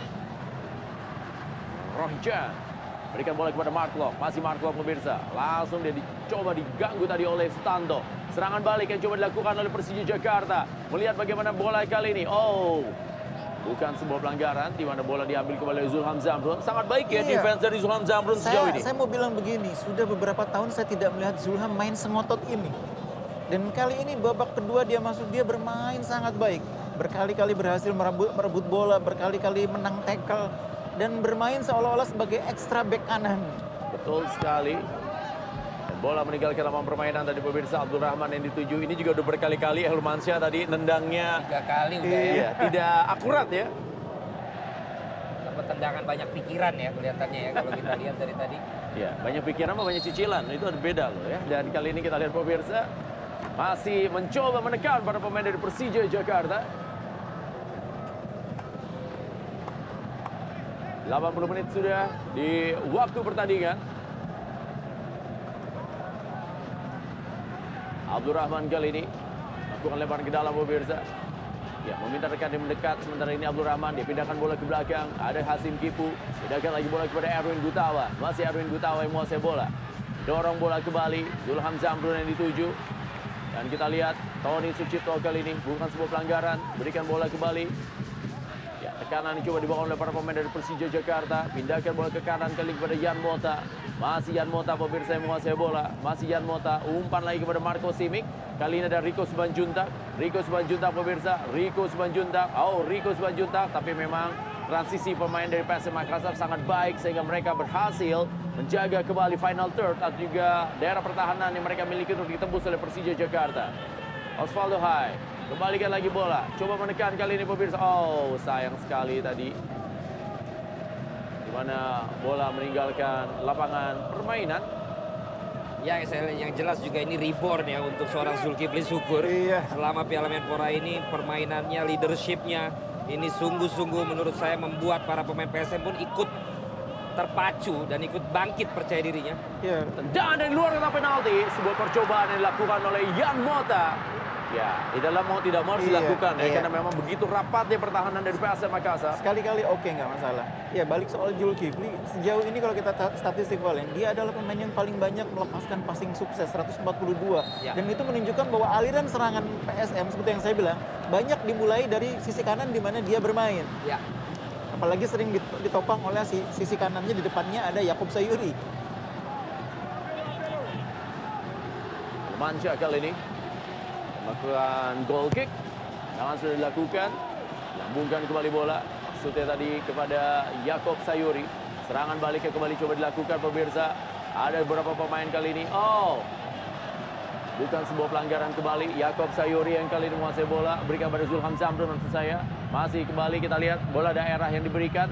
Rohjan berikan bola kepada Mark Locke, masih Mark Locke pemirsa. Langsung dia dicoba diganggu tadi oleh Sutanto. Serangan balik yang coba dilakukan oleh Persija Jakarta. Melihat bagaimana bola kali ini. Oh, bukan sebuah pelanggaran, di mana bola diambil kembali oleh Zulham Zamrun. Sangat baik ya defense dari Zulham Zamrun sejauh ini. Saya mau bilang begini, sudah beberapa tahun saya tidak melihat Zulham main sengotot ini. Dan kali ini babak kedua dia masuk, dia bermain sangat baik. Berkali-kali berhasil merebut bola, berkali-kali menang tackle. Dan bermain seolah-olah sebagai ekstra back kanan. Betul sekali. Dan bola meninggalkan lapangan permainan tadi pemirsa. Abdul Rahman yang dituju. Ini juga udah berkali-kali Hilmansyah tadi nendangnya 3 kali udah ya. Tidak akurat ya. Dapat tendangan banyak pikiran ya kelihatannya ya kalau kita lihat dari tadi. Ya, banyak pikiran sama banyak cicilan. Itu ada beda loh ya. Dan kali ini kita lihat pemirsa masih mencoba menekan para pemain dari Persija Jakarta. 80 menit sudah di waktu pertandingan. Abdul Rahman kali ini lakukan lemparan ke dalam pemirsa. Ya, meminta rekan yang mendekat. Sementara ini Abdul Rahman dia pindahkan bola ke belakang. Ada Hasim Kipu. Pindahkan lagi bola kepada Erwin Gutawa. Masih Erwin Gutawa yang menguasai bola. Dorong bola kembali. Zulham Zamrun yang dituju. Dan kita lihat Tony Sucipto kali ini bukan sebuah pelanggaran. Berikan bola kembali. Ya, tekanan coba dibawa oleh para pemain dari Persija Jakarta. Pindahkan bola ke kanan kali kepada Yan Mota. Masih Yan Mota pemirsa yang menguasai bola. Masih Yan Mota. Umpan lagi kepada Marco Simic. Kali ini ada Rico Simanjuntak. Rico Simanjuntak pemirsa. Rico Simanjuntak. Oh, Rico Simanjuntak. Tapi memang transisi pemain dari PSM Makassar sangat baik sehingga mereka berhasil menjaga kembali final third atau juga daerah pertahanan yang mereka miliki untuk ditembus oleh Persija Jakarta. Osvaldo Hai kembalikan lagi bola, coba menekan kali ini pemirsa. Oh, sayang sekali tadi di mana bola meninggalkan lapangan permainan. Ya, yang jelas juga ini reborn ya untuk seorang Zulkifli Syukur. Selama Piala Menpora ini permainannya, leadershipnya ini sungguh-sungguh menurut saya membuat para pemain PSM pun ikut terpacu dan ikut bangkit percaya dirinya. Dan dari luar kotak penalti, sebuah percobaan yang dilakukan oleh Yan Mota. Ya, tidak mau harus dilakukan ya, karena memang begitu rapatnya pertahanan dari PSM Makassar. Sekali-kali oke, nggak masalah. Ya, balik soal Zulkifli, sejauh ini kalau kita statistik Valen, dia adalah pemain yang paling banyak melepaskan passing sukses, 142. Dan itu menunjukkan bahwa aliran serangan PSM, seperti yang saya bilang, banyak dimulai dari sisi kanan di mana dia bermain. Ya. Apalagi sering ditopang oleh sisi kanannya, di depannya ada Yakub Sayuri. Manca kali ini melakukan goal kick. Tangan sudah dilakukan. Lambungkan kembali bola. Sute tadi kepada Yakub Sayuri. Serangan baliknya kembali coba dilakukan pemirsa. Ada beberapa pemain kali ini. Oh, bukan sebuah pelanggaran kembali. Yakub Sayuri yang kali ini menguasai bola. Berikan pada Zulham Zamrun maksud saya. Masih kembali kita lihat bola daerah yang diberikan.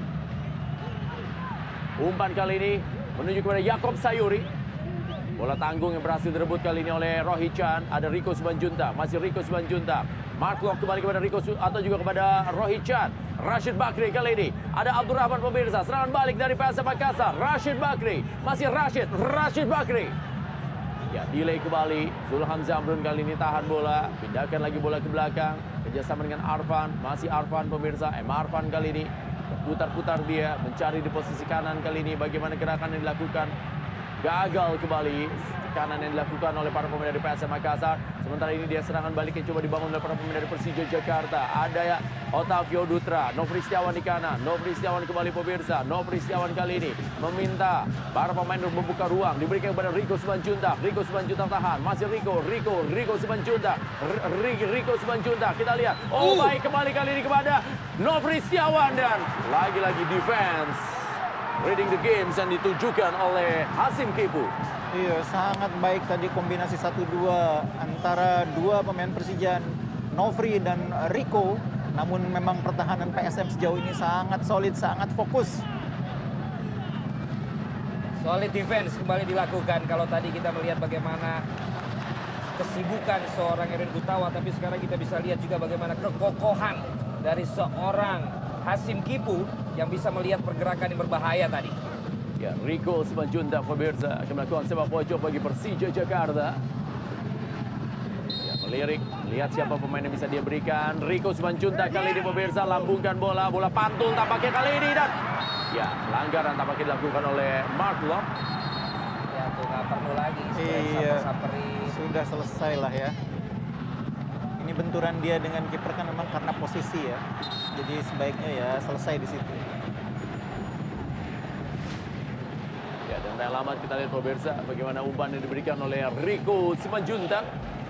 Umpan kali ini menuju kepada Yakub Sayuri. Bola tanggung yang berhasil direbut kali ini oleh Rohichan. Ada Rico Simanjuntak, masih Rico Simanjuntak. Mark Locke kembali kepada Rico atau juga kepada Rohichan. Rashid Bakri kali ini. Ada Abdul Rahman pemirsa. Serangan balik dari PSM Makassar. Rashid Bakri, masih Rashid Bakri. Ya, delay kembali. Zulham Zamrun kali ini tahan bola. Pindahkan lagi bola ke belakang. Kerjasama dengan Arfan. Masih Arfan pemirsa. Arfan kali ini. Putar-putar dia. Mencari di posisi kanan kali ini. Bagaimana gerakan yang dilakukan. Gagal kembali kanan yang dilakukan oleh para pemain dari PSM Makassar. Sementara ini dia serangan balik yang coba dibangun oleh para pemain dari Persija Jakarta. Ada Otavio Dutra, Nofri Setiawan di kanan. Nofri Setiawan kembali pemirsa. Nofri Setiawan kali ini meminta para pemain untuk membuka ruang. Diberikan kepada Rico Simanjuntak. Rico Simanjuntak tahan. Masih Rico Simanjuntak. Rico Simanjuntak. Kita lihat. Oh, baik kembali kali ini kepada Nofri Setiawan. Dan lagi-lagi defense. Reading the games yang ditujukan oleh Hasim Kipu. Iya, sangat baik tadi kombinasi 1-2 antara dua pemain Persija, Nofri dan Rico. Namun memang pertahanan PSM sejauh ini sangat solid, sangat fokus. Solid defense kembali dilakukan. Kalau tadi kita melihat bagaimana kesibukan seorang Erwin Gutawa, tapi sekarang kita bisa lihat juga bagaimana kekokohan dari seorang Hasim Kipu yang bisa melihat pergerakan yang berbahaya tadi. Ya, Rico Simanjuntak pemirsa akan melakukan sepak pojok bagi Persija Jakarta. Ya, melirik, lihat siapa pemain yang bisa dia berikan. Rico Simanjuntak kali ini pemirsa lambungkan bola pantul tampaknya kali ini dan ya, pelanggaran tampaknya dilakukan oleh Mark Locke. Ya, tuh nggak perlu lagi. Iya, Samperin. sudah selesai lah ya. Ini benturan dia dengan kiper kan memang karena posisi ya. Jadi sebaiknya ya selesai di situ. Ya, dan relamat kita lihat pemirsa bagaimana umpan yang diberikan oleh Rico Simanjuntak.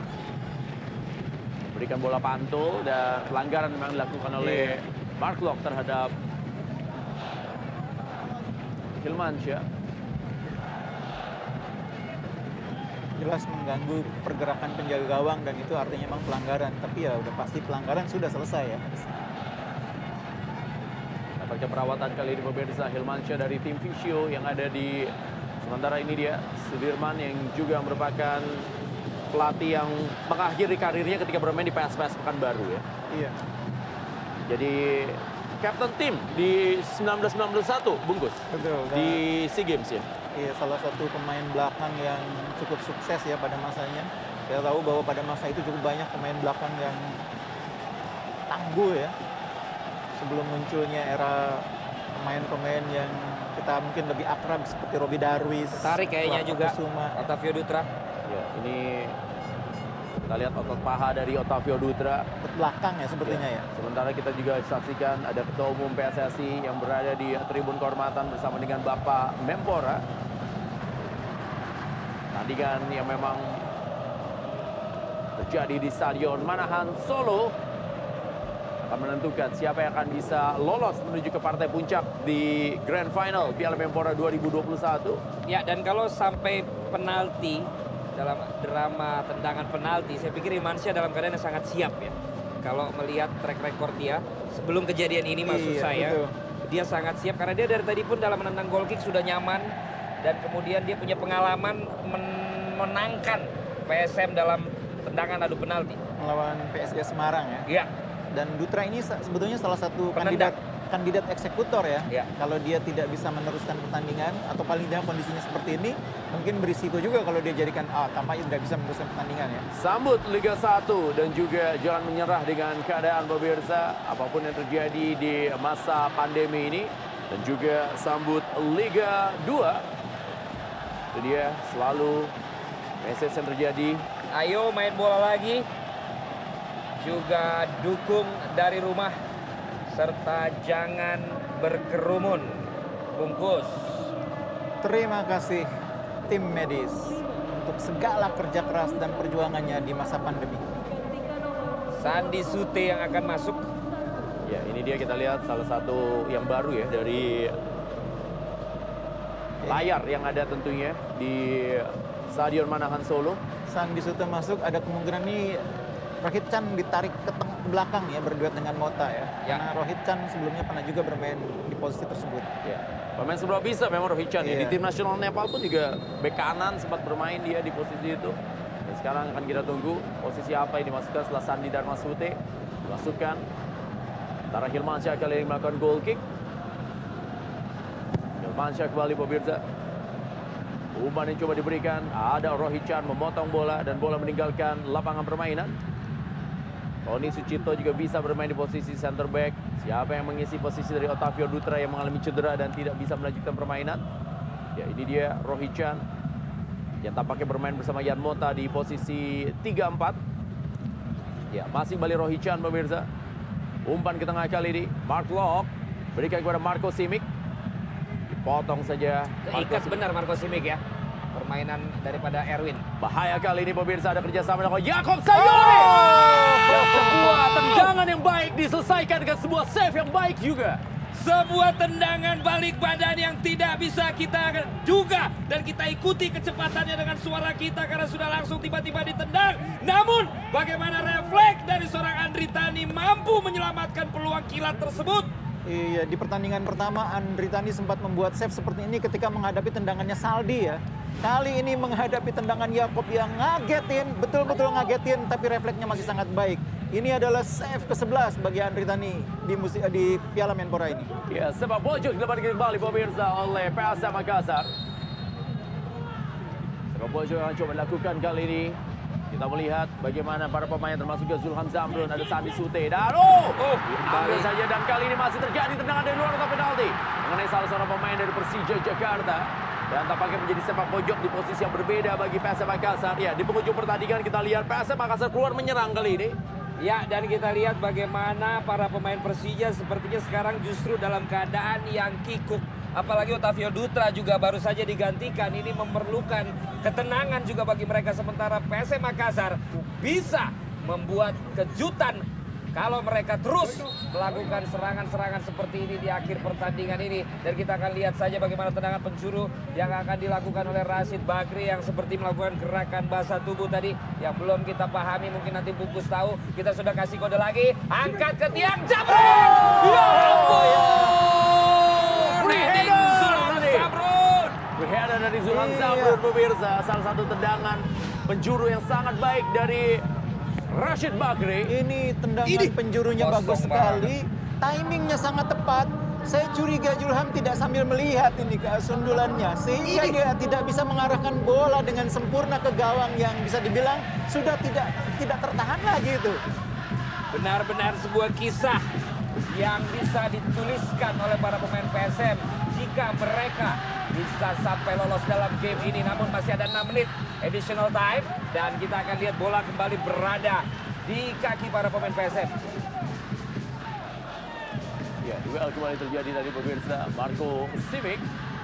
Berikan bola pantul dan pelanggaran memang dilakukan oleh Mark Locke terhadap Hilmansyah. Jelas mengganggu pergerakan penjaga gawang dan itu artinya memang pelanggaran. Tapi ya udah pasti pelanggaran sudah selesai ya. Dapatnya perawatan kali ini pemirsa Hilmansyah dari tim Visio yang ada di sementara ini dia Sudirman yang juga merupakan pelatih yang mengakhiri karirnya ketika bermain di PSPS Pekanbaru ya. Iya. Jadi captain tim di 1991 Bungkus. Betul. Di SEA Games ya. Iya, salah satu pemain belakang yang cukup sukses ya pada masanya. Kita tahu bahwa pada masa itu cukup banyak pemain belakang yang tangguh ya. Sebelum munculnya era pemain-pemain yang kita mungkin lebih akrab seperti Robi Darwis. Tarik kayaknya juga. Kusuma. Otavio Dutra. Ya, ini kita lihat otot paha dari Otavio Dutra. Otot belakang ya sepertinya ya. Sementara kita juga saksikan ada Ketua Umum PSSI yang berada di tribun kehormatan bersama dengan Bapak Mempora. Tandingan yang memang terjadi di Stadion Manahan Solo akan menentukan siapa yang akan bisa lolos menuju ke partai puncak di Grand Final Piala Mempora 2021. Ya, dan kalau sampai penalti dalam drama tendangan penalti, saya pikir Hilmansyah dalam keadaan yang sangat siap ya. Kalau melihat track record dia sebelum kejadian ini maksud saya, betul. Dia sangat siap karena dia dari tadi pun dalam menendang goal kick sudah nyaman dan kemudian dia punya pengalaman menangkan PSM dalam tendangan adu penalti melawan PSG Semarang ya. Iya. Dan Dutra ini sebetulnya salah satu kandidat eksekutor ya. Kalau dia tidak bisa meneruskan pertandingan atau paling tidak kondisinya seperti ini, mungkin berisiko juga kalau dia jadikan tampaknya tidak bisa meneruskan pertandingan ya. Sambut Liga 1 dan juga jangan menyerah dengan keadaan pemirsa apapun yang terjadi di masa pandemi ini dan juga sambut Liga 2. Itu dia selalu message yang terjadi. Ayo main bola lagi. Juga dukung dari rumah serta jangan berkerumun. Bungkus. Terima kasih tim medis untuk segala kerja keras dan perjuangannya di masa pandemi. Sandi Sute yang akan masuk. Ya, ini dia kita lihat salah satu yang baru ya dari layar yang ada tentunya di Stadion Manahan Solo. Sandi Sute masuk, ada kemungkinan nih Rohit Chan ditarik ke belakang ya berduet dengan Mota ya. Karena Rohit Chan sebelumnya pernah juga bermain di posisi tersebut. Ya. Pemain sebelah bisa memang Rohit Chan ya. Di tim nasional Nepal pun juga bek kanan sempat bermain dia di posisi itu. Dan sekarang akan kita tunggu posisi apa yang dimasukkan setelah Sandi Dharma Sute dimasukkan. Antara Hilmansyah kali ini melakukan goal kick. Hilmansyah kembali pemirsa. Umpan yang coba diberikan, ada Rohit Chan memotong bola dan bola meninggalkan lapangan permainan. Tony Sucipto juga bisa bermain di posisi center back. Siapa yang mengisi posisi dari Otavio Dutra yang mengalami cedera dan tidak bisa melanjutkan permainan? Ya, ini dia Rohit Chan yang tampaknya bermain bersama Yan Mota di posisi 3-4. Ya, masih balik Rohit Chan pemirsa. Umpan ke tengah kali ini, Mark Locke berikan kepada Marco Simic. Dipotong saja. Ikat benar Marco Simic ya. Permainan daripada Erwin. Bahaya kali ini pemirsa, ada kerjasama dengan Jakob Sayuri. Sebuah tendangan yang baik diselesaikan dengan sebuah save yang baik juga. Sebuah tendangan balik badan yang tidak bisa kita duga. Dan kita ikuti kecepatannya dengan suara kita karena sudah langsung tiba-tiba ditendang. Namun bagaimana refleks dari seorang Andri Tani mampu menyelamatkan peluang kilat tersebut. Iya, di pertandingan pertama Andri Tani sempat membuat save seperti ini ketika menghadapi tendangannya Saldi ya. Kali ini menghadapi tendangan Yakob yang ngagetin, betul-betul ngagetin, tapi refleksnya masih sangat baik. Ini adalah save ke-11 bagi Andri Tani di Piala Menpora ini. Ya, sepak pojok dilepaskan kembali pemirsa oleh PSM Makassar. Sepak pojok yang coba dilakukan kali ini. Kita melihat bagaimana para pemain termasuk juga Zulham Zamrun, ada Sandi Sute dan ambil saja, dan kali ini masih terjadi tendangan dari luar kotak penalti mengenai salah seorang pemain dari Persija Jakarta, dan tampaknya menjadi sepak pojok di posisi yang berbeda bagi PSM Makassar. Ya, di penghujung pertandingan kita lihat PSM Makassar keluar menyerang kali ini. Ya, dan kita lihat bagaimana para pemain Persija sepertinya sekarang justru dalam keadaan yang kikuk. Apalagi Otavio Dutra juga baru saja digantikan. Ini memerlukan ketenangan juga bagi mereka. Sementara PSM Makassar bisa membuat kejutan kalau mereka terus melakukan serangan-serangan seperti ini di akhir pertandingan ini. Dan kita akan lihat saja bagaimana tendangan penjuru yang akan dilakukan oleh Rashid Bakri yang seperti melakukan gerakan bahasa tubuh tadi yang belum kita pahami. Mungkin nanti Bungkus tahu. Kita sudah kasih kode lagi. Angkat ke tiang, jabret! Ya ampun! Header dari Zulham Zamrun pemirsa, salah satu tendangan penjuru yang sangat baik dari Rashid Bakri. Ini tendangan penjurunya bagus sekali, timingnya sangat tepat. Saya curiga Zulham tidak sambil melihat ini ke sundulannya, sehingga dia tidak bisa mengarahkan bola dengan sempurna ke gawang yang bisa dibilang sudah tidak tertahan lagi itu. Benar-benar sebuah kisah yang bisa dituliskan oleh para pemain PSM jika mereka bisa sampai lolos dalam game ini. Namun masih ada 6 menit additional time dan kita akan lihat bola kembali berada di kaki para pemain PSM. Ya, duel kembali terjadi dari pemirsa. Marco Simic.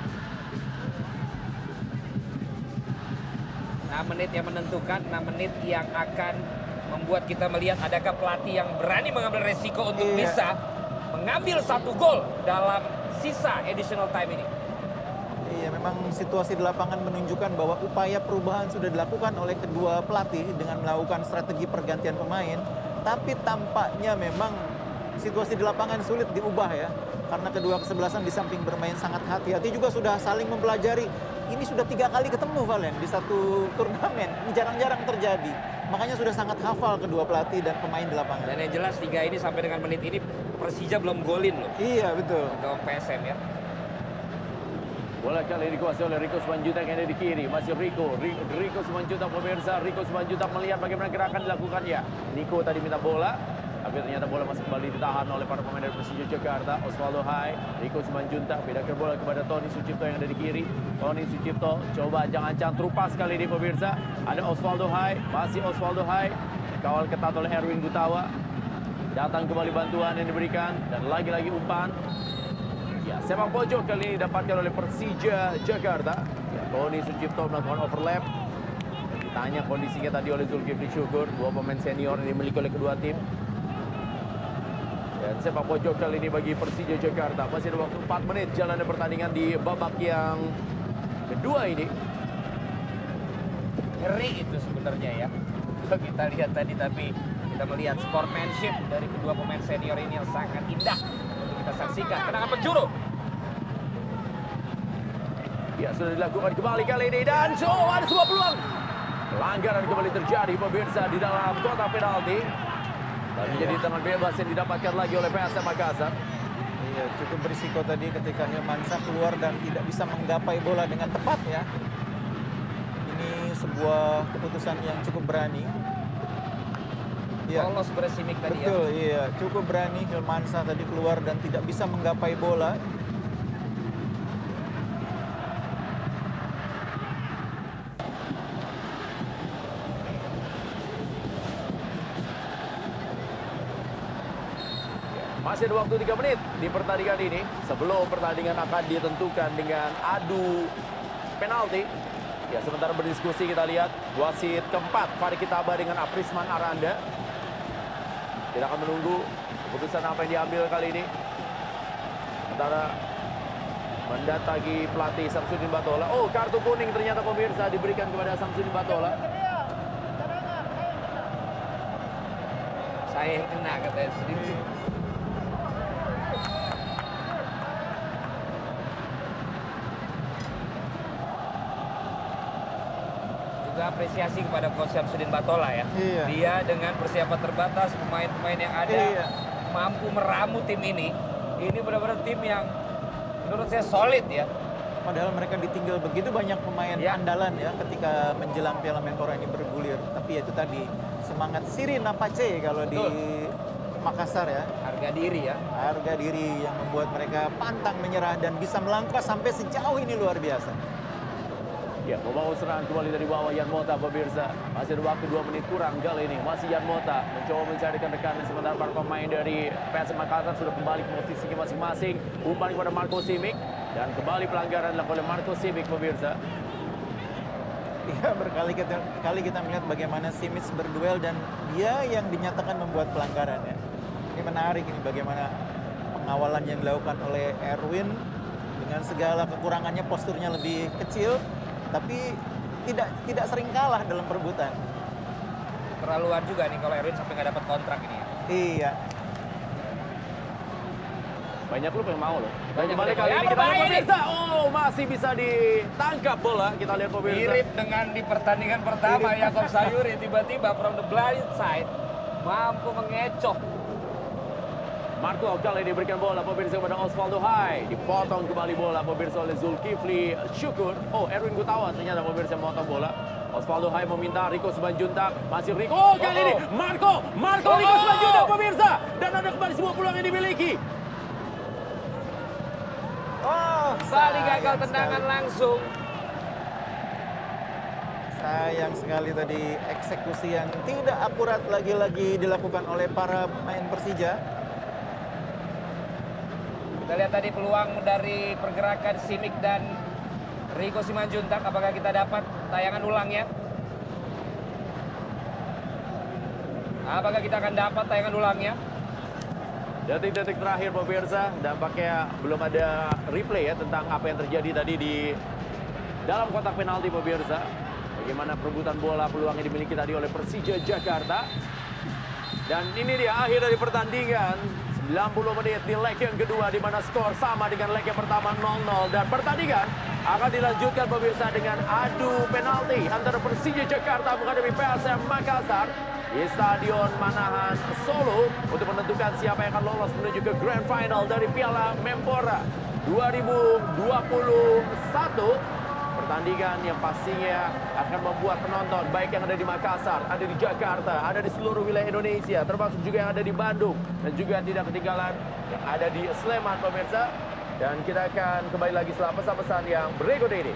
6 menit yang menentukan, 6 menit yang akan membuat kita melihat adakah pelatih yang berani mengambil resiko untuk bisa mengambil 1 gol dalam sisa additional time ini. Iya, memang situasi di lapangan menunjukkan bahwa upaya perubahan sudah dilakukan oleh kedua pelatih dengan melakukan strategi pergantian pemain. Tapi tampaknya memang situasi di lapangan sulit diubah ya. Karena kedua kesebelasan di samping bermain sangat hati-hati juga sudah saling mempelajari. Ini sudah 3 kali ketemu Valen di satu turnamen. Ini jarang-jarang terjadi. Makanya sudah sangat hafal kedua pelatih dan pemain di lapangan. Dan yang jelas 3 ini sampai dengan menit ini Persija belum golin loh. Iya, betul. Gawang PSM ya. Bola kali ini dikuasai oleh Rico Simanjuntak yang ada di kiri. Masih Rico Simanjuntak pemirsa. Rico Simanjuntak melihat bagaimana gerakan dilakukannya. Nico tadi minta bola, tapi ternyata bola masih kembali ditahan oleh para pemain dari Persija Jakarta. Osvaldo Hai, Rico Simanjuntak bedakan bola kepada Tony Sucipto yang ada di kiri. Tony Sucipto coba ancang-ancang terupas kali ini pemirsa. Ada Osvaldo Hai, masih Osvaldo Hai. Kawal ketat oleh Erwin Gutawa. Datang kembali bantuan yang diberikan dan lagi-lagi umpan. Ya, sepak pojok kali ini didapatkan oleh Persija Jakarta. Ya, Tony Sucipto melakukan overlap. Ditanya kondisinya tadi oleh Zulkifli Syukur, 2 pemain senior yang dimiliki oleh kedua tim. Dan sepak pojok kali ini bagi Persija Jakarta. Masih ada waktu 4 menit jalannya pertandingan di babak yang kedua ini. Ngeri itu sebenarnya ya. Kita lihat tadi, tapi kita melihat sportsmanship dari kedua pemain senior ini yang sangat indah untuk kita saksikan. Tendangan penjuru. Ya, sudah dilakukan kembali kali ini dan ada sebuah peluang. Pelanggaran kembali terjadi pemirsa di dalam kotak penalti. Dan menjadi tendangan bebas yang didapatkan lagi oleh PSM Makassar. Iya, cukup berisiko tadi ketika Hilmansyah keluar dan tidak bisa menggapai bola dengan tepat ya. Ini sebuah keputusan yang cukup berani. Ya, lolos Bersimik tadi betul, ya. Iya, cukup berani Hilmansyah tadi keluar dan tidak bisa menggapai bola. Masih ada waktu 3 menit di pertandingan ini sebelum pertandingan akan ditentukan dengan adu penalti. Ya, sementara berdiskusi kita lihat wasit keempat Farid Kitaba dengan Aprisman Aranda. Kita akan menunggu keputusan apa yang diambil kali ini. Sementara mendatangi pelatih Samsudin Batola. Oh, kartu kuning ternyata pemirsa diberikan kepada Samsudin Batola. Saya yang kena katanya sendiri. juga apresiasi kepada Coach Syamsuddin Batola ya. Iya. Dia dengan persiapan terbatas, pemain-pemain yang ada mampu meramu tim ini. Ini benar-benar tim yang menurut saya solid ya. Padahal mereka ditinggal begitu banyak pemain andalan ya ketika menjelang Piala Menpora ini bergulir. Tapi itu tadi semangat Sirin Apache kalau di Makassar ya. Harga diri ya. Harga diri yang membuat mereka pantang menyerah dan bisa melangkah sampai sejauh ini luar biasa. Ya, membangun serangan kembali dari bawah Yan Mota, pemirsa. Masih ada waktu 2 menit kurang kali ini. Masih Yan Mota mencoba mencarikan rekannya, sementara para pemain dari PSM Makassar sudah kembali ke posisinya masing-masing. Umpan kepada Marco Simic dan kembali pelanggaran dilakukan oleh Marco Simic, pemirsa. Ya, berkali-kali kita melihat bagaimana Simic berduel dan dia yang dinyatakan membuat pelanggaran ya. Ini menarik ini bagaimana pengawalan yang dilakukan oleh Erwin dengan segala kekurangannya, posturnya lebih kecil. Tapi tidak sering kalah dalam perebutan. Terlaluan juga nih kalau Erwin sampai nggak dapat kontrak ini. Iya. Banyak klub yang mau loh. Banyak kembali kali ini kita lihat pemirsa. Oh, masih bisa ditangkap bola. Kita lihat pemirsa. Mirip dengan di pertandingan pertama Yakob Sayuri tiba-tiba from the blind side mampu mengecoh. Marco kali ini diberikan bola pemirsa kepada Osvaldo Hai. Dipotong kembali bola pemirsa oleh Zulkifli Syukur. Oh, Erwin Gutawa ternyata pemirsa memotong bola. Osvaldo Hai meminta Rico Simanjuntak. Masih Rico. Oh, kali ini Marco Rico Simanjuntak pemirsa. Dan ada kembali sebuah peluang yang dimiliki. Oh, Bali gagal tendangan langsung. Sayang sekali tadi eksekusi yang tidak akurat lagi-lagi dilakukan oleh para pemain Persija. Kita lihat tadi peluang dari pergerakan Simic dan Rico Simanjuntak. Apakah kita dapat tayangan ulangnya? Apakah kita akan dapat tayangan ulangnya? Detik-detik terakhir pemirsa, dampaknya belum ada replay ya tentang apa yang terjadi tadi di dalam kotak penalti pemirsa. Bagaimana perebutan bola, peluang yang dimiliki tadi oleh Persija Jakarta. Dan ini dia akhir dari pertandingan. 90 menit di leg yang kedua di mana skor sama dengan leg yang pertama 0-0 dan pertandingan akan dilanjutkan pemirsa dengan adu penalti antara Persija Jakarta menghadapi PSM Makassar di Stadion Manahan Solo untuk menentukan siapa yang akan lolos menuju ke Grand Final dari Piala Menpora 2021. Pertandingan yang pastinya akan membuat penonton baik yang ada di Makassar, ada di Jakarta, ada di seluruh wilayah Indonesia, termasuk juga yang ada di Bandung dan juga tidak ketinggalan yang ada di Sleman pemirsa. Dan kita akan kembali lagi setelah pesan-pesan yang berikut ini.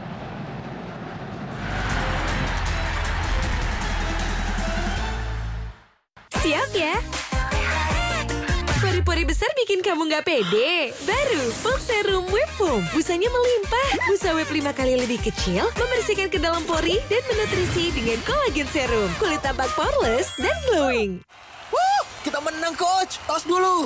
Siap ya? Pori-pori besar bikin kamu nggak pede. Baru Bulk Serum Web Foam. Busanya melimpah. Busa web 5 kali lebih kecil, membersihkan ke dalam pori dan menutrisi dengan kolagen serum. Kulit tampak poreless dan glowing. Kita menang, Coach. Tos dulu.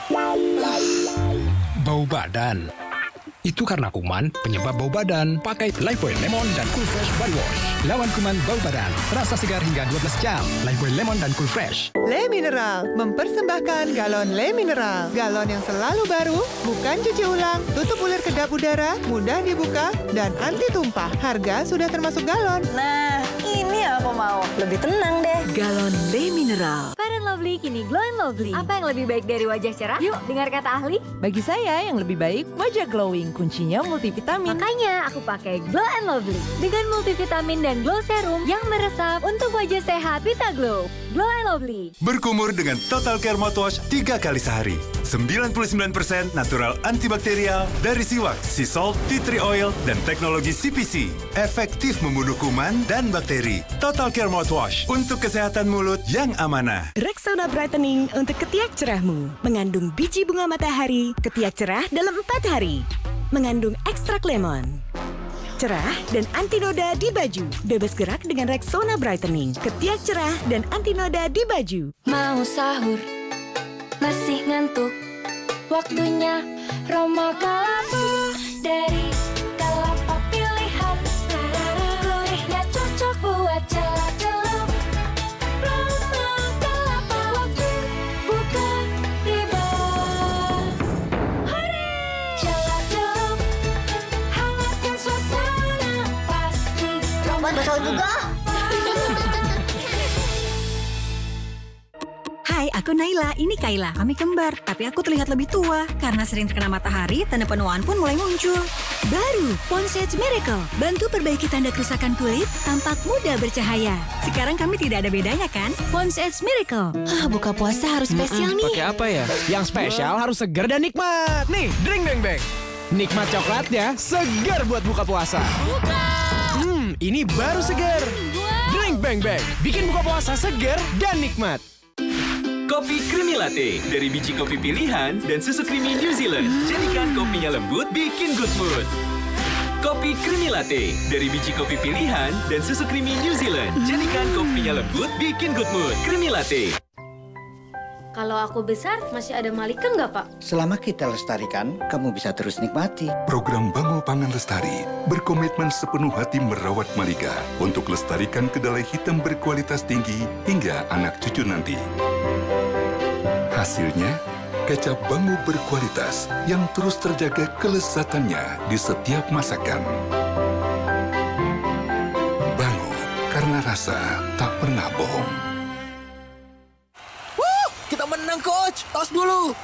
Bau badan. Itu karena kuman penyebab bau badan. Pakai Lifebuoy Lemon dan Cool Fresh Body Wash. Lawan kuman bau badan. Rasa segar hingga 12 jam. Lifebuoy Lemon dan Cool Fresh. Le Mineral mempersembahkan galon Le Mineral. Galon yang selalu baru, bukan cuci ulang, tutup ulir kedap udara, mudah dibuka, dan anti tumpah. Harga sudah termasuk galon. Nah, ini aku mau. Lebih tenang deh. Galon Le Mineral. Fair and Lovely kini Glow and Lovely. Apa yang lebih baik dari wajah cerah? Yuk, dengar kata ahli. Bagi saya yang lebih baik wajah glowing. Kuncinya multivitamin. Makanya aku pakai Glow and Lovely. Dengan multivitamin dan glow serum yang meresap untuk wajah sehat Vita Glow. Glow and Lovely. Berkumur dengan Total Care Mouthwash 3 kali sehari. 99% natural antibakterial dari Siwak, Sea Salt, Tea Tree Oil, dan teknologi CPC. Efektif membunuh kuman dan bakteri. Total Care Mouthwash untuk kesehatan mulut yang amanah. Rexona Brightening untuk ketiak cerahmu. Mengandung biji bunga matahari, ketiak cerah dalam 4 hari. Mengandung ekstrak lemon. Cerah dan anti noda di baju. Bebas gerak dengan Rexona Brightening. Ketiak cerah dan anti noda di baju. Mau sahur, masih ngantuk. Waktunya Roma Kalapa dari kelapa pilihan. Gurihnya cocok buat celup-celup. Roma Kalapa, waktu buka tiba. Hari celup-celup, hangatkan suasana. Pasti Roma Nikmat bersahur juga. Hai, aku Naila, ini Kaila. Kami kembar, tapi aku terlihat lebih tua. Karena sering terkena matahari, tanda penuaan pun mulai muncul. Baru, Pond's Edge Miracle. Bantu perbaiki tanda kerusakan kulit, tampak muda bercahaya. Sekarang kami tidak ada bedanya kan? Pond's Edge Miracle. Buka puasa harus spesial nih. Pakai apa ya? Yang spesial harus segar dan nikmat. Nih, drink bang bang. Nikmat coklatnya segar buat buka puasa. Ini baru segar. Drink bang bang. Bikin buka puasa segar dan nikmat. Kopi Creamy Latte dari biji kopi pilihan dan susu creamy New Zealand. Jadikan kopinya lembut, bikin good mood. Kopi Creamy Latte dari biji kopi pilihan dan susu creamy New Zealand. Jadikan kopinya lembut, bikin good mood. Creamy Latte. Kalau aku besar, masih ada Malika nggak, Pak? Selama kita lestarikan, kamu bisa terus nikmati. Program Bango Pangan Lestari berkomitmen sepenuh hati merawat Malika untuk lestarikan kedelai hitam berkualitas tinggi hingga anak cucu nanti. Hasilnya, kecap Bango berkualitas yang terus terjaga kelezatannya di setiap masakan. Bango, karena rasa tak pernah bohong. Kita menang, Coach. Tos dulu.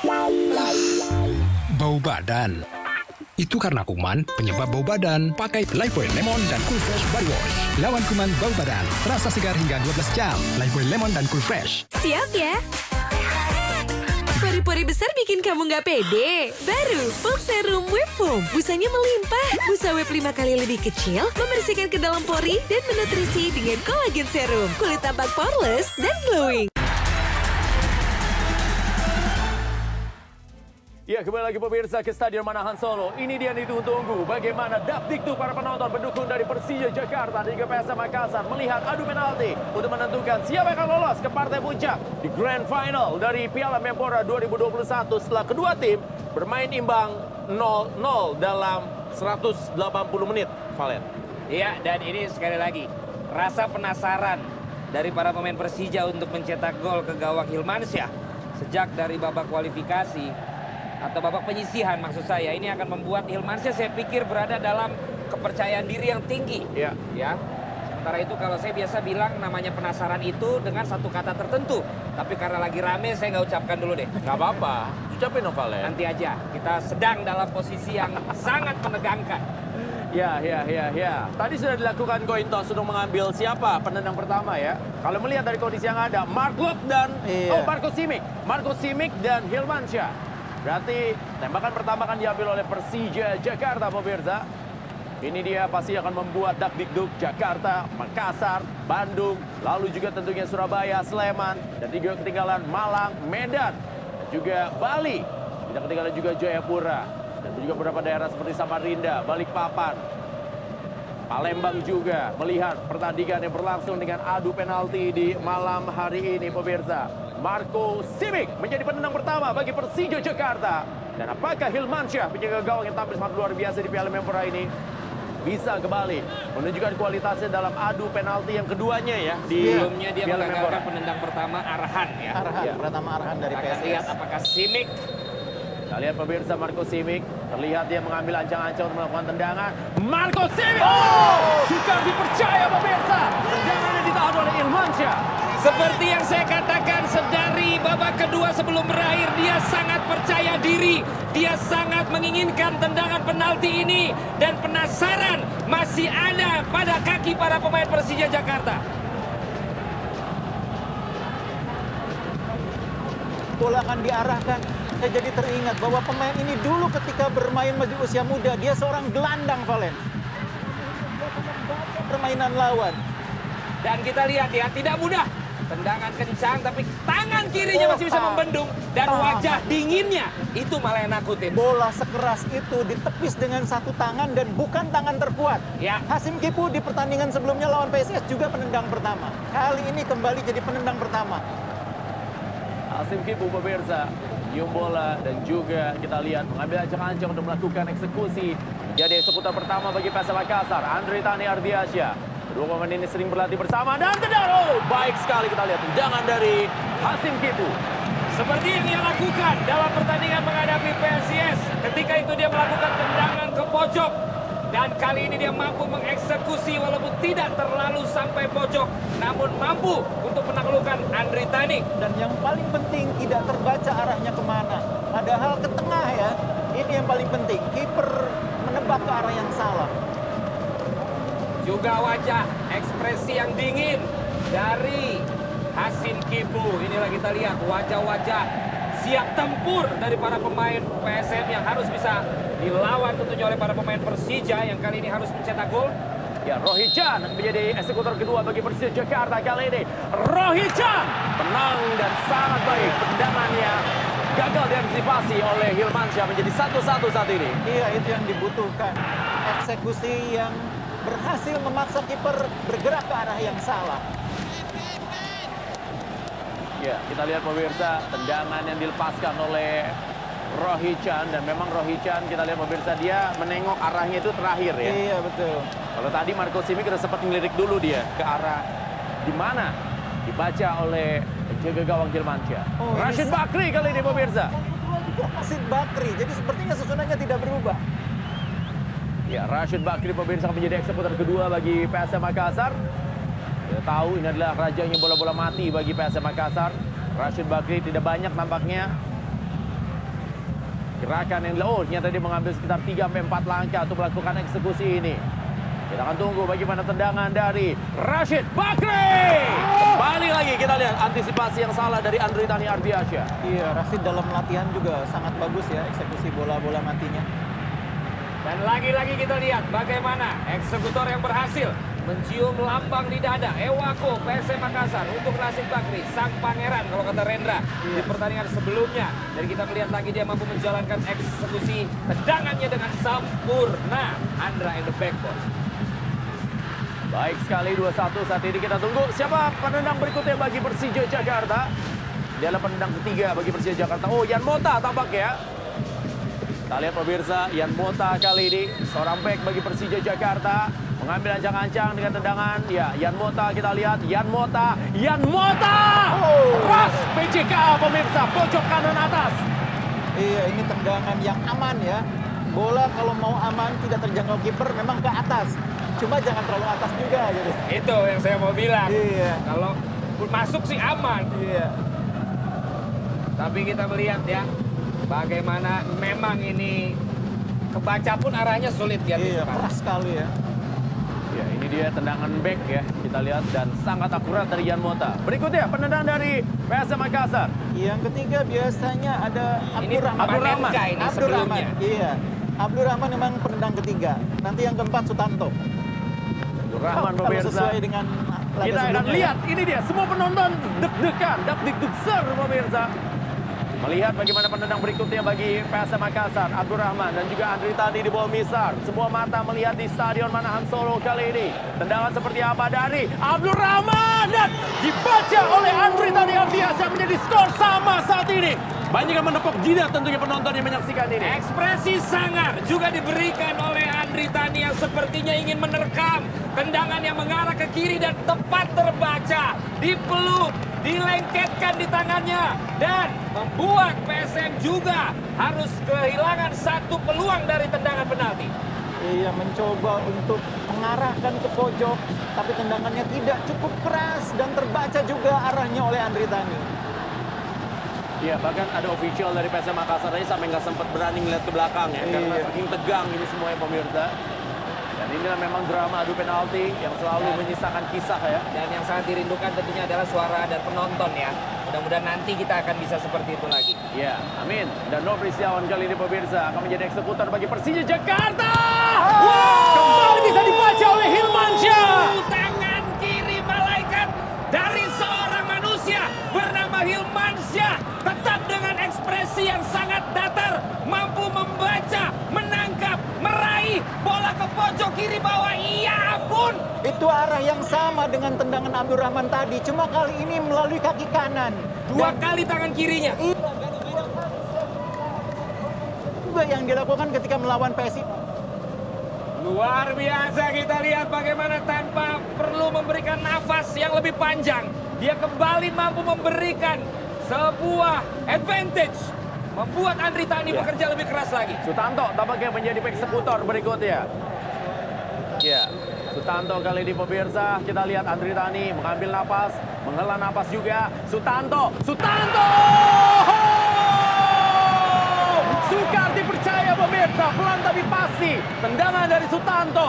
Bau badan. Itu karena kuman penyebab bau badan. Pakai Lifebuoy Lemon dan Cool Fresh Body Wash. Lawan kuman bau badan. Rasa segar hingga 12 jam. Lifebuoy Lemon dan Cool Fresh. Siap ya? Pori-pori besar bikin kamu nggak pede. Baru, Bulk Serum Web Foam. Busanya melimpah. Busa web 5 kali lebih kecil, membersihkan ke dalam pori dan menutrisi dengan kolagen serum. Kulit tampak poreless dan glowing. Ya, kembali lagi pemirsa ke Stadion Manahan Solo. Ini dia yang ditunggu-tunggu. Bagaimana dapdikduk para penonton pendukung dari Persija Jakarta dan juga PSM Makassar melihat adu penalti untuk menentukan siapa yang akan lolos ke partai puncak di Grand Final dari Piala Menpora 2021 setelah kedua tim bermain imbang 0-0 dalam 180 menit, Valen. Iya, dan ini sekali lagi rasa penasaran dari para pemain Persija untuk mencetak gol ke gawang Hilmansyah sejak dari babak kualifikasi atau babak penyisihan maksud saya. Ini akan membuat Hilmansyah saya pikir berada dalam kepercayaan diri yang tinggi. Iya. Ya. Sementara itu kalau saya biasa bilang namanya penasaran itu dengan satu kata tertentu. Tapi karena lagi rame saya nggak ucapkan dulu deh. Nggak apa-apa. Ucapin dong, Valen. Nanti aja. Kita sedang dalam posisi yang sangat menegangkan. Ya. Tadi sudah dilakukan coin toss untuk mengambil siapa penendang pertama ya. Kalau melihat dari kondisi yang ada, Marco Simic dan Hilmansyah. Berarti tembakan pertama akan diambil oleh Persija Jakarta, pemirsa. Ini dia pasti akan membuat dakdikduk Jakarta, Makassar, Bandung, lalu juga tentunya Surabaya, Sleman, dan juga ketinggalan Malang, Medan, dan juga Bali. Tidak ketinggalan juga Jayapura, dan juga beberapa daerah seperti Samarinda, Balikpapan, Palembang juga melihat pertandingan yang berlangsung dengan adu penalti di malam hari ini, pemirsa. Marco Simic menjadi penendang pertama bagi Persija Jakarta. Dan apakah Hilmansyah, penjaga gawang yang tampil sangat luar biasa di Piala Menpora ini, bisa kembali menunjukkan kualitasnya dalam adu penalti yang keduanya ya di sebelumnya dia Piala menggagalkan Menpora. penendang pertama Arhan ya. Pertama Arhan dari Akan PSS. lihat apakah Simic. Kita lihat pemirsa Marco Simic. Terlihat dia mengambil ancang-ancang untuk melakukan tendangan. Marco Simic! Sukar dipercaya pemirsa. Tendangannya ditahan oleh Hilmansyah. Seperti yang saya katakan sedari babak kedua sebelum berakhir, dia sangat percaya diri. Dia sangat menginginkan tendangan penalti ini. Dan penasaran masih ada pada kaki para pemain Persija Jakarta. Bola akan diarahkan. Saya jadi teringat bahwa pemain ini dulu ketika bermain di usia muda, dia seorang gelandang, Valen. Permainan lawan. Dan kita lihat ya, tidak mudah. Tendangan kencang, tapi tangan kirinya masih bisa membendung. Dan wajah dinginnya, itu malah yang nakutin. Bola sekeras itu ditepis dengan satu tangan dan bukan tangan terkuat. Ya. Hasim Kipu di pertandingan sebelumnya lawan PSS juga penendang pertama. Kali ini kembali jadi penendang pertama. Hasim Kipu pemirsa, nyium bola dan juga kita lihat mengambil ancang-ancang untuk melakukan eksekusi. Jadi eksekutor pertama bagi PSM Makassar, Andri Tani Ardiasyah. Kedua pemain ini sering berlatih bersama dan tendangan. Baik sekali kita lihat tendangan dari Hasim Kipu. Seperti yang dia lakukan dalam pertandingan menghadapi PSIS. Ketika itu dia melakukan tendangan ke pojok. Dan kali ini dia mampu mengeksekusi walaupun tidak terlalu sampai pojok, namun mampu untuk menaklukkan Andri Tani. Dan yang paling penting tidak terbaca arahnya kemana. Padahal ke tengah ya, ini yang paling penting. Kiper menebak ke arah yang salah. Juga wajah ekspresi yang dingin dari Hasin Kipu. Inilah kita lihat wajah-wajah siap tempur dari para pemain PSM yang harus bisa dilawan tentunya oleh para pemain Persija yang kali ini harus mencetak gol. Ya, Rohichan menjadi eksekutor kedua bagi Persija Jakarta kali ini. Rohichan tenang dan sangat baik. Tendangannya gagal diantisipasi oleh Hilmansyah, menjadi 1-1 saat ini. Iya, itu yang dibutuhkan. Eksekusi yang berhasil memaksa kiper bergerak ke arah yang salah. Ya, kita lihat pemirsa, tendangan yang dilepaskan oleh Rohichan, dan memang Rohichan kita lihat pemirsa dia menengok arahnya itu terakhir ya. Iya, betul. Kalau tadi Marco Simic udah sempat ngelirik dulu dia ke arah di mana dibaca oleh penjaga gawang Hilmansyah. Oh, Rashid Bakri kali ini pemirsa. Rashid Bakri, jadi sepertinya susunannya tidak berubah. Ya, Rashid Bakri pemirsa menjadi eksekutor kedua bagi PSM Makassar. Kita tahu ini adalah rajanya bola-bola mati bagi PSM Makassar. Rashid Bakri tidak banyak nampaknya gerakan yang ternyata dia mengambil sekitar 3-4 langkah untuk melakukan eksekusi ini. Kita akan tunggu bagaimana tendangan dari Rashid Bakri. Kembali lagi kita lihat antisipasi yang salah dari Andri Tani Ardiansyah. Iya, Rashid dalam latihan juga sangat bagus ya eksekusi bola-bola matinya. Dan lagi-lagi kita lihat bagaimana eksekutor yang berhasil mencium lambang di dada Ewako PSM Makassar untuk Rashid Bakri, sang pangeran kalau kata Rendra di pertandingan sebelumnya. Dan kita melihat lagi dia mampu menjalankan eksekusi tendangannya dengan sempurna. Andra in the backboard. Baik sekali 2-1 saat ini. Kita tunggu siapa penendang berikutnya bagi Persija Jakarta. Dia adalah penendang ketiga bagi Persija Jakarta. Oh, Yan Mota tampaknya. Kita lihat pemirsa, Yan Mota kali ini seorang back bagi Persija Jakarta. Mengambil ancang-ancang dengan tendangan. Ya, Yan Mota kita lihat. Yan Mota. Ras PJK pemirsa, pojok kanan atas. Iya, ini tendangan yang aman ya. Bola kalau mau aman tidak terjangkau kiper memang ke atas. Cuma jangan terlalu atas juga gitu. Itu yang saya mau bilang. Iya. Kalau masuk sih aman. Iya. Tapi kita melihat ya, bagaimana memang ini kebaca pun arahnya sulit ya. Iya, keras sekali ya. Ya, ini dia tendangan back ya. Kita lihat dan sangat akurat dari Yan Mota. Berikutnya penendang dari PSM Makassar. Yang ketiga biasanya ada Abdur Rahman. Abdur Rahman. Iya. Abdur Rahman memang penendang ketiga. Nanti yang keempat Sutanto. Abdur Rahman Kalau pemirsa. sesuai dengan laga Kita akan sebelumnya. lihat ini dia semua penonton deg-degan, deg-deg-ser pemirsa. Melihat bagaimana penendang berikutnya bagi PSM Makassar, Abdur Rahman dan juga Andri Tani di bawah Misar. Semua mata melihat di Stadion Manahan Solo kali ini. Tendangan seperti apa dari Abdur Rahman dan dibaca oleh Andri Tani Ardiansyah menjadi skor sama saat ini. Banyak yang menepuk jidat tentunya penonton yang menyaksikan ini. Ekspresi sangar juga diberikan oleh Andri Tani yang sepertinya ingin menerkam tendangan yang mengarah ke kiri dan tepat terbaca, dipeluk, dilengketkan di tangannya dan membuat PSM juga harus kehilangan satu peluang dari tendangan penalti. Iya, mencoba untuk mengarahkan ke pojok, tapi tendangannya tidak cukup keras dan terbaca juga arahnya oleh Andri Tani. Iya, bahkan ada official dari PSM Makassar aja sampai nggak sempat berani ngeliat ke belakang ya, karena saking tegang ini semuanya pemirsa. Dan inilah memang drama adu penalti yang selalu menyisakan kisah ya. Dan yang sangat dirindukan tentunya adalah suara dan penonton ya. Mudah-mudahan nanti kita akan bisa seperti itu lagi. Ya, amin. Dan Nofri Setiawan kali ini pemirsa akan menjadi eksekutor bagi Persija Jakarta. Kembali bisa dibaca oleh Hilmansyah. Tangan kiri malaikat dari seorang manusia bernama Hilmansyah. Tetap dengan ekspresi yang sangat datar, mampu membaca, menangkap, meraih bola ke pojok kiri bawah. Iya ampun. Itu arah yang sama dengan tendangan Abdur Rahman tadi, cuma kali ini melalui kaki kanan. Dua kali tangan kirinya. Juga yang dilakukan ketika melawan PSI. Luar biasa, kita lihat bagaimana tanpa perlu memberikan nafas yang lebih panjang, dia kembali mampu memberikan sebuah advantage, membuat Andri Tani bekerja lebih keras lagi. Sutanto tampaknya menjadi eksekutor berikutnya. Ya, Sutanto kali ini pemirsa, kita lihat Andri Tani mengambil napas, menghela napas juga. Sutanto! Sukar dipercaya pemirsa, pelan tapi pasti. Tendangan dari Sutanto.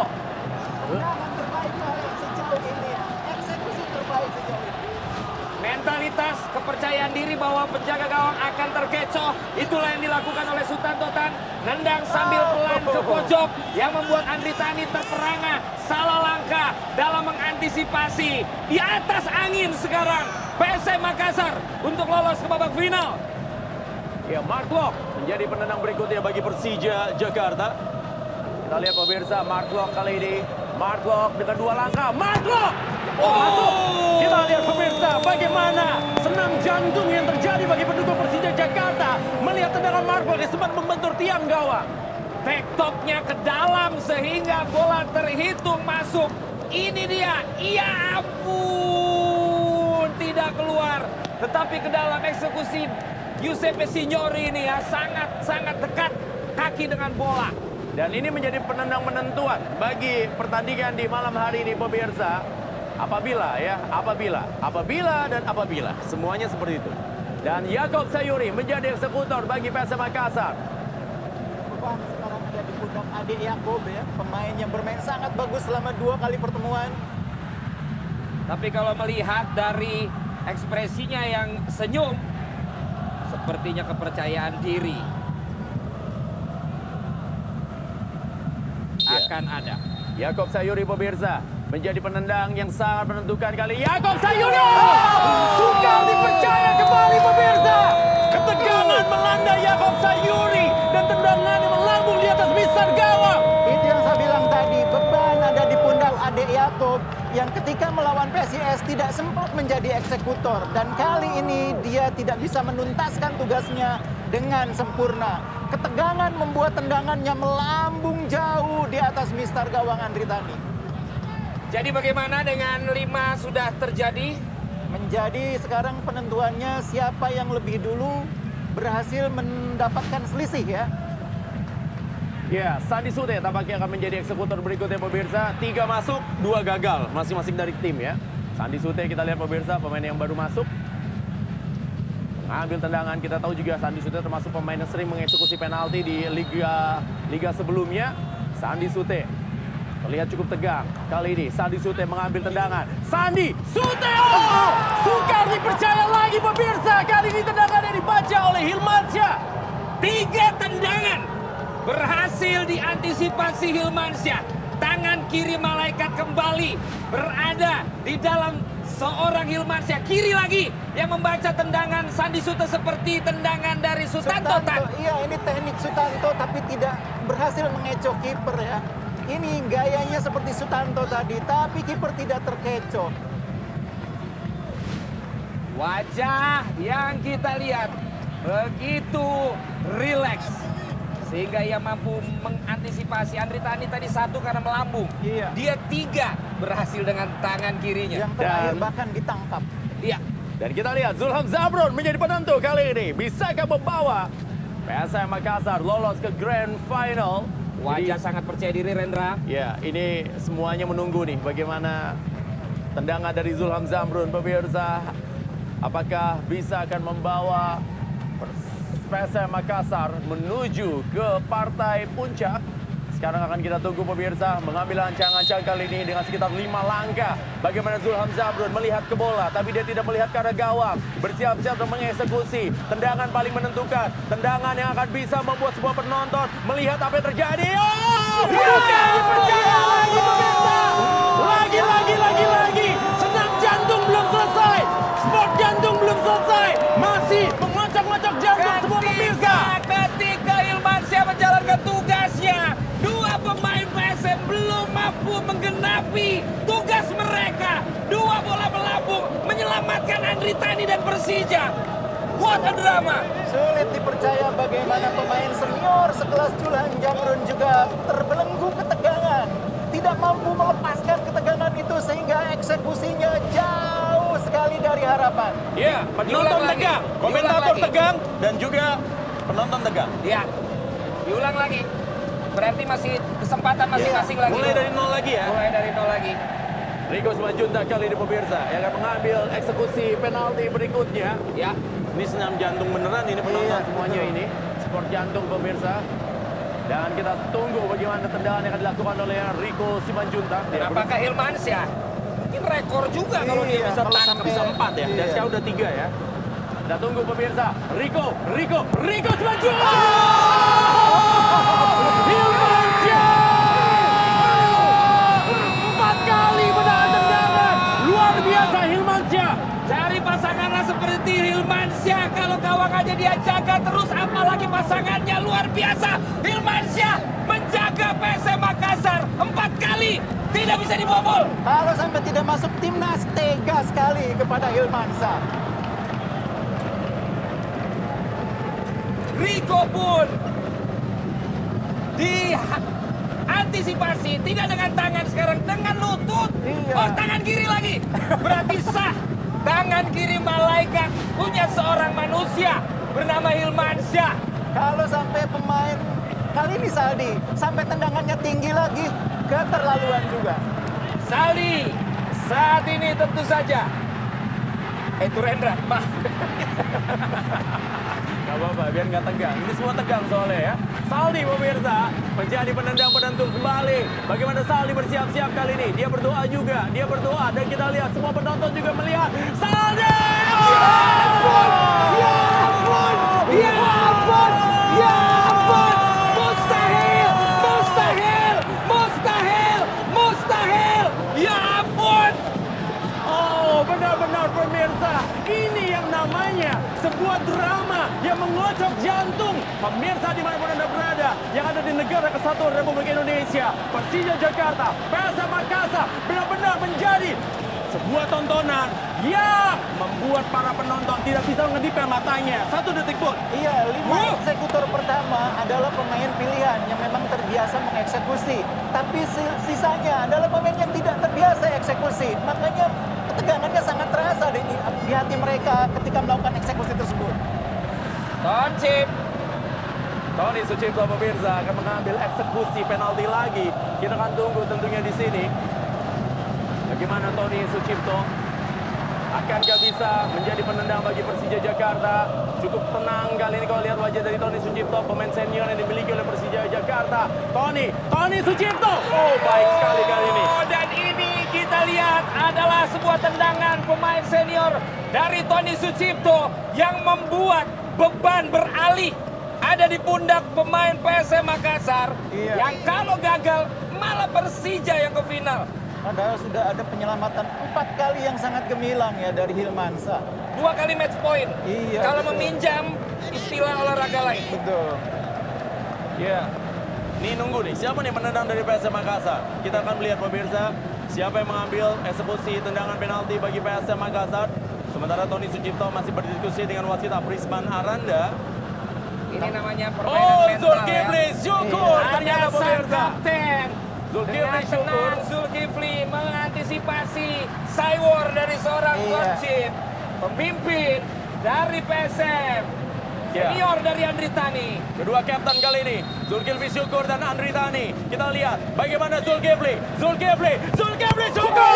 Mentalitas, kepercayaan diri bahwa penjaga gawang akan terkecoh. Itulah yang dilakukan oleh Sutanto Tan. Nendang sambil pelan ke pojok yang membuat Andri Tani terperangah. Salah langkah dalam mengantisipasi. Di atas angin sekarang PSM Makassar untuk lolos ke babak final. Ya, Mark Lok menjadi penendang berikutnya bagi Persija Jakarta. Kita lihat pemirsa, Mark Lok kali ini. Mark Lok dengan 2 langkah. Mark Lok! Masuk! Kita lihat pemirsa bagaimana senam jantung yang terjadi bagi pendukung Persija Jakarta melihat tendangan Mark Lok yang sempat membentur tiang gawang. Tektoknya ke dalam sehingga bola terhitung masuk. Ini dia, ya ampun, tidak keluar. Tetapi ke dalam eksekusi Giuseppe Signori ini ya sangat dekat kaki dengan bola. Dan ini menjadi penendang menentuan bagi pertandingan di malam hari ini pemirsa. Apabila semuanya seperti itu. Dan Yakob Sayuri menjadi eksekutor bagi PSM Makassar. Sekarang ada di pundak Ade Yakob ya, pemain yang bermain sangat bagus selama 2 kali pertemuan. Tapi kalau melihat dari ekspresinya yang senyum, sepertinya kepercayaan diri akan ada. Yakob Sayuri pemirsa menjadi penendang yang sangat menentukan kali. Yakob Sayuri! Sukar dipercaya kembali pemirsa. Ketegangan melanda Yakob Sayuri dan tendangannya melambung di atas misar gawang. Itu yang saya bilang tadi, beban ada di pundak Ade Yakob yang ketika melawan PSIS tidak sempat menjadi eksekutor. Dan kali ini dia tidak bisa menuntaskan tugasnya dengan sempurna. Ketegangan membuat tendangannya melambung jauh di atas mistar gawang Andri Tani. Jadi bagaimana dengan 5 sudah terjadi? Menjadi sekarang penentuannya siapa yang lebih dulu berhasil mendapatkan selisih ya. Ya, Sandi Sute tampaknya akan menjadi eksekutor berikutnya pemirsa. 3 masuk, 2 gagal masing-masing dari tim ya. Sandi Sute kita lihat pemirsa, pemain yang baru masuk. Mengambil tendangan, kita tahu juga Sandi Sute termasuk pemain yang sering mengeksekusi penalti di liga sebelumnya. Sandi Sute terlihat cukup tegang. Kali ini Sandi Sute mengambil tendangan. Sandi Sute! Oh! Sukar dipercaya lagi pemirsa. Kali ini tendangannya dibaca oleh Hilmansyah. 3 tendangan berhasil diantisipasi Hilmansyah. Tangan kiri malaikat kembali berada di dalam seorang Hilmansyah. Kiri lagi yang membaca tendangan Sandi Sute seperti tendangan dari Sutanto. Iya, ini teknik Sutanto tapi tidak berhasil mengecoh kiper ya. Ini gayanya seperti Sutanto tadi, tapi kiper tidak terkecoh. Wajah yang kita lihat begitu rileks sehingga ia mampu mengantisipasi. Andri Tani tadi 1 karena melambung. Iya. Dia 3 berhasil dengan tangan kirinya. Yang terakhir bahkan ditangkap. Iya. Dan kita lihat Zulham Zamrun menjadi penentu kali ini. Bisakah membawa PSM Makassar lolos ke Grand Final? Wajah sangat percaya diri Rendra. Ya, ini semuanya menunggu nih bagaimana tendangan dari Zulham Zamrun pemirsa. Apakah bisa akan membawa PSM Makassar menuju ke partai puncak? Sekarang akan kita tunggu pemirsa mengambil ancang-ancang kali ini dengan sekitar 5 langkah. Bagaimana Zulham Zamrun melihat ke bola, tapi dia tidak melihat ke arah gawang. Bersiap-siap untuk mengeksekusi. Tendangan paling menentukan. Tendangan yang akan bisa membuat sebuah penonton melihat apa yang terjadi. Oh! Bukan dipercaya lagi pemirsa. Lagi. Senam jantung belum selesai. Sport jantung belum selesai. Masih mengocok-ngocok jantung semua pemirsa. Ketika Hilmansyah menjalankan tugasnya, 2 pemain PSM belum mampu menggenapi tugas mereka. 2 bola melambung menyelamatkan Andri Tani dan Persija. What a drama! Sulit dipercaya bagaimana pemain senior sekelas Zulham Zamrun juga terbelenggu ketegangan. Tidak mampu melepaskan ketegangan itu sehingga eksekusinya jauh sekali dari harapan. Iya, penonton tegang, komentator tegang, dan juga penonton tegang. Iya, diulang lagi. Berarti masih kesempatan masing-masing lagi. Mulai dari 0 lagi ya. Mulai dari 0 lagi. Rico Simanjuntak kali ini pemirsa yang akan mengambil eksekusi penalti berikutnya. Ya. Ini senam jantung beneran ini penonton semuanya ini. Sport jantung pemirsa. Dan kita tunggu bagaimana tendangan yang akan dilakukan oleh Rico Simanjuntak. Apakah Hilmansyah? Mungkin rekor juga kalau dia bisa tangkap. Bisa 4 ya. Dan sekarang udah 3 ya. Kita tunggu pemirsa. Rico Simanjuntak. Hilmansyah! 4 kali menahan tendangan. Luar biasa Hilmansyah. Cari pasangannya seperti Hilmansyah. Kalau gawang aja dia jaga terus, apalagi pasangannya luar biasa. Hilmansyah menjaga PSM Makassar 4 kali. Tidak bisa dibobol. Kalau sampai tidak masuk timnas, tega sekali kepada Hilmansyah. Rico pun diantisipasi, tidak dengan tangan sekarang, dengan lutut. Oh, tangan kiri lagi. Berarti sah. Tangan kiri malaikat punya seorang manusia bernama Hilmansyah. Kalau sampai pemain kali ini Saldi, sampai tendangannya tinggi lagi, keterlaluan juga. Saldi, saat ini tentu saja. Turendra, Pak. Gak apa-apa, biar nggak tegang. Ini semua tegang soalnya ya. Saldi pemirsa menjadi penendang penentu kembali. Bagaimana Saldi bersiap-siap kali ini? Dia berdoa juga, dan kita lihat semua penonton juga melihat Saldi. Ya ampun! Mustahil! Ya ampun! Oh, benar-benar pemirsa, ini yang namanya sebuah drama yang mengocok jantung pemirsa dimanapun Anda berada yang ada di negara kesatuan Republik Indonesia. Persija Jakarta, PSM Makassar benar-benar menjadi sebuah tontonan yang membuat para penonton tidak bisa mengedipkan matanya 1 detik pun. Iya, 5 eksekutor pertama adalah pemain pilihan yang memang terbiasa mengeksekusi. Tapi sisanya adalah pemain yang tidak terbiasa eksekusi. Makanya ketegangannya sangat terasa di hati mereka ketika melakukan eksekusi tersebut. Tony Sucipto pemirsa akan mengambil eksekusi penalti lagi. Kita akan tunggu tentunya di sini. Bagaimana Tony Sucipto? Akankah bisa menjadi penendang bagi Persija Jakarta? Cukup tenang kali ini kalau lihat wajah dari Tony Sucipto, pemain senior yang dimiliki oleh Persija Jakarta. Tony Sucipto. Oh, baik sekali kali ini. Dan ini kita lihat adalah sebuah tendangan pemain senior dari Tony Sucipto yang membuat beban beralih ada di pundak pemain PSM Makassar. Yang kalau gagal malah Persija yang ke final. Padahal sudah ada penyelamatan 4 kali yang sangat gemilang ya dari Hilmansyah. 2 kali match point. Iya. Kalau betul. meminjam istilah olahraga lain. Betul. Ya. Ini nunggu nih, siapa nih penendang dari PSM Makassar? Kita akan melihat pemirsa siapa yang mengambil eksekusi tendangan penalti bagi PSM Makassar. Sementara Tony Sucipto masih berdiskusi dengan wasit Prisman Aranda. Ini namanya permainan mental Zulkifli Syukur ternyata pemirsa. kapten. Dengan tenang Zulkifli mengantisipasi cywar dari seorang wasit. Pemimpin dari PSM. Senior dari Andri Tani. Kedua kapten kali ini, Zulkifli Syukur dan Andri Tani. Kita lihat bagaimana Zulkifli Syukur!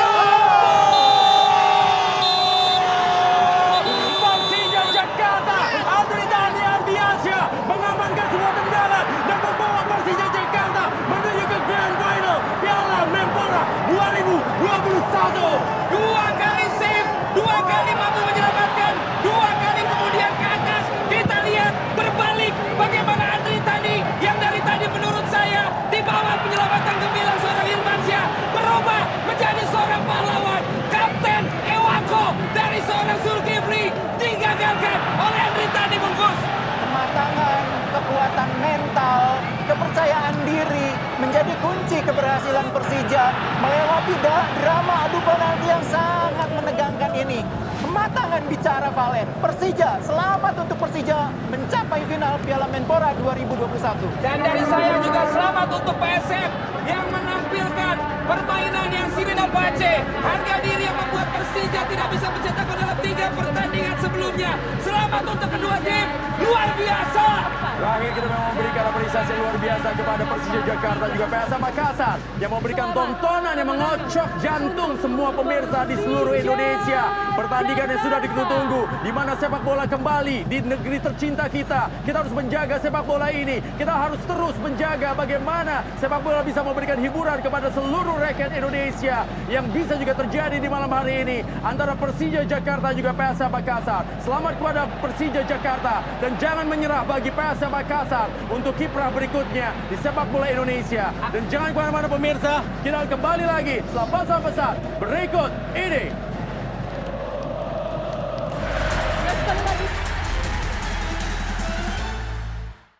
Persija Jakarta, Andri Tani Ardiansyah mengamankan semua tendangan dan membawa Persija Jakarta menuju ke Grand Final Piala Menpora 2021. 2 kali save, 2 kali mampu menyelamatkan, 2 kali kemudian ke atas. Kita lihat berbalik bagaimana Andri Tani yang dari tadi menurut saya di bawah penyelamatan gemilang seorang Hilmansyah berubah menjadi seorang pahlawan. Kapten Ewako dari seorang Zulkifli digagalkan oleh Andri Tani bungkus. Kematangan, kekuatan mental, kepercayaan diri menjadi kunci keberhasilan Persija melewati drama adu penalti yang sangat menegangkan ini. Kematangan bicara Valen. Persija, selamat untuk Persija mencapai final Piala Menpora 2021. Dan dari saya juga selamat untuk PSM yang menampilkan permainan yang Sirina Pace, harga diri yang membuat Persija Persija tidak bisa mencetak gol dalam 3 pertandingan sebelumnya. Selamat untuk kedua tim, luar biasa. Terakhir kita memang memberikan apresiasi luar biasa kepada Persija Jakarta juga PSM Makassar yang memberikan tontonan yang mengocok jantung semua pemirsa di seluruh Indonesia. Pertandingan yang sudah ditunggu, di mana sepak bola kembali di negeri tercinta kita. Kita harus menjaga sepak bola ini. Kita harus terus menjaga bagaimana sepak bola bisa memberikan hiburan kepada seluruh rakyat Indonesia yang bisa juga terjadi di malam hari ini antara Persija Jakarta juga PSM Makassar. Selamat kepada Persija Jakarta dan jangan menyerah bagi PSM Makassar untuk kiprah berikutnya di sepak bola Indonesia. Dan jangan kemana-mana pemirsa, kita akan kembali lagi setelah pesan-pesan berikut ini.